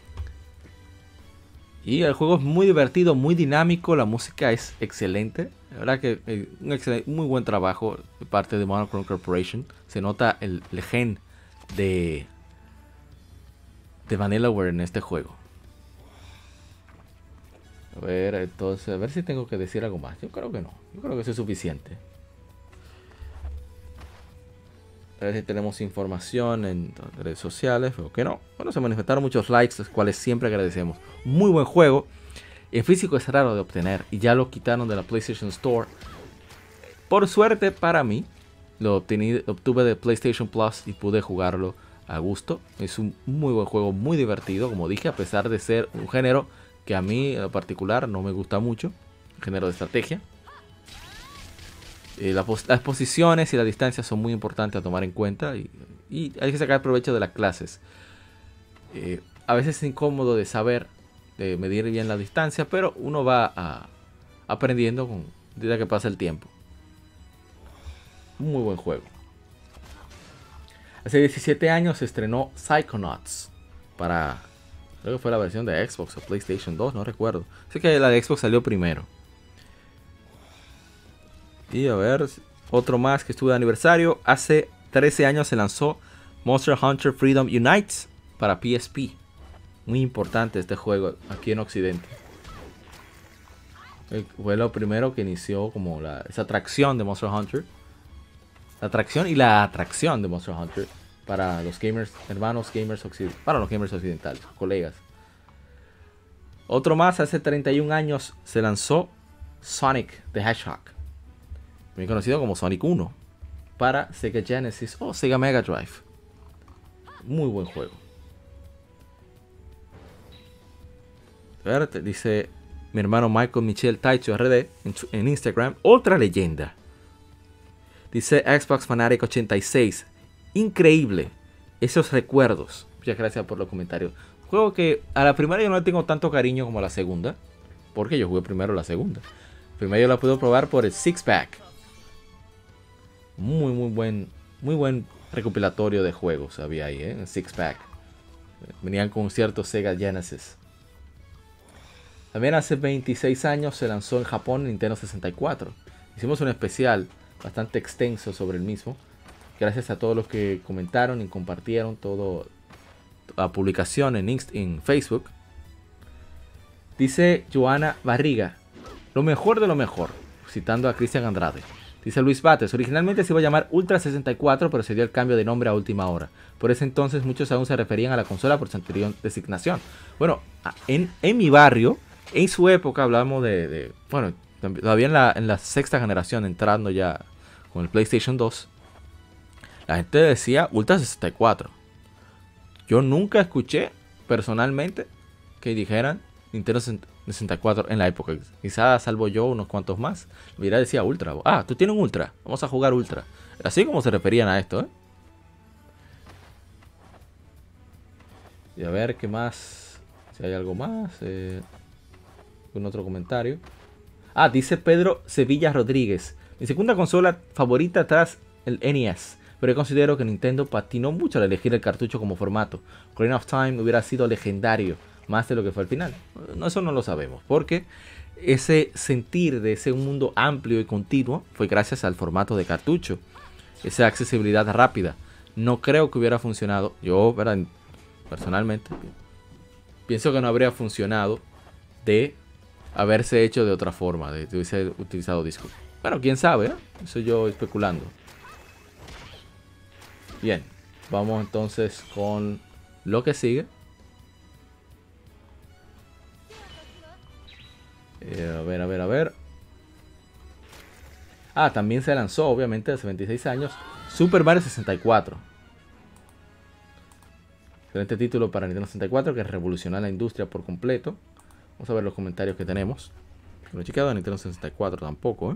S2: Y el juego es muy divertido, muy dinámico, la música es excelente. La verdad que eh, un excelente, muy buen trabajo de parte de Monochrome Corporation. Se nota el, el gen de, de Vanillaware en este juego. A ver, entonces, a ver si tengo que decir algo más. Yo creo que no, yo creo que eso es suficiente. A ver si tenemos información en redes sociales o que no. Bueno, se manifestaron muchos likes, los cuales siempre agradecemos. Muy buen juego. En físico es raro de obtener y ya lo quitaron de la PlayStation Store. Por suerte para mí, lo obtení, obtuve de PlayStation Plus y pude jugarlo a gusto. Es un muy buen juego, muy divertido, como dije, a pesar de ser un género que a mí en particular no me gusta mucho. Un género de estrategia. Eh, la las posiciones y las distancias son muy importantes a tomar en cuenta y, y hay que sacar provecho de las clases. Eh, a veces es incómodo de saber, de medir bien la distancia, pero uno va a, aprendiendo con medida que pasa el tiempo. Muy buen juego. Hace diecisiete años se estrenó Psychonauts para, creo que fue la versión de Xbox o PlayStation dos, no recuerdo. Sé que la de Xbox salió primero. Y a ver, otro más que estuvo de aniversario. Hace trece años se lanzó Monster Hunter Freedom Unites para P S P. Muy importante este juego aquí en Occidente. Fue lo primero que inició como la, esa atracción de Monster Hunter. La atracción y la atracción de Monster Hunter para los gamers, hermanos gamers occidentales, para los gamers occidentales, colegas. Otro más, hace treinta y un años se lanzó Sonic the Hedgehog, muy conocido como Sonic uno, para Sega Genesis o Sega Mega Drive. Muy buen juego. A ver, te dice mi hermano Michael Michel Taicho R D en, en Instagram, otra leyenda. Dice Xbox Fanatic ochenta y seis, increíble esos recuerdos. Muchas gracias por los comentarios. Juego que a la primera yo no le tengo tanto cariño como a la segunda, porque yo jugué primero la segunda. Primero yo la pude probar por el Six Pack. Muy muy buen, muy buen recopilatorio de juegos había ahí, ¿eh? El Six Pack. Venían con ciertos Sega Genesis. También hace veintiséis años se lanzó en Japón Nintendo sesenta y cuatro. Hicimos un especial bastante extenso sobre el mismo. Gracias a todos los que comentaron y compartieron toda la publicación en, Inst en Facebook. Dice Joana Barriga, lo mejor de lo mejor, citando a Cristian Andrade. Dice Luis Bates, originalmente se iba a llamar Ultra sesenta y cuatro, pero se dio el cambio de nombre a última hora. Por ese entonces muchos aún se referían a la consola por su anterior designación. Bueno, en, en mi barrio, en su época hablamos de... de bueno, todavía en la, en la sexta generación, entrando ya con el PlayStation dos, la gente decía Ultra sesenta y cuatro. Yo nunca escuché personalmente que dijeran Nintendo sesenta y cuatro en la época. Quizás salvo yo unos cuantos más. Mira, decía Ultra. Ah, tú tienes un Ultra. Vamos a jugar Ultra. Así como se referían a esto, ¿eh? Y a ver qué más. Si hay algo más. Eh, un otro comentario. Ah, dice Pedro Sevilla Rodríguez. Mi segunda consola favorita tras el N E S. Pero yo considero que Nintendo patinó mucho al elegir el cartucho como formato. Ocarina of Time hubiera sido legendario. Más de lo que fue al final. No, eso no lo sabemos. Porque ese sentir de ese mundo amplio y continuo fue gracias al formato de cartucho. Esa accesibilidad rápida. No creo que hubiera funcionado. Yo, ¿verdad? Personalmente pienso que no habría funcionado de haberse hecho de otra forma, de hubiese utilizado disco. Bueno, quién sabe, ¿eh? Eso yo especulando. Bien, vamos entonces con lo que sigue. Eh, a ver, a ver, a ver. Ah, también se lanzó, obviamente, hace veintiséis años, Super Mario sesenta y cuatro. Excelente título para Nintendo sesenta y cuatro que revolucionó la industria por completo. Vamos a ver los comentarios que tenemos. No he chequeado a Nintendo sesenta y cuatro tampoco, ¿eh?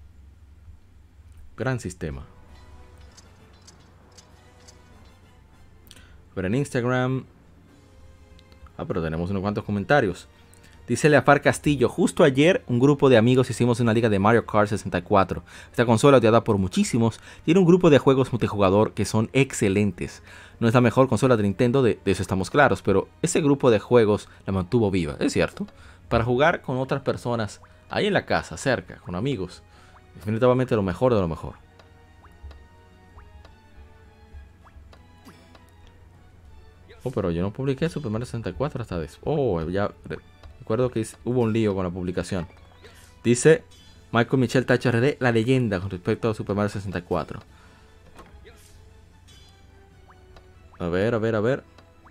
S2: Gran sistema. A ver en Instagram. Ah, pero tenemos unos cuantos comentarios. Dice Leafar Castillo, justo ayer un grupo de amigos hicimos una liga de Mario Kart sesenta y cuatro. Esta consola, odiada por muchísimos, tiene un grupo de juegos multijugador que son excelentes. No es la mejor consola de Nintendo, de, de eso estamos claros, pero ese grupo de juegos la mantuvo viva, es cierto. Para jugar con otras personas, ahí en la casa, cerca, con amigos. Definitivamente lo mejor de lo mejor. Oh, pero yo no publiqué Super Mario sesenta y cuatro hasta después. Oh, ya... Recuerdo que hubo un lío con la publicación. Dice Michael Michel Tacho R D, la leyenda con respecto a Super Mario sesenta y cuatro. A ver, a ver, a ver.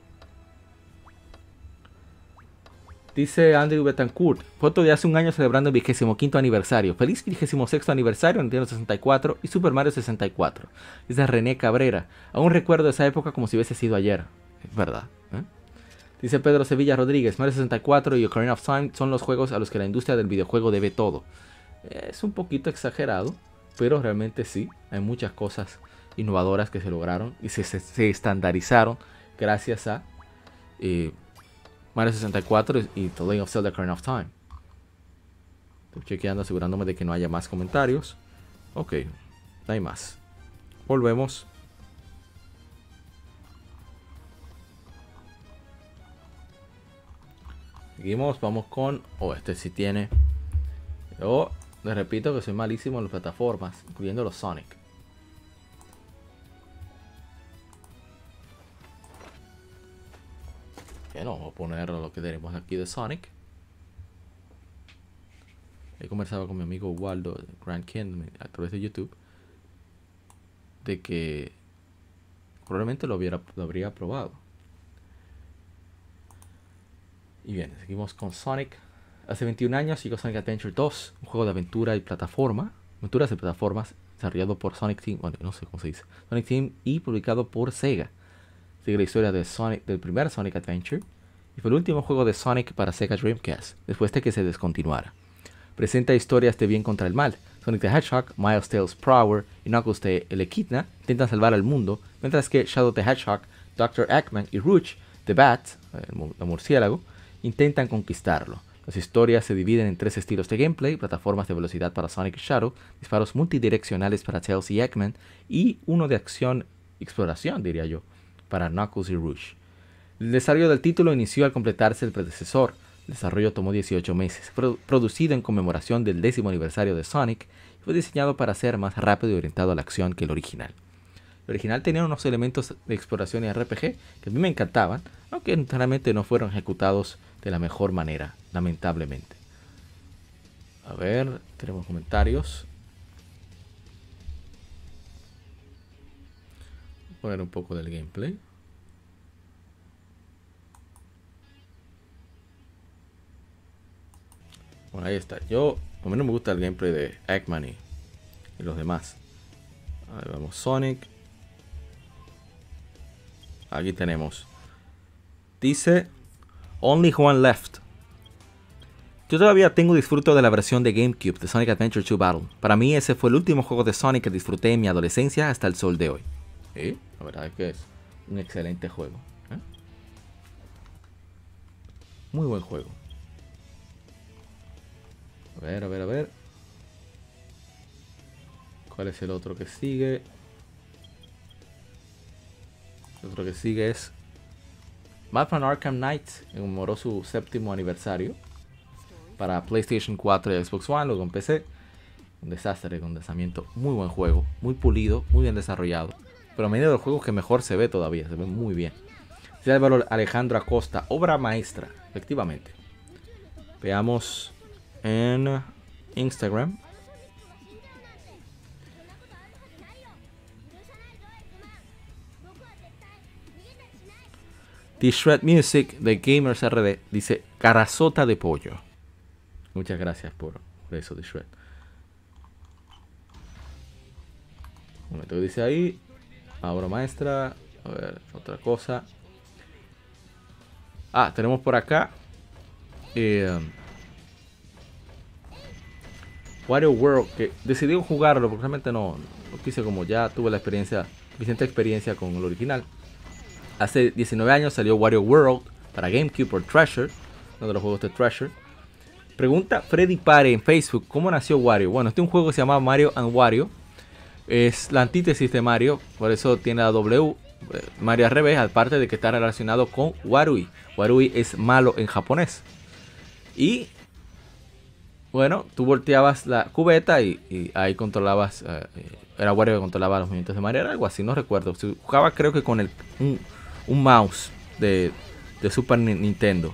S2: Dice Andrew Betancourt, foto de hace un año celebrando el vigésimo quinto aniversario. Feliz vigésimo sexto aniversario en Nintendo sesenta y cuatro y Super Mario sesenta y cuatro. Dice René Cabrera, aún recuerdo esa época como si hubiese sido ayer. Es verdad, ¿eh? Dice Pedro Sevilla Rodríguez, Mario sesenta y cuatro y Ocarina of Time son los juegos a los que la industria del videojuego debe todo. Es un poquito exagerado, pero realmente sí, hay muchas cosas innovadoras que se lograron y se, se, se estandarizaron gracias a eh, Mario sesenta y cuatro y, y The Legend of Zelda Ocarina of Time. Estoy chequeando, asegurándome de que no haya más comentarios. Ok, no hay más. Volvemos. Seguimos, vamos con... Oh, este sí tiene... Yo les repito que soy malísimo en las plataformas, incluyendo los Sonic. Bueno, vamos a poner lo que tenemos aquí de Sonic. He conversado con mi amigo Waldo Grand King a través de YouTube de que probablemente lo, hubiera, lo habría probado. Y bien, seguimos con Sonic. Hace veintiún años llegó Sonic Adventure dos, un juego de aventura y plataforma, aventuras de plataformas, desarrollado por Sonic Team, bueno, no sé cómo se dice, Sonic Team y publicado por Sega. Sigue la historia de Sonic, del primer Sonic Adventure y fue el último juego de Sonic para Sega Dreamcast, después de que se descontinuara. Presenta historias de bien contra el mal. Sonic the Hedgehog, Miles Tails Prower y Knuckles the Echidna intentan salvar al mundo, mientras que Shadow the Hedgehog, doctor Eggman y Rouge the Bat, el, el murciélago, intentan conquistarlo. Las historias se dividen en tres estilos de gameplay: plataformas de velocidad para Sonic y Shadow, disparos multidireccionales para Tails y Eggman, y uno de acción y exploración, diría yo, para Knuckles y Rouge. El desarrollo del título inició al completarse el predecesor. El desarrollo tomó dieciocho meses, Pro producido en conmemoración del décimo aniversario de Sonic, y fue diseñado para ser más rápido y orientado a la acción que el original. El original tenía unos elementos de exploración y R P G que a mí me encantaban, aunque realmente no fueron ejecutados de la mejor manera, lamentablemente. A ver, tenemos comentarios. Voy a poner un poco del gameplay. Bueno, ahí está. Yo, a mí no me gusta el gameplay de Eggman y, y los demás. A ver, vamos, Sonic. Aquí tenemos. Dice Only One Left. Yo todavía tengo disfruto de la versión de GameCube de Sonic Adventure dos Battle. Para mí ese fue el último juego de Sonic que disfruté en mi adolescencia hasta el sol de hoy. ¿Sí? La verdad es que es un excelente juego, ¿eh? Muy buen juego. A ver, a ver, a ver. ¿Cuál es el otro que sigue? El otro que sigue es Batman Arkham Knight, conmemoró su séptimo aniversario para PlayStation cuatro y Xbox One, luego en P C. Un desastre de condensamiento, muy buen juego, muy pulido, muy bien desarrollado. Pero a medida de los juegos que mejor se ve todavía, se ve muy bien. Dice Álvaro Alejandro Acosta, obra maestra, efectivamente. Veamos en Instagram. The Shred Music de Gamers R D dice carazota de pollo. Muchas gracias por, por eso, The Shred. Un momento que dice ahí. Obra maestra. A ver, otra cosa. Ah, tenemos por acá. Eh, Wario World. Que decidí jugarlo porque realmente no, no quise, como ya tuve la experiencia, suficiente experiencia con el original. Hace diecinueve años salió Wario World para GameCube por Treasure, uno de los juegos de Treasure. Pregunta Freddy Pare en Facebook, ¿cómo nació Wario? Bueno, este es un juego que se llama Mario and Wario. Es la antítesis de Mario, por eso tiene la W, Mario al revés, aparte de que está relacionado con Warui. Warui es malo en japonés. Y bueno, tú volteabas la cubeta y, y ahí controlabas, eh, era Wario que controlaba los movimientos de Mario, era algo así, no recuerdo. Se jugaba creo que con el, un, un mouse de, de Super Nintendo.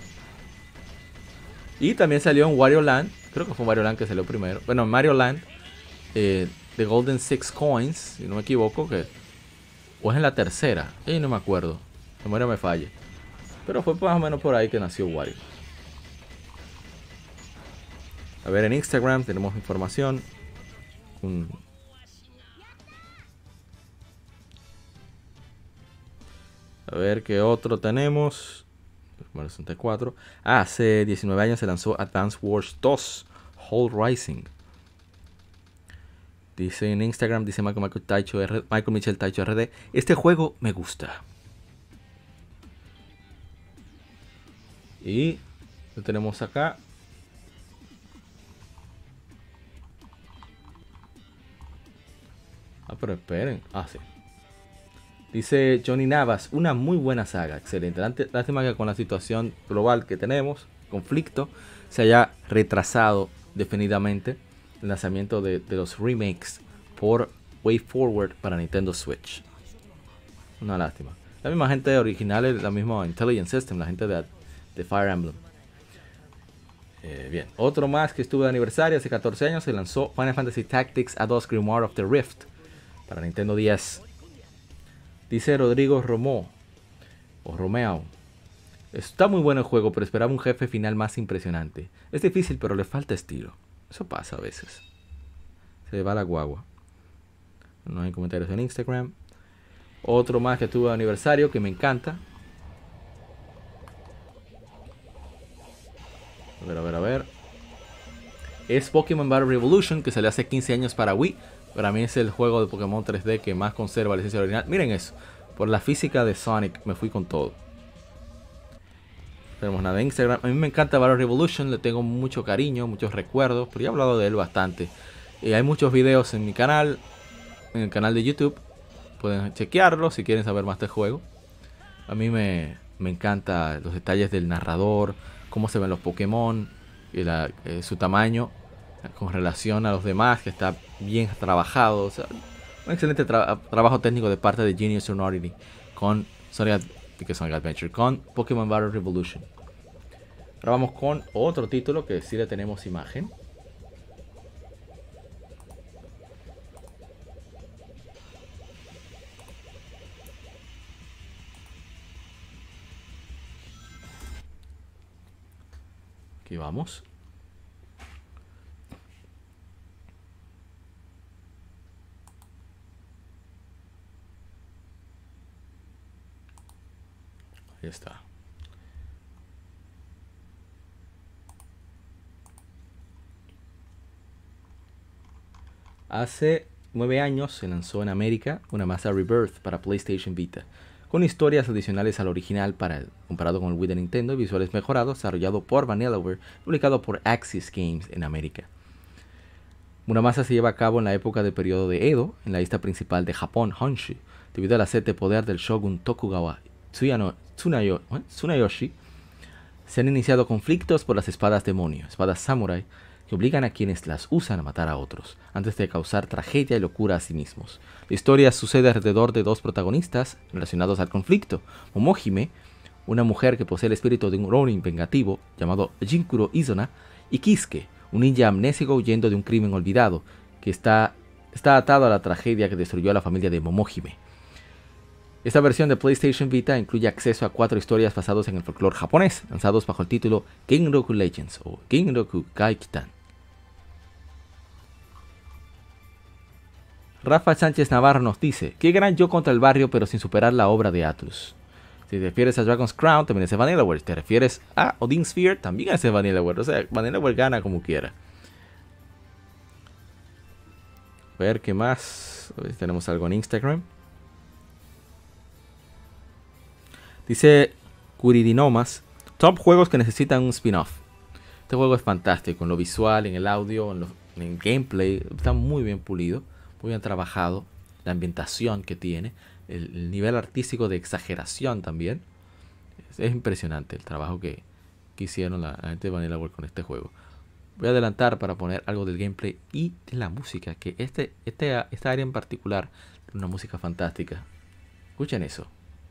S2: Y también salió en Wario Land, creo que fue Wario Land que salió primero. Bueno, Mario Land, eh, The Golden Six Coins, si no me equivoco, que o es en la tercera, y no me acuerdo, la memoria me falle. Pero fue más o menos por ahí que nació Wario. A ver, en Instagram tenemos información. Un... A ver qué otro tenemos. Mario sesenta y cuatro. Ah, hace diecinueve años se lanzó Advance Wars dos Whole Rising. Dice en Instagram, dice Michael, Michael, Taicho, R, Michael Michel Taicho R D. Este juego me gusta. Y lo tenemos acá. Ah, pero esperen. Ah, sí. Dice Johnny Navas, una muy buena saga, excelente. Lástima que con la situación global que tenemos, conflicto, se haya retrasado definitivamente el lanzamiento de, de los remakes por Way Forward para Nintendo Switch. Una lástima. La misma gente original es la misma Intelligent System, la gente de, de Fire Emblem. Eh, bien, otro más que estuvo de aniversario, hace catorce años se lanzó Final Fantasy Tactics A dos Grimoire of the Rift para Nintendo diez. Dice Rodrigo Romo, o Romeo, está muy bueno el juego, pero esperaba un jefe final más impresionante. Es difícil, pero le falta estilo. Eso pasa a veces. Se va la guagua. No hay comentarios en Instagram. Otro más que tuvo de aniversario que me encanta. A ver, a ver, a ver. Es Pokémon Battle Revolution, que salió hace quince años para Wii. Para mí es el juego de Pokémon tres D que más conserva la esencia original. Miren eso. Por la física de Sonic me fui con todo. No tenemos nada en Instagram. A mí me encanta Battle Revolution. Le tengo mucho cariño, muchos recuerdos. Pero ya he hablado de él bastante. Y hay muchos videos en mi canal. En el canal de YouTube. Pueden chequearlo si quieren saber más del juego. A mí me, me encanta los detalles del narrador. Cómo se ven los Pokémon. Y la, eh, su tamaño. Con relación a los demás, que está bien trabajado. O sea, un excelente tra trabajo técnico de parte de Genius Sonority con Sonic, Sonic Adventure, con Pokémon Battle Revolution. Ahora vamos con otro título que sí le tenemos imagen. Aquí vamos. Ahí está. Hace nueve años se lanzó en América una masa Rebirth para PlayStation Vita, con historias adicionales al original para el, comparado con el Wii de Nintendo y visuales mejorados, desarrollado por Vanillaware, publicado por Axis Games en América. Muramasa se lleva a cabo en la época del periodo de Edo, en la isla principal de Japón, Honshu, debido a la sed de poder del shogun Tokugawa Tsuyano, Tsunayo, ¿eh? Tsunayoshi. Se han iniciado conflictos por las espadas demonio, espadas samurai, que obligan a quienes las usan a matar a otros, antes de causar tragedia y locura a sí mismos. La historia sucede alrededor de dos protagonistas relacionados al conflicto: Momohime, una mujer que posee el espíritu de un ronin vengativo llamado Jinkuro Izona, y Kisuke, un ninja amnésico huyendo de un crimen olvidado, que está, está atado a la tragedia que destruyó a la familia de Momohime. Esta versión de PlayStation Vita incluye acceso a cuatro historias basadas en el folclore japonés, lanzados bajo el título Genroku Legends o Genroku Kaikitan. Rafa Sánchez Navarro nos dice: qué gran yo contra el barrio, pero sin superar la obra de Atlus. Si te refieres a Dragon's Crown, también es Vanillaware. Si te refieres a Odin Sphere, también es Vanillaware. O sea, Vanillaware gana como quiera. A ver qué más. A ver si tenemos algo en Instagram. Dice Curidinomas: top juegos que necesitan un spin-off. Este juego es fantástico en lo visual, en el audio, en, lo, en el gameplay. Está muy bien pulido, muy bien trabajado. La ambientación que tiene, el, el nivel artístico de exageración también. Es, es impresionante el trabajo que, que hicieron la, la gente de Vanillaware con este juego. Voy a adelantar para poner algo del gameplay y de la música, que este, este, esta área en particular tiene una música fantástica. Escuchen eso.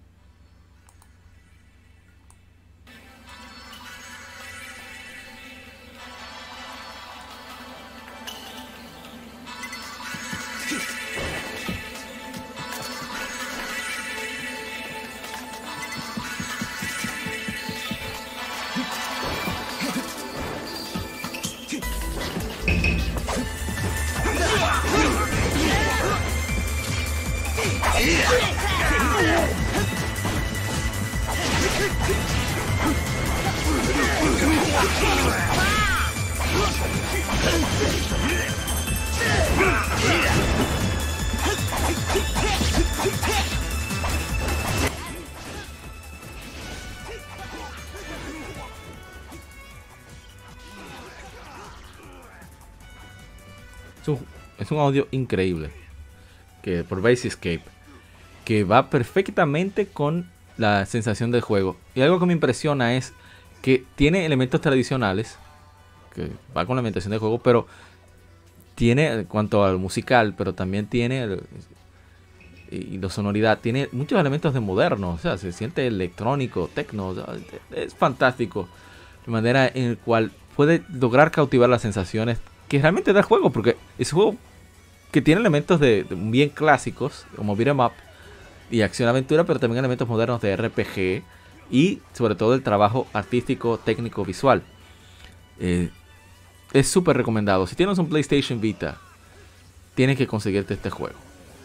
S2: Es un, es un audio increíble que por Basescape, que va perfectamente con la sensación del juego. Y algo que me impresiona es que tiene elementos tradicionales, que va con la ambientación del juego, pero tiene, en cuanto al musical, pero también tiene el, y la sonoridad, tiene muchos elementos de moderno. O sea, se siente electrónico, techno. O sea, es fantástico de manera en la cual puede lograr cautivar las sensaciones que realmente da el juego, porque es un juego que tiene elementos de, de bien clásicos, como beat'em up y acción-aventura, pero también elementos modernos de R P G y sobre todo el trabajo artístico, técnico, visual. Eh, es súper recomendado. Si tienes un PlayStation Vita, tienes que conseguirte este juego.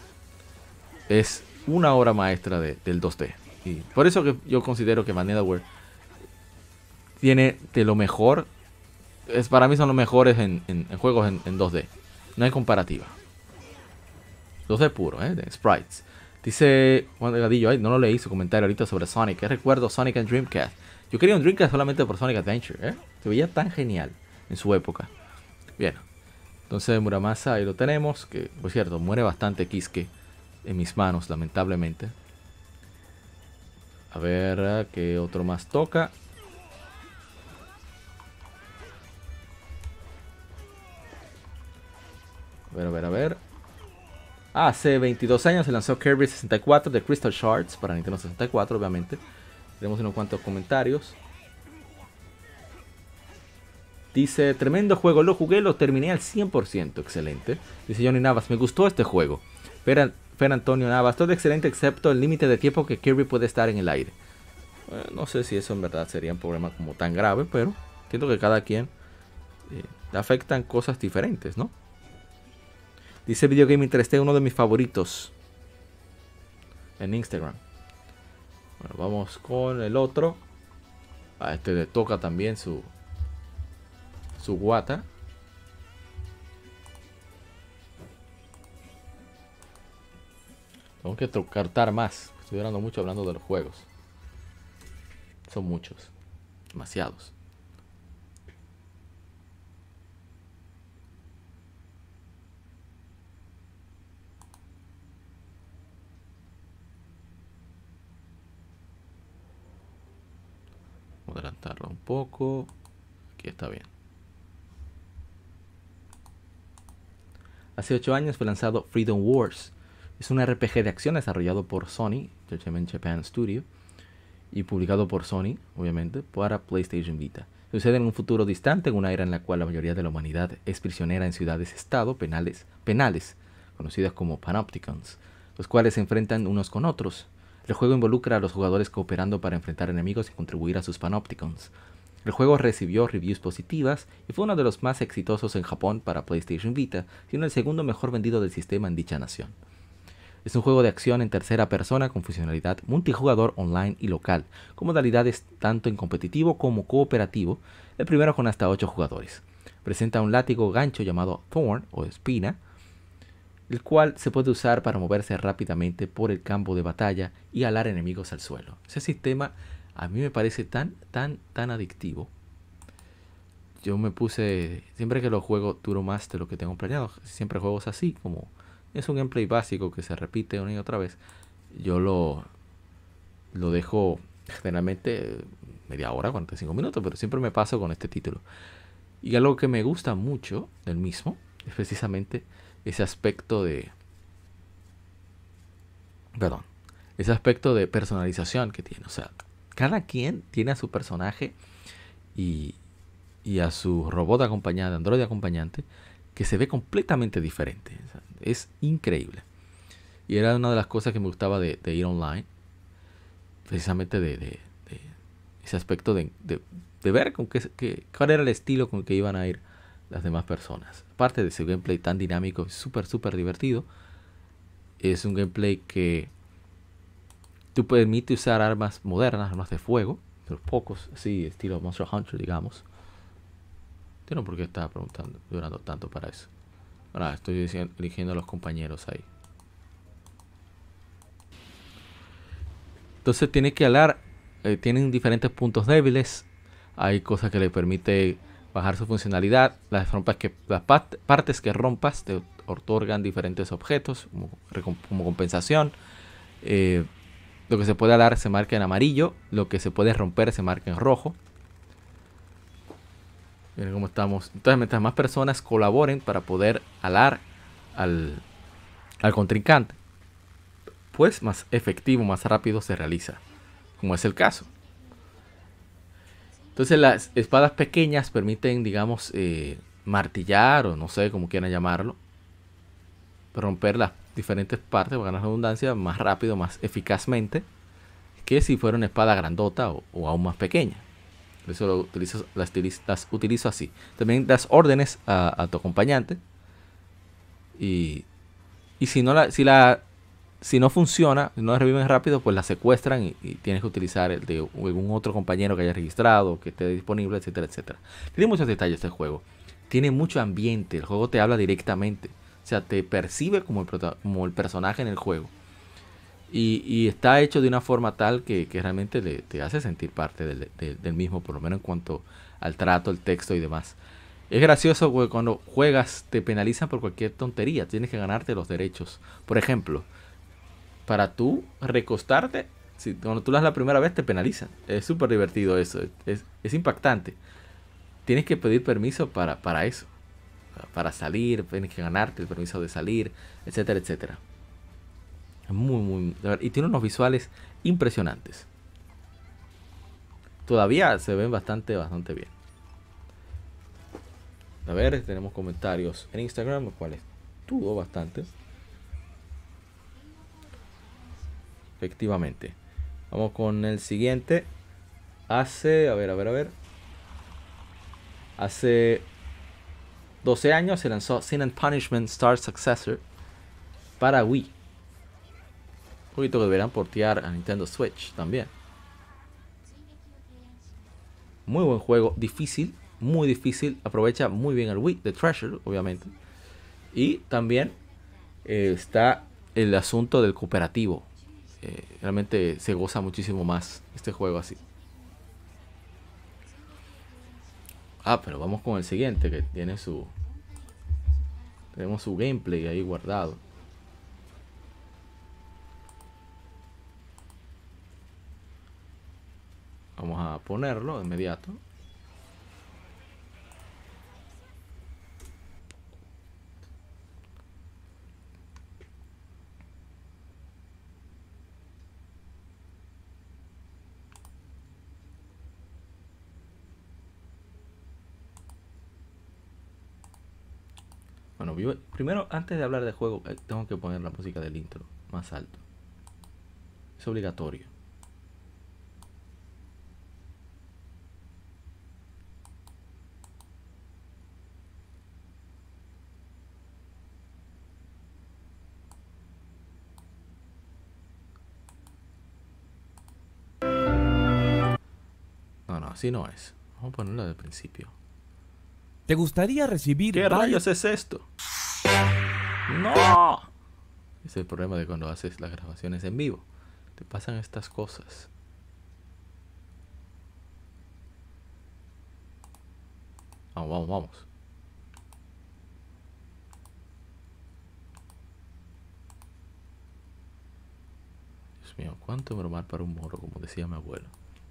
S2: Es una obra maestra de, del dos D. Y por eso que yo considero que Vanillaware tiene de lo mejor. Es, para mí son los mejores en, en, en juegos en, en dos D. No hay comparativa. dos D puro, ¿eh? De sprites. Dice Juan Delgadillo, ay, no lo leí su comentario ahorita sobre Sonic. ¿Qué recuerdo Sonic and Dreamcast? Yo quería un Dreamcast solamente por Sonic Adventure, ¿eh? Se veía tan genial en su época. Bien. Entonces Muramasa, ahí lo tenemos. Que, por cierto, muere bastante Kisuke en mis manos, lamentablemente. A ver, ¿qué otro más toca? A ver, a ver, a ver. Ah, hace veintidós años se lanzó Kirby sesenta y cuatro de Crystal Shards para Nintendo sesenta y cuatro, obviamente. Tenemos unos cuantos comentarios. Dice, tremendo juego, lo jugué, lo terminé al cien por ciento, excelente. Dice Johnny Navas, me gustó este juego. Fer, Fer Antonio Navas, todo excelente excepto el límite de tiempo que Kirby puede estar en el aire. Bueno, no sé si eso en verdad sería un problema como tan grave, pero entiendo que cada quien eh, le afectan cosas diferentes, ¿no? Dice Video Gaming tres D, uno de mis favoritos en Instagram. Bueno, vamos con el otro. A este le toca también su su guata. Tengo que cartar más. Estoy hablando mucho hablando de los juegos. Son muchos. Demasiados. Vamos a adelantarlo un poco. Aquí está bien. hace ocho años fue lanzado Freedom Wars. Es un R P G de acción desarrollado por Sony, Entertainment Japan Studio, y publicado por Sony, obviamente, para PlayStation Vita. Sucede en un futuro distante, en una era en la cual la mayoría de la humanidad es prisionera en ciudades-estado penales, penales, conocidas como Panopticons, los cuales se enfrentan unos con otros. El juego involucra a los jugadores cooperando para enfrentar enemigos y contribuir a sus Panopticons. El juego recibió reviews positivas y fue uno de los más exitosos en Japón para PlayStation Vita, siendo el segundo mejor vendido del sistema en dicha nación. Es un juego de acción en tercera persona con funcionalidad multijugador online y local, con modalidades tanto en competitivo como cooperativo, el primero con hasta ocho jugadores. Presenta un látigo gancho llamado Thorn o Espina, el cual se puede usar para moverse rápidamente por el campo de batalla y alar enemigos al suelo. Ese sistema a mí me parece tan, tan, tan adictivo. Yo me puse, siempre que lo juego duro más de lo que tengo planeado. Siempre juegos así, como es un gameplay básico que se repite una y otra vez. Yo lo, lo dejo generalmente media hora, cuarenta y cinco minutos, pero siempre me paso con este título. Y algo que me gusta mucho del mismo es precisamente ese aspecto de perdón ese aspecto de personalización que tiene. O sea, cada quien tiene a su personaje y, y a su robot acompañante, androide acompañante, que se ve completamente diferente. O sea, es increíble. Y era una de las cosas que me gustaba de, de ir online, precisamente de, de, de ese aspecto de, de, de ver con qué, qué, cuál era el estilo con el que iban a ir las demás personas. Aparte de ese gameplay tan dinámico, súper, súper divertido, es un gameplay que tú permite usar armas modernas, armas de fuego, pero pocos, así, estilo Monster Hunter, digamos. Yo no sé por qué estaba preguntando, durando tanto para eso. Ahora estoy diciendo, eligiendo a los compañeros ahí. Entonces tiene que hablar, eh, tienen diferentes puntos débiles. Hay cosas que le permite bajar su funcionalidad. Las, rompas que, las part, partes que rompas te otorgan diferentes objetos como, como compensación. Eh, lo que se puede alar se marca en amarillo. Lo que se puede romper se marca en rojo. Miren cómo estamos. Entonces, mientras más personas colaboren para poder alar al, al contrincante, pues más efectivo, más rápido se realiza, como es el caso. Entonces las espadas pequeñas permiten, digamos, eh, martillar o no sé cómo quieran llamarlo, romper las diferentes partes, para ganar redundancia, más rápido, más eficazmente que si fuera una espada grandota o, o aún más pequeña. Por eso lo utilizo, las, las utilizo así. También das órdenes a, a tu acompañante y, y si no la... Si la Si no funciona, si no la reviven rápido, pues la secuestran y, y tienes que utilizar el de algún otro compañero que haya registrado, que esté disponible, etcétera, etcétera. Tiene muchos detalles este juego. Tiene mucho ambiente. El juego te habla directamente. O sea, te percibe como el, como el personaje en el juego. Y, y está hecho de una forma tal que, que realmente le, te hace sentir parte del, de, del mismo, por lo menos en cuanto al trato, el texto y demás. Es gracioso porque cuando juegas te penalizan por cualquier tontería. Tienes que ganarte los derechos. Por ejemplo, para tú recostarte, si, cuando tú lo haces la primera vez te penalizan. Es súper divertido eso, es, es impactante. Tienes que pedir permiso para, para eso, para salir, tienes que ganarte el permiso de salir, etcétera, etcétera. Es muy, muy... Y tiene unos visuales impresionantes. Todavía se ven bastante, bastante bien. A ver, tenemos comentarios en Instagram, los cuales dudo bastante. Efectivamente. Vamos con el siguiente. Hace, a ver, a ver, a ver. Hace doce años se lanzó Sin and Punishment Star Successor para Wii. Un poquito que deberán portear a Nintendo Switch también. Muy buen juego, difícil, muy difícil. Aprovecha muy bien el Wii de Treasure, obviamente. Y también eh, está el asunto del cooperativo. Eh, realmente se goza muchísimo más este juego así. Ah, pero vamos con el siguiente que tiene su... Tenemos su gameplay ahí guardado. Vamos a ponerlo de inmediato. Bueno, yo, primero, antes de hablar de juego, eh, tengo que poner la música del intro más alto. Es obligatorio. No, no, así no es. Vamos a ponerlo del principio.
S5: ¿Te gustaría recibir
S2: ¿Qué
S5: varios-
S2: rayos es esto? ¡No! Ese es el problema de cuando haces las grabaciones en vivo. Te pasan estas cosas. Vamos, vamos, vamos. Dios mío, cuánto bromar para un moro, como decía mi abuelo.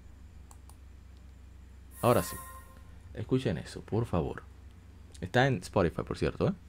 S2: Ahora sí. Escuchen eso, por favor. Está en Spotify, por cierto, ¿eh?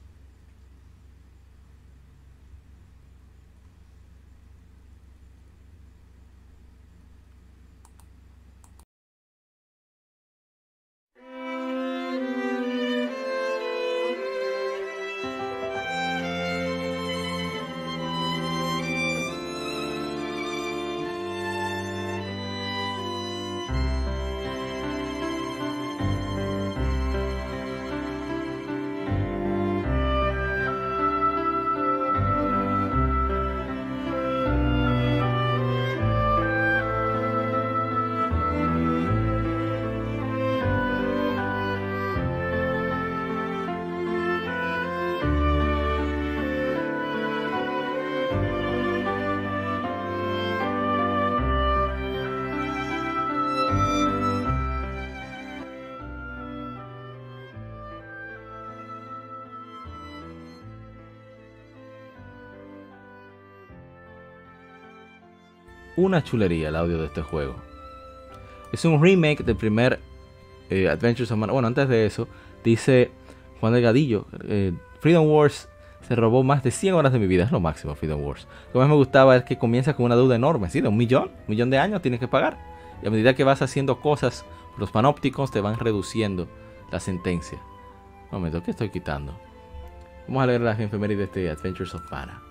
S2: Una chulería el audio de este juego. Es un remake del primer eh, Adventures of Mana. Bueno, antes de eso, dice Juan Delgadillo, eh, Freedom Wars se robó más de cien horas de mi vida. Es lo máximo, Freedom Wars. Lo que más me gustaba es que comienza con una deuda enorme, ¿sí? De un millón, un millón de años tienes que pagar. Y a medida que vas haciendo cosas, los panópticos te van reduciendo la sentencia. Un momento, ¿qué estoy quitando? Vamos a leer las efemérides de Adventures of Mana.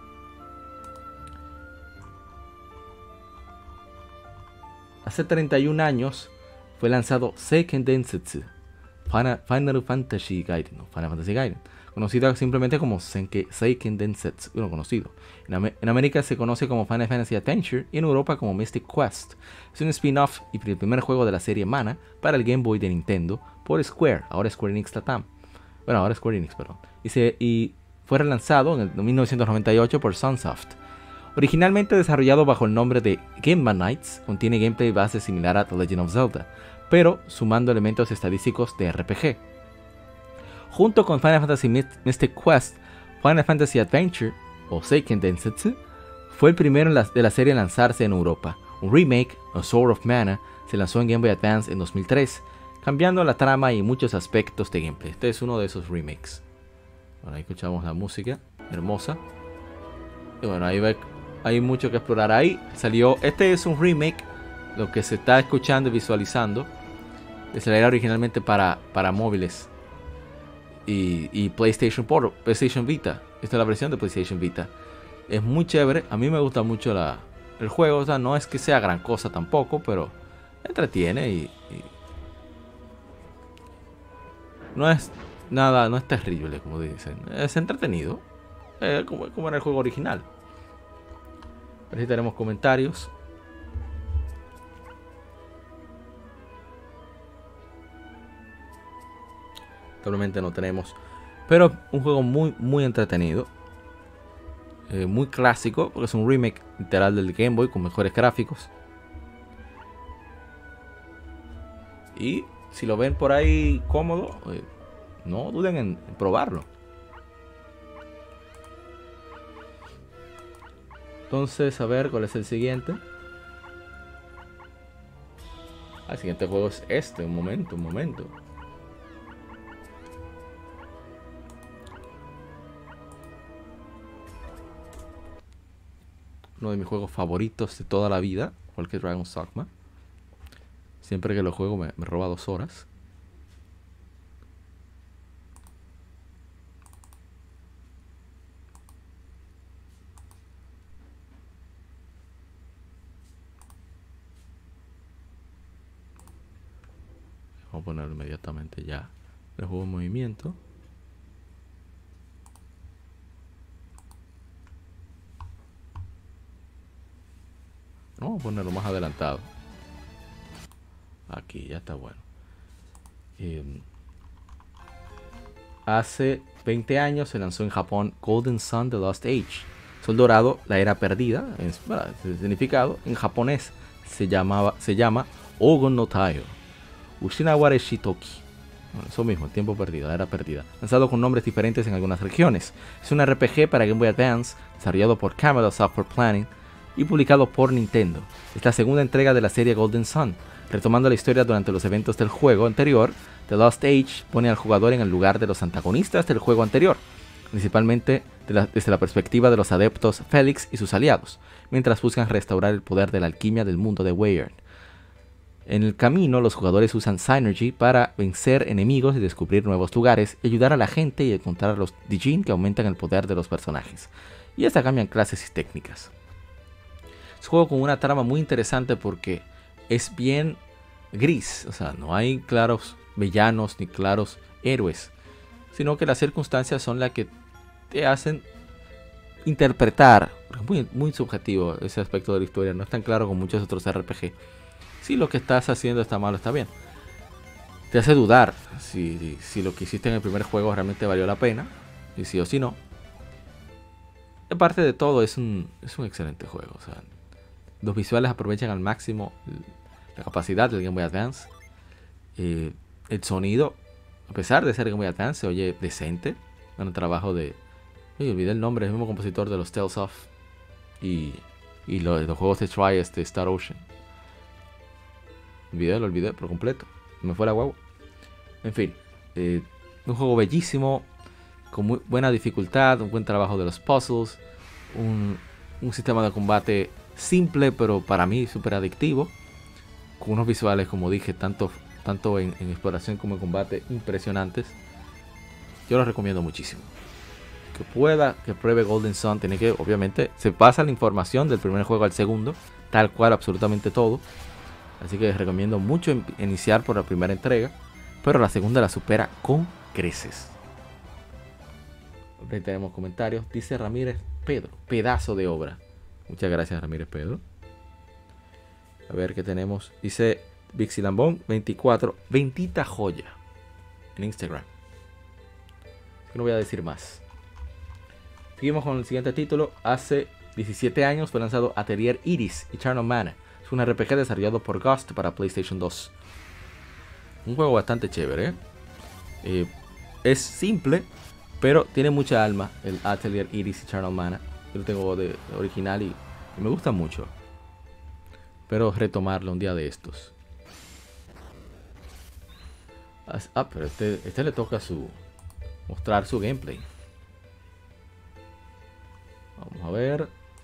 S2: Hace treinta y un años fue lanzado Seiken Densetsu Final, Final Fantasy Gaiden, no, Final Fantasy Gaiden, conocido simplemente como Senke, Seiken Densetsu, bueno, conocido. En, Am en América se conoce como Final Fantasy Adventure y en Europa como Mystic Quest. Es un spin-off y el primer juego de la serie Mana para el Game Boy de Nintendo por Square, ahora Square Enix Latam. Bueno, ahora Square Enix, perdón. Y, se, y fue relanzado en el mil novecientos noventa y ocho por Sunsoft. Originalmente desarrollado bajo el nombre de Game Man Knights, contiene gameplay base similar a The Legend of Zelda, pero sumando elementos estadísticos de R P G. Junto con Final Fantasy Mystic Quest, Final Fantasy Adventure, o Seiken Densetsu, fue el primero de la serie en lanzarse en Europa. Un remake, A Sword of Mana, se lanzó en Game Boy Advance en dos mil tres, cambiando la trama y muchos aspectos de gameplay. Este es uno de esos remakes. Bueno, ahí escuchamos la música, hermosa. Y bueno, ahí ve, hay mucho que explorar. Ahí salió, este es un remake, lo que se está escuchando y visualizando. Que salió originalmente para, para móviles y, y PlayStation Portal, PlayStation Vita. Esta es la versión de PlayStation Vita. Es muy chévere, a mí me gusta mucho la, el juego. O sea, no es que sea gran cosa tampoco, pero entretiene y, y no es nada, no es terrible como dicen. Es entretenido, eh, como, como en el juego original. A ver si tenemos comentarios. Actualmente no tenemos, pero un juego muy muy entretenido, eh, muy clásico, porque es un remake literal del Game Boy con mejores gráficos. Y si lo ven por ahí cómodo, eh, no duden en, en probarlo. Entonces, a ver cuál es el siguiente. Ah, el siguiente juego es este. Un momento, un momento. Uno de mis juegos favoritos de toda la vida, cualquier Dragon's Dogma. Siempre que lo juego me, me roba dos horas. Vamos a ponerlo inmediatamente ya. El juego en movimiento. Vamos a ponerlo más adelantado. Aquí ya está bueno. Eh, hace veinte años se lanzó en Japón Golden Sun The Lost Age. Sol Dorado, la era perdida, en bueno, el significado en japonés se llamaba se llama Ogon no Taio Ushinaware Shitoki. Bueno, eso mismo, el tiempo perdido, la era perdida. Lanzado con nombres diferentes en algunas regiones. Es un R P G para Game Boy Advance, desarrollado por Camelot Software Planning y publicado por Nintendo. Es la segunda entrega de la serie Golden Sun. Retomando la historia durante los eventos del juego anterior, The Lost Age pone al jugador en el lugar de los antagonistas del juego anterior, principalmente de la, desde la perspectiva de los adeptos Felix y sus aliados, mientras buscan restaurar el poder de la alquimia del mundo de Weyard. En el camino, los jugadores usan Psynergy para vencer enemigos y descubrir nuevos lugares, y ayudar a la gente y encontrar a los Dijin que aumentan el poder de los personajes. Y hasta cambian clases y técnicas. Es un juego con una trama muy interesante porque es bien gris, o sea, no hay claros villanos ni claros héroes, sino que las circunstancias son las que te hacen interpretar, muy, muy subjetivo ese aspecto de la historia, no es tan claro como muchos otros R P G. Si lo que estás haciendo está mal o está bien, te hace dudar si, si, si lo que hiciste en el primer juego realmente valió la pena, y si o si no. Aparte de todo, es un, es un excelente juego, o sea, los visuales aprovechan al máximo la capacidad del Game Boy Advance. Eh, el sonido, a pesar de ser Game Boy Advance, se oye decente. Bueno, trabajo de... Oye, olvidé el nombre, es el mismo compositor de los Tales of y, y los, los juegos de Trials de Star Ocean. Olvidé, lo olvidé por completo. Me fue la guagua. En fin, eh, un juego bellísimo, con muy buena dificultad, un buen trabajo de los puzzles, un, un sistema de combate simple, pero para mí súper adictivo, con unos visuales, como dije, tanto, tanto en, en exploración como en combate, impresionantes. Yo lo recomiendo muchísimo. Que pueda, que pruebe Golden Sun. Tiene que, obviamente, se pasa la información del primer juego al segundo, tal cual, absolutamente todo. Así que les recomiendo mucho iniciar por la primera entrega, pero la segunda la supera con creces. Ahí tenemos comentarios. Dice Ramírez Pedro, pedazo de obra. Muchas gracias, Ramírez Pedro. A ver qué tenemos. Dice Vixi Lambón veinticuatro, bendita joya, en Instagram. Así que no voy a decir más. Seguimos con el siguiente título. Hace diecisiete años fue lanzado Atelier Iris Eternal Mana. Es un R P G desarrollado por Ghost para PlayStation dos. Un juego bastante chévere, ¿eh? Eh, es simple, pero tiene mucha alma el Atelier Iris Eternal Mana. Yo lo tengo de original y, y me gusta mucho. Pero retomarlo un día de estos. Ah, pero este, este le toca su mostrar su gameplay. Vamos a ver.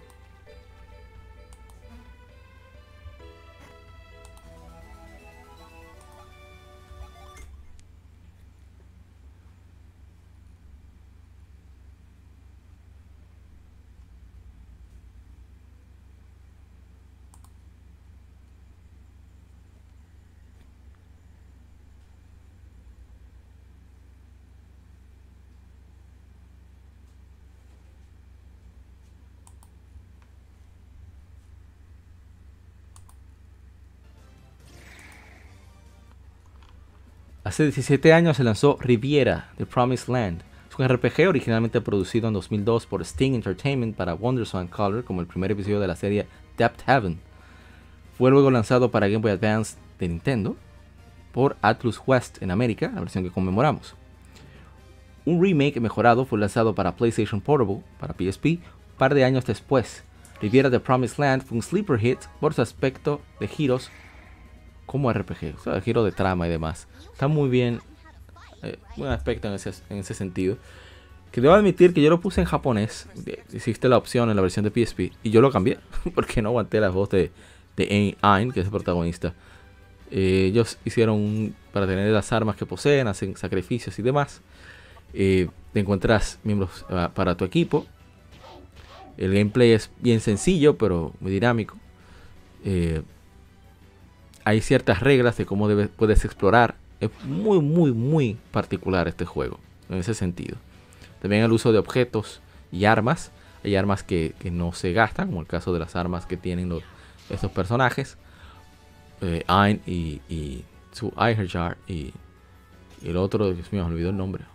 S2: Hace diecisiete años se lanzó Riviera, The Promised Land. Es un R P G originalmente producido en dos mil dos por Sting Entertainment para WonderSwan Color como el primer episodio de la serie Depth Heaven. Fue luego lanzado para Game Boy Advance de Nintendo por Atlus West en América, la versión que conmemoramos. Un remake mejorado fue lanzado para PlayStation Portable, para P S P, un par de años después. Riviera, The Promised Land fue un sleeper hit por su aspecto de giros como R P G, o sea, el giro de trama y demás. Está muy bien, eh, buen aspecto en ese, en ese sentido. Que debo admitir que yo lo puse en japonés. Existe la opción en la versión de P S P y yo lo cambié porque no aguanté la voz de, de Ain, que es el protagonista. Eh, ellos hicieron un, para tener las armas que poseen, hacen sacrificios y demás. Eh, te encuentras miembros uh, para tu equipo. El gameplay es bien sencillo, pero muy dinámico. Eh, hay ciertas reglas de cómo debes, puedes explorar es muy, muy, muy particular este juego, en ese sentido. También el uso de objetos y armas. Hay armas que, que no se gastan, como el caso de las armas que tienen los, estos personajes. Eh, Ein y, y su Eiherjar y, y el otro, Dios mío, me olvidó el nombre.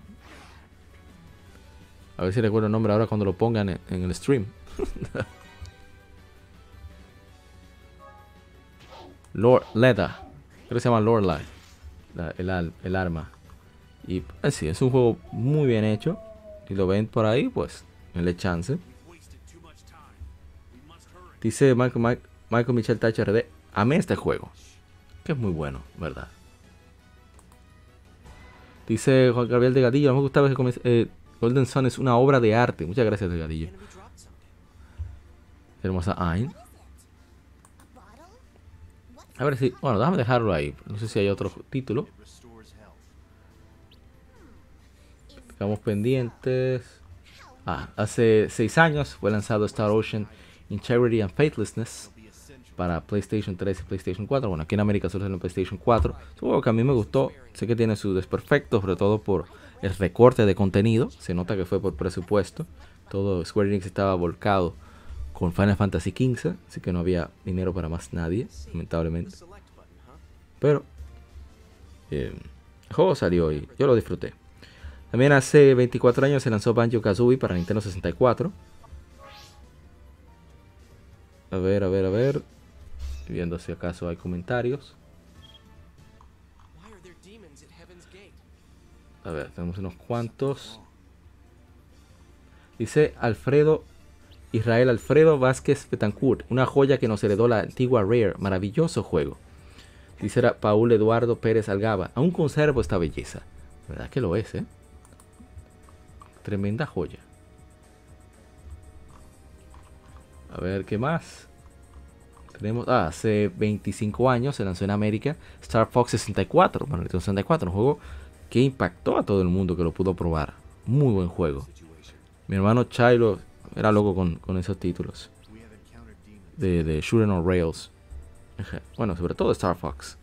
S2: A ver si recuerdo el nombre ahora cuando lo pongan en, en el stream. Lord Leda, creo que se llama Lorelai, la, el, el arma. Y pues, sí, es un juego muy bien hecho. Si lo ven por ahí, pues denle chance. Dice Michael, Michael, Michael Michel Tacho R D, amé este juego, que es muy bueno, ¿verdad? Dice Juan Gabriel Delgadillo, no me gustaba que comience, eh, Golden Sun es una obra de arte. Muchas gracias, Delgadillo. Hermosa Ein. A ver si, bueno, déjame dejarlo ahí. No sé si hay otro título. Estamos pendientes. Ah, hace seis años fue lanzado Star Ocean Integrity and Faithlessness para PlayStation tres y PlayStation cuatro. Bueno, aquí en América solo es en PlayStation cuatro. Es un juego que a mí me gustó. Sé que tiene sus desperfectos, sobre todo por el recorte de contenido. Se nota que fue por presupuesto. Todo Square Enix estaba volcado con Final Fantasy quince, así que no había dinero para más nadie, lamentablemente. Pero eh, el juego salió y yo lo disfruté. También hace veinticuatro años se lanzó Banjo-Kazooie para Nintendo sesenta y cuatro. A ver, a ver, a ver. Viendo si acaso hay comentarios. A ver, tenemos unos cuantos. Dice Alfredo Israel Alfredo Vázquez Betancourt, una joya que nos heredó la antigua Rare, maravilloso juego. Dice Paul Eduardo Pérez Algaba, aún conservo esta belleza. ¿Verdad que lo es, eh? Tremenda joya. A ver, ¿qué más? Tenemos, ah, hace veinticinco años se lanzó en América Star Fox sesenta y cuatro, bueno, sesenta y cuatro, un juego que impactó a todo el mundo que lo pudo probar. Muy buen juego. Mi hermano Chilo era loco con, con esos títulos de, de Shooting on Rails. Bueno, sobre todo Star Fox.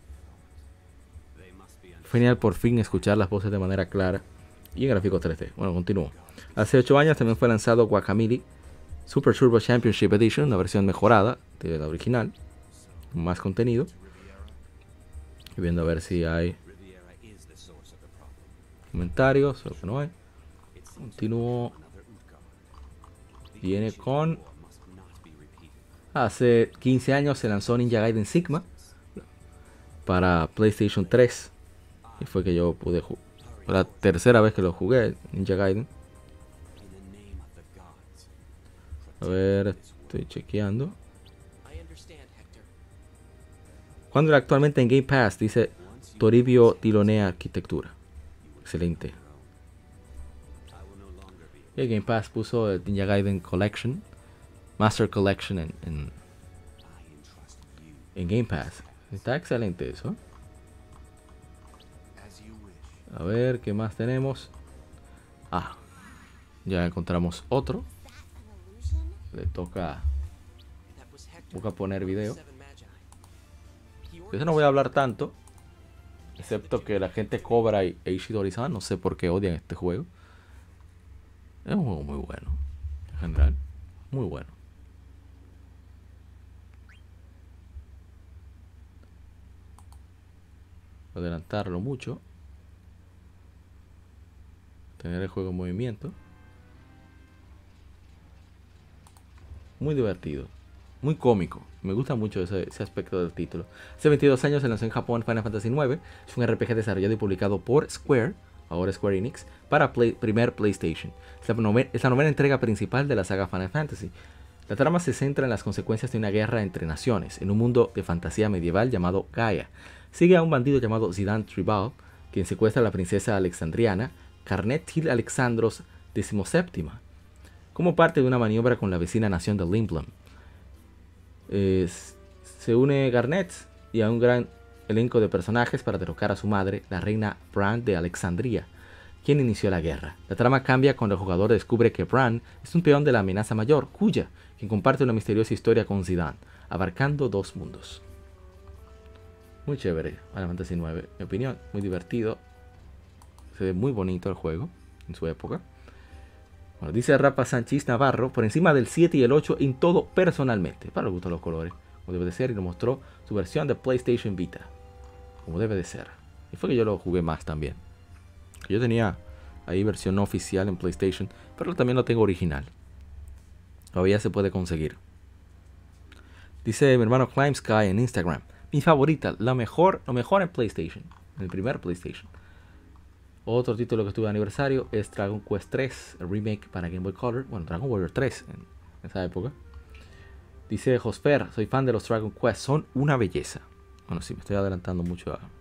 S2: Genial por fin escuchar las voces de manera clara y en gráfico tres D. Bueno, continúo. Hace ocho años también fue lanzado Guacamelee Super Turbo Championship Edition, una versión mejorada de la original, con más contenido. Y viendo a ver si hay comentarios, o que no hay. Continúo. Viene con... Hace quince años se lanzó Ninja Gaiden Sigma para PlayStation tres. Y fue que yo pude jugar. Fue la tercera vez que lo jugué, Ninja Gaiden. A ver, estoy chequeando. ¿Cuándo actualmente en Game Pass? Dice Toribio Tilonea Arquitectura. Excelente. Y el Game Pass puso el Ninja Gaiden Collection, Master Collection en, en, en Game Pass. Está excelente eso. A ver, ¿qué más tenemos? Ah, ya encontramos otro. Le toca, toca poner video. De eso no voy a hablar tanto, excepto que la gente cobra y Eishi Dori-san, no sé por qué odian este juego. Es un juego muy bueno, en general, muy bueno. Adelantarlo mucho. Tener el juego en movimiento. Muy divertido, muy cómico. Me gusta mucho ese, ese aspecto del título. Hace veintidós años se lanzó en Japón Final Fantasy nueve. Es un R P G desarrollado y publicado por Square, ahora Square Enix, para play, primer PlayStation. Es la, novena, es la novena entrega principal de la saga Final Fantasy. La trama se centra en las consecuencias de una guerra entre naciones, en un mundo de fantasía medieval llamado Gaia. Sigue a un bandido llamado Zidane Tribal, quien secuestra a la princesa alexandriana Carnet Til Alexandros decimoséptima, como parte de una maniobra con la vecina nación de Limblum. Eh, se une Garnet y a un gran elenco de personajes para derrocar a su madre, la reina Bran de Alexandria, quien inició la guerra. La trama cambia cuando el jugador descubre que Bran es un peón de la amenaza mayor, Kuya, quien comparte una misteriosa historia con Zidane, abarcando dos mundos. Muy chévere, Final Fantasy nueve. En mi opinión, muy divertido. Se ve muy bonito el juego en su época. Bueno, dice Rafa Sánchez Navarro, por encima del siete y el ocho en todo personalmente. Para el gusto de los colores, como debe de ser. Y nos mostró su versión de PlayStation Vita, como debe de ser. Y fue que yo lo jugué más también. Yo tenía ahí versión no oficial en PlayStation, pero también lo tengo original. Todavía se puede conseguir. Dice mi hermano Climb Sky en Instagram. Mi favorita, la mejor, lo mejor en PlayStation. En el primer PlayStation. Otro título que estuve de aniversario es Dragon Quest tres, el remake para Game Boy Color. Bueno, Dragon Warrior tres en esa época. Dice Josfer, soy fan de los Dragon Quest, son una belleza. Bueno, sí, me estoy adelantando mucho a...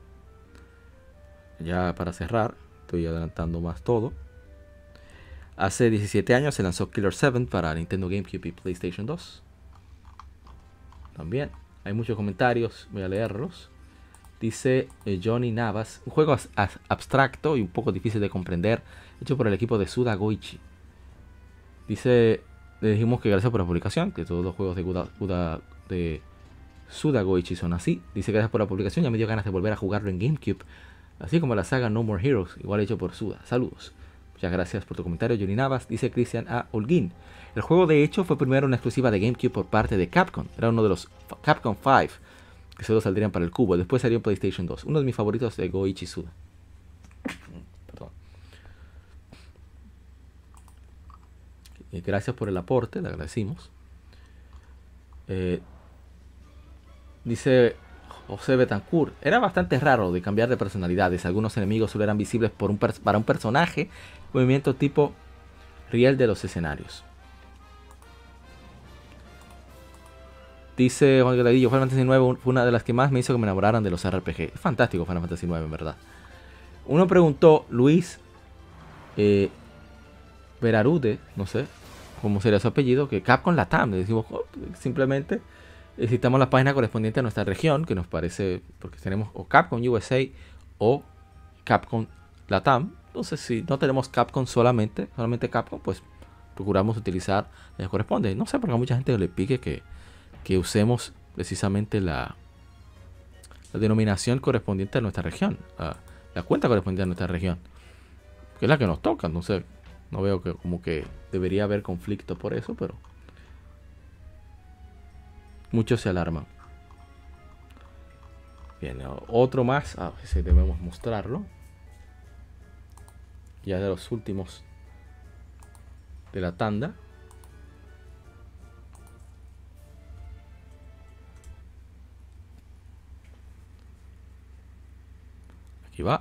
S2: Ya para cerrar, estoy adelantando más todo. Hace diecisiete años se lanzó Killer siete para Nintendo GameCube y PlayStation dos. También hay muchos comentarios, voy a leerlos. Dice eh, Johnny Navas, un juego abstracto y un poco difícil de comprender, hecho por el equipo de Suda Goichi. Dice, le dijimos que gracias por la publicación, que todos los juegos de, Guda, Guda, de Suda Goichi son así. Dice gracias por la publicación, ya me dio ganas de volver a jugarlo en GameCube, así como la saga No More Heroes, igual hecho por Suda. Saludos. Muchas gracias por tu comentario, Johnny Navas. Dice Cristian A. Holguín. El juego de hecho fue primero una exclusiva de GameCube por parte de Capcom. Era uno de los Capcom cinco que solo saldrían para el cubo. Después salió en PlayStation dos. Uno de mis favoritos de Goichi Suda. Perdón. Y gracias por el aporte, le agradecimos. Eh, dice José Betancourt. Era bastante raro de cambiar de personalidades. Algunos enemigos solo eran visibles por un para un personaje. Movimiento tipo riel de los escenarios. Dice Juan Galadillo, Final Fantasy nueve fue una de las que más me hizo que me enamoraran de los R P G. Es fantástico Final Fantasy nueve, en verdad. Uno preguntó, Luis eh, Verarude, no sé cómo sería su apellido, que Capcom Latam. Le decimos, oh, simplemente necesitamos la página correspondiente a nuestra región, que nos parece, porque tenemos o Capcom U S A o Capcom Latam. Entonces, si no tenemos Capcom solamente, solamente Capcom, pues procuramos utilizar la que corresponde. No sé, porque a mucha gente le pique que que usemos precisamente la, la denominación correspondiente a nuestra región, la, la cuenta correspondiente a nuestra región, que es la que nos toca. No sé, no veo que como que debería haber conflicto por eso, pero muchos se alarman. Bien, otro más, a ver si debemos mostrarlo, ya de los últimos de la tanda. Aquí va.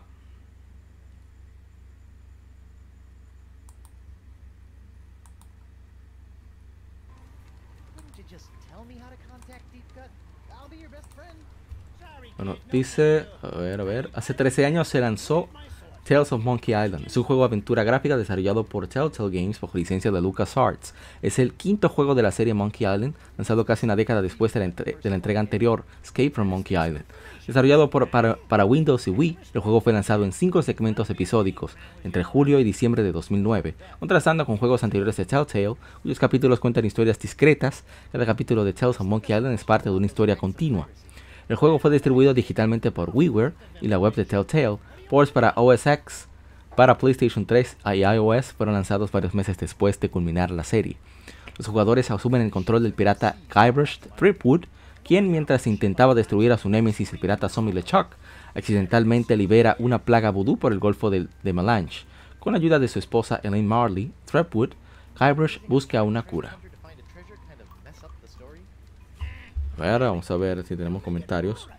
S2: Bueno, dice, a ver, a ver, hace trece años se lanzó Tales of Monkey Island. Es un juego de aventura gráfica desarrollado por Telltale Games bajo licencia de LucasArts. Es el quinto juego de la serie Monkey Island, lanzado casi una década después de la, entre de la entrega anterior, Escape from Monkey Island. Desarrollado por, para, para Windows y Wii, el juego fue lanzado en cinco segmentos episódicos entre julio y diciembre de dos mil nueve, contrastando con juegos anteriores de Telltale, cuyos capítulos cuentan historias discretas. Cada capítulo de Tales of Monkey Island es parte de una historia continua. El juego fue distribuido digitalmente por WiiWare y la web de Telltale. Ports para O S X, para PlayStation tres y iOS fueron lanzados varios meses después de culminar la serie. Los jugadores asumen el control del pirata Guybrush Threepwood, quien mientras intentaba destruir a su némesis el pirata Zombie LeChuck, accidentalmente libera una plaga vudú por el Golfo de, de Melange. Con la ayuda de su esposa Elaine Marley, Threepwood, Guybrush busca una cura. A ver, vamos a ver si tenemos comentarios.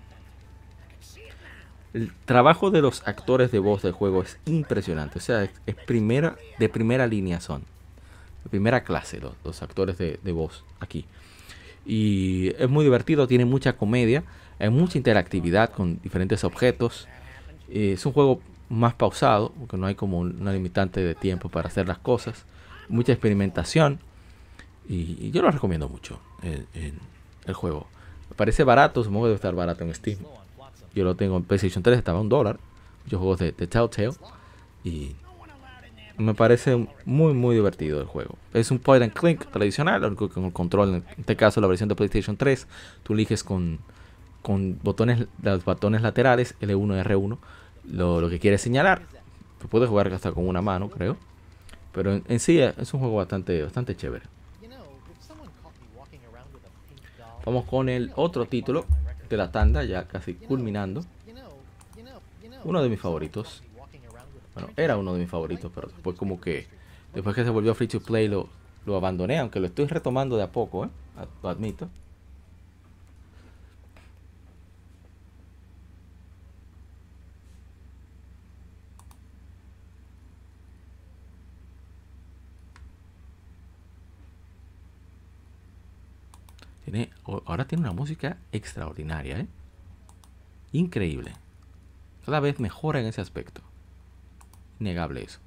S2: El trabajo de los actores de voz del juego es impresionante. O sea, es, es primera, de primera línea son. De primera clase los, los actores de, de voz aquí. Y es muy divertido, tiene mucha comedia. Hay mucha interactividad con diferentes objetos. Eh, es un juego más pausado, porque no hay como una limitante de tiempo para hacer las cosas. Mucha experimentación. Y, y yo lo recomiendo mucho, el, el, el juego. Me parece barato, supongo que debe estar barato en Steam. Yo lo tengo en PlayStation tres, estaba a un dólar. Muchos juegos de, de Telltale. Y me parece muy muy divertido el juego. Es un point and click tradicional, con el control, en este caso la versión de PlayStation tres. Tú eliges con con botones, los botones laterales L uno y R uno, lo, lo que quiere señalar. Se puede jugar hasta con una mano, creo. Pero en, en sí es un juego bastante, bastante chévere. Vamos con el otro título de la tanda, ya casi culminando. Uno de mis favoritos. Bueno, era uno de mis favoritos, pero después como que... Después que se volvió free to play lo, lo abandoné, aunque lo estoy retomando de a poco, ¿eh? Lo admito. Tiene, ahora tiene una música extraordinaria, ¿eh? Increíble. Cada vez mejora en ese aspecto. Innegable eso.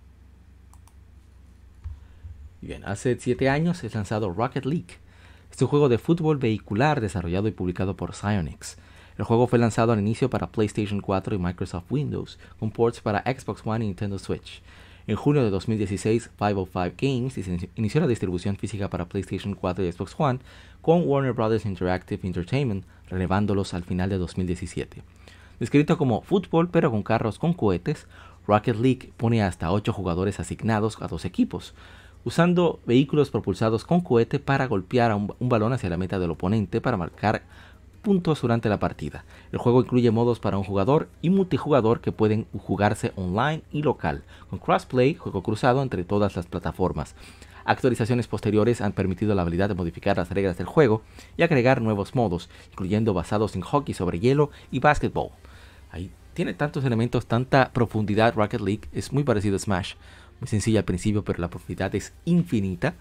S2: Y bien, hace siete años es lanzado Rocket League. Es un juego de fútbol vehicular desarrollado y publicado por Psyonix. El juego fue lanzado al inicio para PlayStation cuatro y Microsoft Windows, con ports para Xbox One y Nintendo Switch. En junio de dos mil dieciséis, quinientos cinco Games inició la distribución física para PlayStation cuatro y Xbox One con Warner Bros. Interactive Entertainment, relevándolos al final de dos mil diecisiete. Descrito como fútbol pero con carros con cohetes, Rocket League pone hasta ocho jugadores asignados a dos equipos, usando vehículos propulsados con cohete para golpear a un, un balón hacia la meta del oponente para marcar puntos durante la partida. El juego incluye modos para un jugador y multijugador que pueden jugarse online y local, con crossplay, juego cruzado entre todas las plataformas. Actualizaciones posteriores han permitido la habilidad de modificar las reglas del juego y agregar nuevos modos, incluyendo basados en hockey sobre hielo y básquetbol. Ahí tiene tantos elementos, tanta profundidad. Rocket League es muy parecido a Smash, muy sencilla al principio, pero la profundidad es infinita.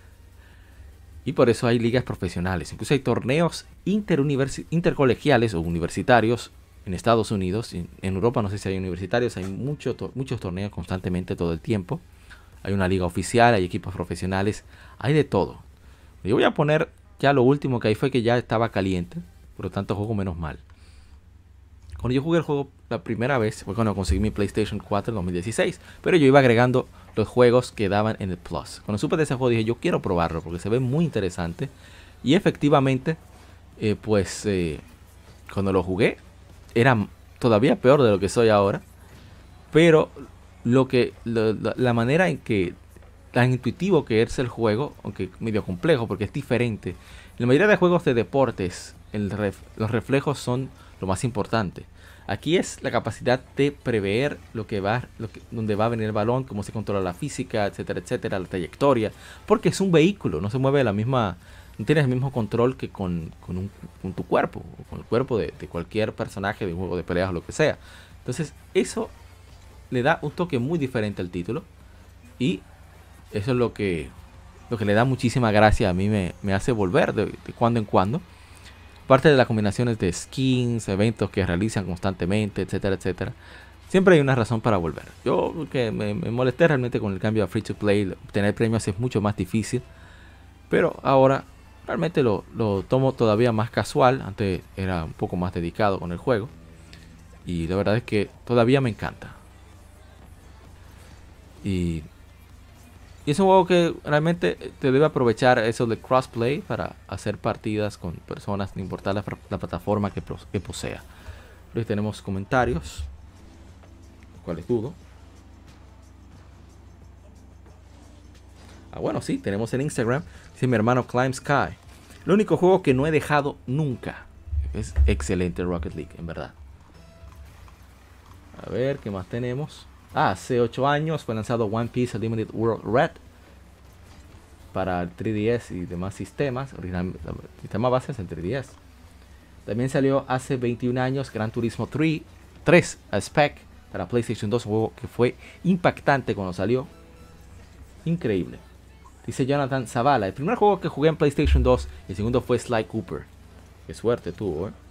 S2: Y por eso hay ligas profesionales. Incluso hay torneos intercolegiales o universitarios en Estados Unidos. En, en Europa no sé si hay universitarios. Hay mucho, to muchos torneos constantemente todo el tiempo. Hay una liga oficial, hay equipos profesionales. Hay de todo. Yo voy a poner ya lo último que hay fue que ya estaba caliente. Por lo tanto juego menos mal. Cuando yo jugué el juego la primera vez fue cuando conseguí mi PlayStation cuatro en dos mil dieciséis. Pero yo iba agregando los juegos que daban en el Plus. Cuando supe de ese juego dije, yo quiero probarlo porque se ve muy interesante. Y efectivamente, eh, pues eh, cuando lo jugué, era todavía peor de lo que soy ahora. Pero lo que lo, la, la manera en que, tan intuitivo que es el juego, aunque medio complejo porque es diferente. En la mayoría de juegos de deportes, el ref, los reflejos son lo más importante. Aquí es la capacidad de prever lo que va, lo que, dónde va a venir el balón, cómo se controla la física, etcétera, etcétera, la trayectoria, porque es un vehículo, no se mueve de la misma, no tienes el mismo control que con, con, un, con tu cuerpo, o con el cuerpo de, de cualquier personaje de un juego de peleas o lo que sea. Entonces eso le da un toque muy diferente al título y eso es lo que, lo que le da muchísima gracia. A mí me, me hace volver de, de cuando en cuando. Parte de las combinaciones de skins, eventos que realizan constantemente, etcétera, etcétera. Siempre hay una razón para volver. Yo que me, me molesté realmente con el cambio a free to play. Obtener premios es mucho más difícil. Pero ahora realmente lo, lo tomo todavía más casual. Antes era un poco más dedicado con el juego. Y la verdad es que todavía me encanta. Y... Y es un juego que realmente te debe aprovechar eso de crossplay para hacer partidas con personas, no importa la, la plataforma que, que posea. Luego tenemos comentarios, cuáles dudo. Ah, bueno, sí, tenemos en Instagram. Dice mi hermano Climb Sky. El único juego que no he dejado nunca. Es excelente Rocket League, en verdad. A ver, ¿qué más tenemos? Ah, hace ocho años fue lanzado One Piece Unlimited World Red para el tres D S y demás sistemas. Original, el sistema base es el tres D S. También salió hace veintiún años Gran Turismo tres a spec para PlayStation dos, un juego que fue impactante cuando salió. Increíble. Dice Jonathan Zavala, el primer juego que jugué en PlayStation dos y el segundo fue Sly Cooper. Qué suerte tuvo, ¿eh?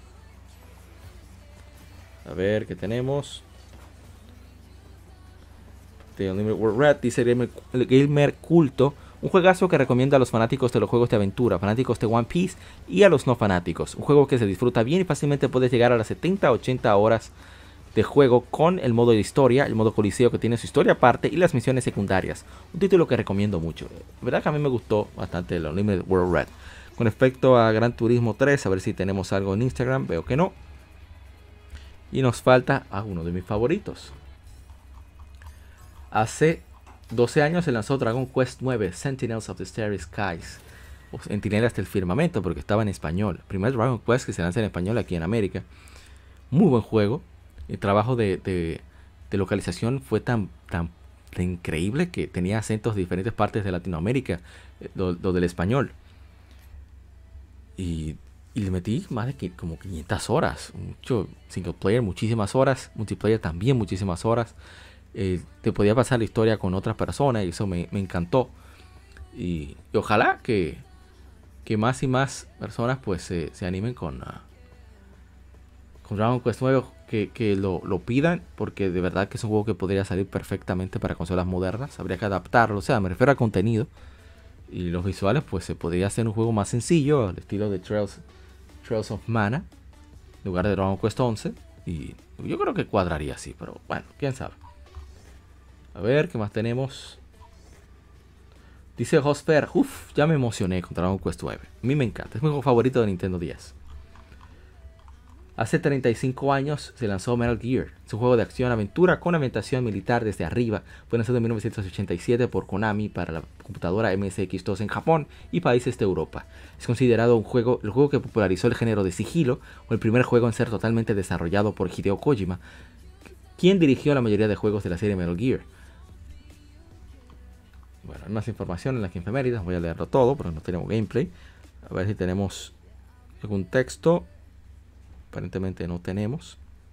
S2: A ver, ¿qué tenemos? Unlimited World Red, dice Gamer, Gamer Culto, un juegazo que recomienda a los fanáticos de los juegos de aventura, fanáticos de One Piece y a los no fanáticos. Un juego que se disfruta bien y fácilmente puedes llegar a las setenta a ochenta horas de juego con el modo de historia, el modo coliseo que tiene su historia aparte y las misiones secundarias. Un título que recomiendo mucho. La verdad que a mí me gustó bastante el Unlimited World Red. Con respecto a Gran Turismo tres, a ver si tenemos algo en Instagram. Veo que no. Y nos falta a uno de mis favoritos. Hace doce años se lanzó Dragon Quest nueve, Sentinels of the Starry Skies. O Centinelas del Firmamento, porque estaba en español. El primer Dragon Quest que se lanza en español aquí en América. Muy buen juego. El trabajo de, de, de localización fue tan, tan, tan increíble que tenía acentos de diferentes partes de Latinoamérica. Lo, lo del español. Y, y le metí más de que, como quinientas horas. Mucho single player, muchísimas horas. Multiplayer también muchísimas horas. Eh, te podía pasar la historia con otras personas y eso me, me encantó. Y, y ojalá que, que más y más personas pues se, se animen con, uh, con Dragon Quest nueve. Que, que lo, lo pidan, porque de verdad que es un juego que podría salir perfectamente para consolas modernas. Habría que adaptarlo, o sea, me refiero a contenido. Y los visuales, pues se podría hacer un juego más sencillo, al estilo de Trails, Trails of Mana, en lugar de Dragon Quest once. Y yo creo que cuadraría así, pero bueno, quién sabe. A ver, ¿qué más tenemos? Dice Hosper, uff, ya me emocioné con Dragon Quest nueve. A mí me encanta, es mi juego favorito de Nintendo diez. Hace treinta y cinco años se lanzó Metal Gear. Es un juego de acción-aventura con ambientación militar desde arriba. Fue lanzado en mil novecientos ochenta y siete por Konami para la computadora M S X dos en Japón y países de Europa. Es considerado un juego, el juego que popularizó el género de sigilo, o el primer juego en ser totalmente desarrollado por Hideo Kojima, quien dirigió la mayoría de juegos de la serie Metal Gear. Bueno, hay más información en las efemérides. Voy a leerlo todo porque no tenemos gameplay. A ver si tenemos algún texto. Aparentemente no tenemos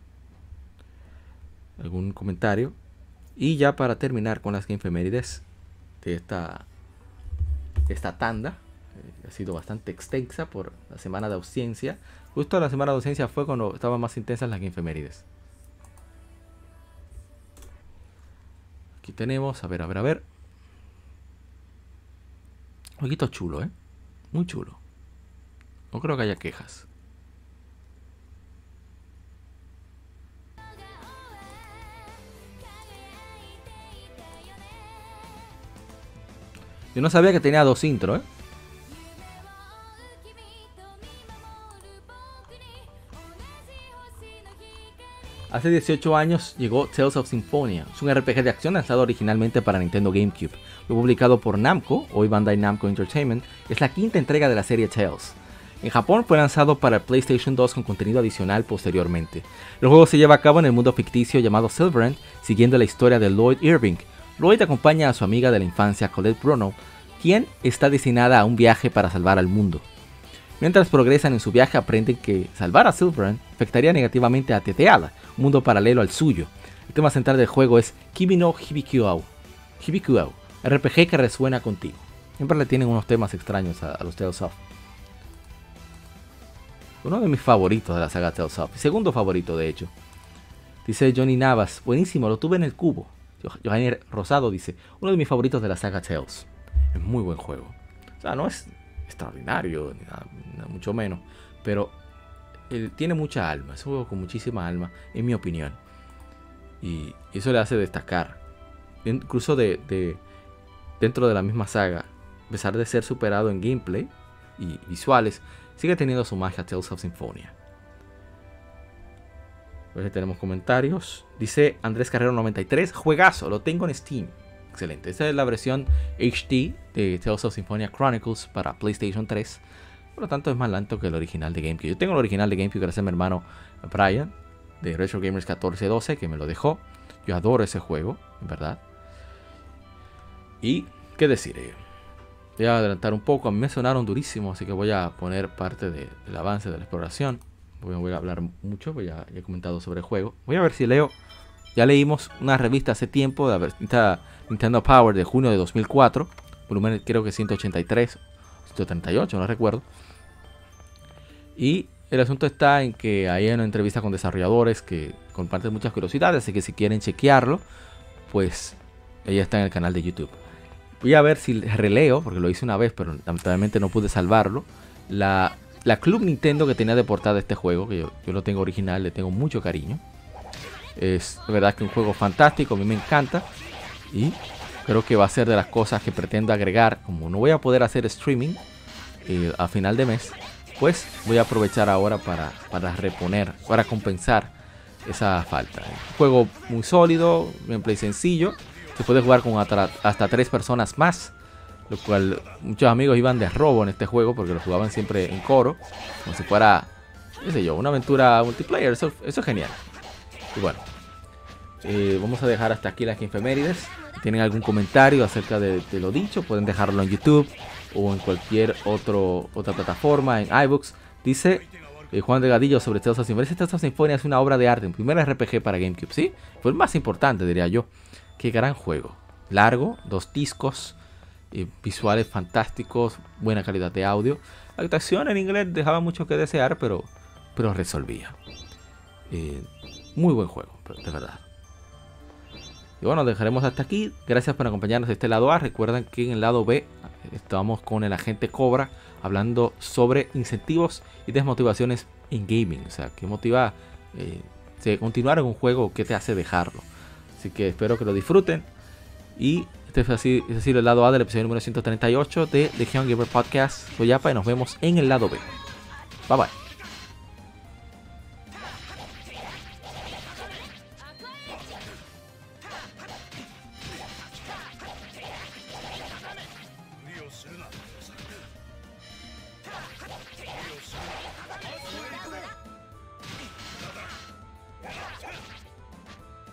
S2: algún comentario. Y ya para terminar con las efemérides de esta, de esta tanda, eh, ha sido bastante extensa por la semana de ausencia. Justo la semana de ausencia fue cuando estaban más intensas las efemérides. Aquí tenemos, a ver, a ver, a ver. Un poquito chulo, ¿eh? Muy chulo. No creo que haya quejas. Yo no sabía que tenía dos intros, ¿eh? Hace dieciocho años llegó Tales of Symphonia. Es un R P G de acción lanzado originalmente para Nintendo GameCube. Fue publicado por Namco, hoy Bandai Namco Entertainment. Es la quinta entrega de la serie Tales. En Japón fue lanzado para el PlayStation dos con contenido adicional posteriormente. El juego se lleva a cabo en el mundo ficticio llamado Silverend, siguiendo la historia de Lloyd Irving. Lloyd acompaña a su amiga de la infancia, Colette Bruno, quien está destinada a un viaje para salvar al mundo. Mientras progresan en su viaje, aprenden que salvar a Silverend afectaría negativamente a Teteala, un mundo paralelo al suyo. El tema central del juego es Kimi no Hibikuou, Hibikuou, R P G que resuena contigo. Siempre le tienen unos temas extraños a, a los Tales of. Uno de mis favoritos de la saga Tales of, segundo favorito de hecho. Dice Johnny Navas, buenísimo, lo tuve en el cubo. Johanny Rosado dice, uno de mis favoritos de la saga Tales. Es muy buen juego. O sea, no es extraordinario, ni nada, nada, mucho menos. Pero él tiene mucha alma. Es un juego con muchísima alma, en mi opinión. Y eso le hace destacar. Incluso de, de, dentro de la misma saga, a pesar de ser superado en gameplay y visuales, sigue teniendo su magia Tales of Symphonia. A ver si tenemos comentarios. Dice Andrés Carrero noventa y tres, juegazo, lo tengo en Steam. Excelente, esta es la versión H D de Tales of Symphonia Chronicles para PlayStation tres. Por lo tanto es más lento que el original de GameCube. Yo tengo el original de GameCube gracias a mi hermano Brian de Retro Gamers catorce doce que me lo dejó. Yo adoro ese juego, en verdad. Y qué decir, voy a adelantar un poco. A mí me sonaron durísimos, así que voy a poner parte de, del avance de la exploración. Voy, voy a hablar mucho, voy a, ya he comentado sobre el juego. Voy a ver si leo. Ya leímos una revista hace tiempo de la Nintendo Power de junio de dos mil cuatro. Volumen creo que ciento ochenta y tres, ciento treinta y ocho, no recuerdo. Y el asunto está en que hay una entrevista con desarrolladores que comparten muchas curiosidades. Así que si quieren chequearlo, pues ella está en el canal de YouTube. Voy a ver si releo, porque lo hice una vez, pero lamentablemente no pude salvarlo. La, la Club Nintendo que tenía de portada este juego, que yo, yo lo tengo original, le tengo mucho cariño. Es de verdad que un juego fantástico, a mí me encanta. Y creo que va a ser de las cosas que pretendo agregar. Como no voy a poder hacer streaming eh, a final de mes, pues voy a aprovechar ahora para, para reponer, para compensar esa falta. Un juego muy sólido, gameplay sencillo, se puede jugar con hasta, hasta tres personas más, lo cual muchos amigos iban de robo en este juego porque lo jugaban siempre en coro, como si fuera, qué sé yo, una aventura multiplayer. Eso, eso es genial. Y bueno, eh, vamos a dejar hasta aquí las efemérides. Si tienen algún comentario acerca de, de lo dicho, pueden dejarlo en YouTube o en cualquier otro, otra plataforma, en iBooks. Dice eh, Juan Delgadillo sobre Tales of Symphonia. Tales of Symphonia es una obra de arte, un primer R P G para GameCube, ¿sí? Fue el más importante, diría yo. Qué gran juego. Largo, dos discos, eh, visuales fantásticos, buena calidad de audio. La actuación en inglés dejaba mucho que desear, pero, pero resolvía. Eh, muy buen juego, de verdad. Y bueno, dejaremos hasta aquí. Gracias por acompañarnos de este lado A. Recuerden que en el lado B estamos con el agente Cobra hablando sobre incentivos y desmotivaciones en gaming. O sea, qué motiva eh, continuar en un juego, qué te hace dejarlo. Así que espero que lo disfruten. Y este es así, es así el lado A del episodio número ciento treinta y ocho de Legion Gamer Podcast. Soy Yapa y nos vemos en el lado B. Bye bye.
S6: Dios,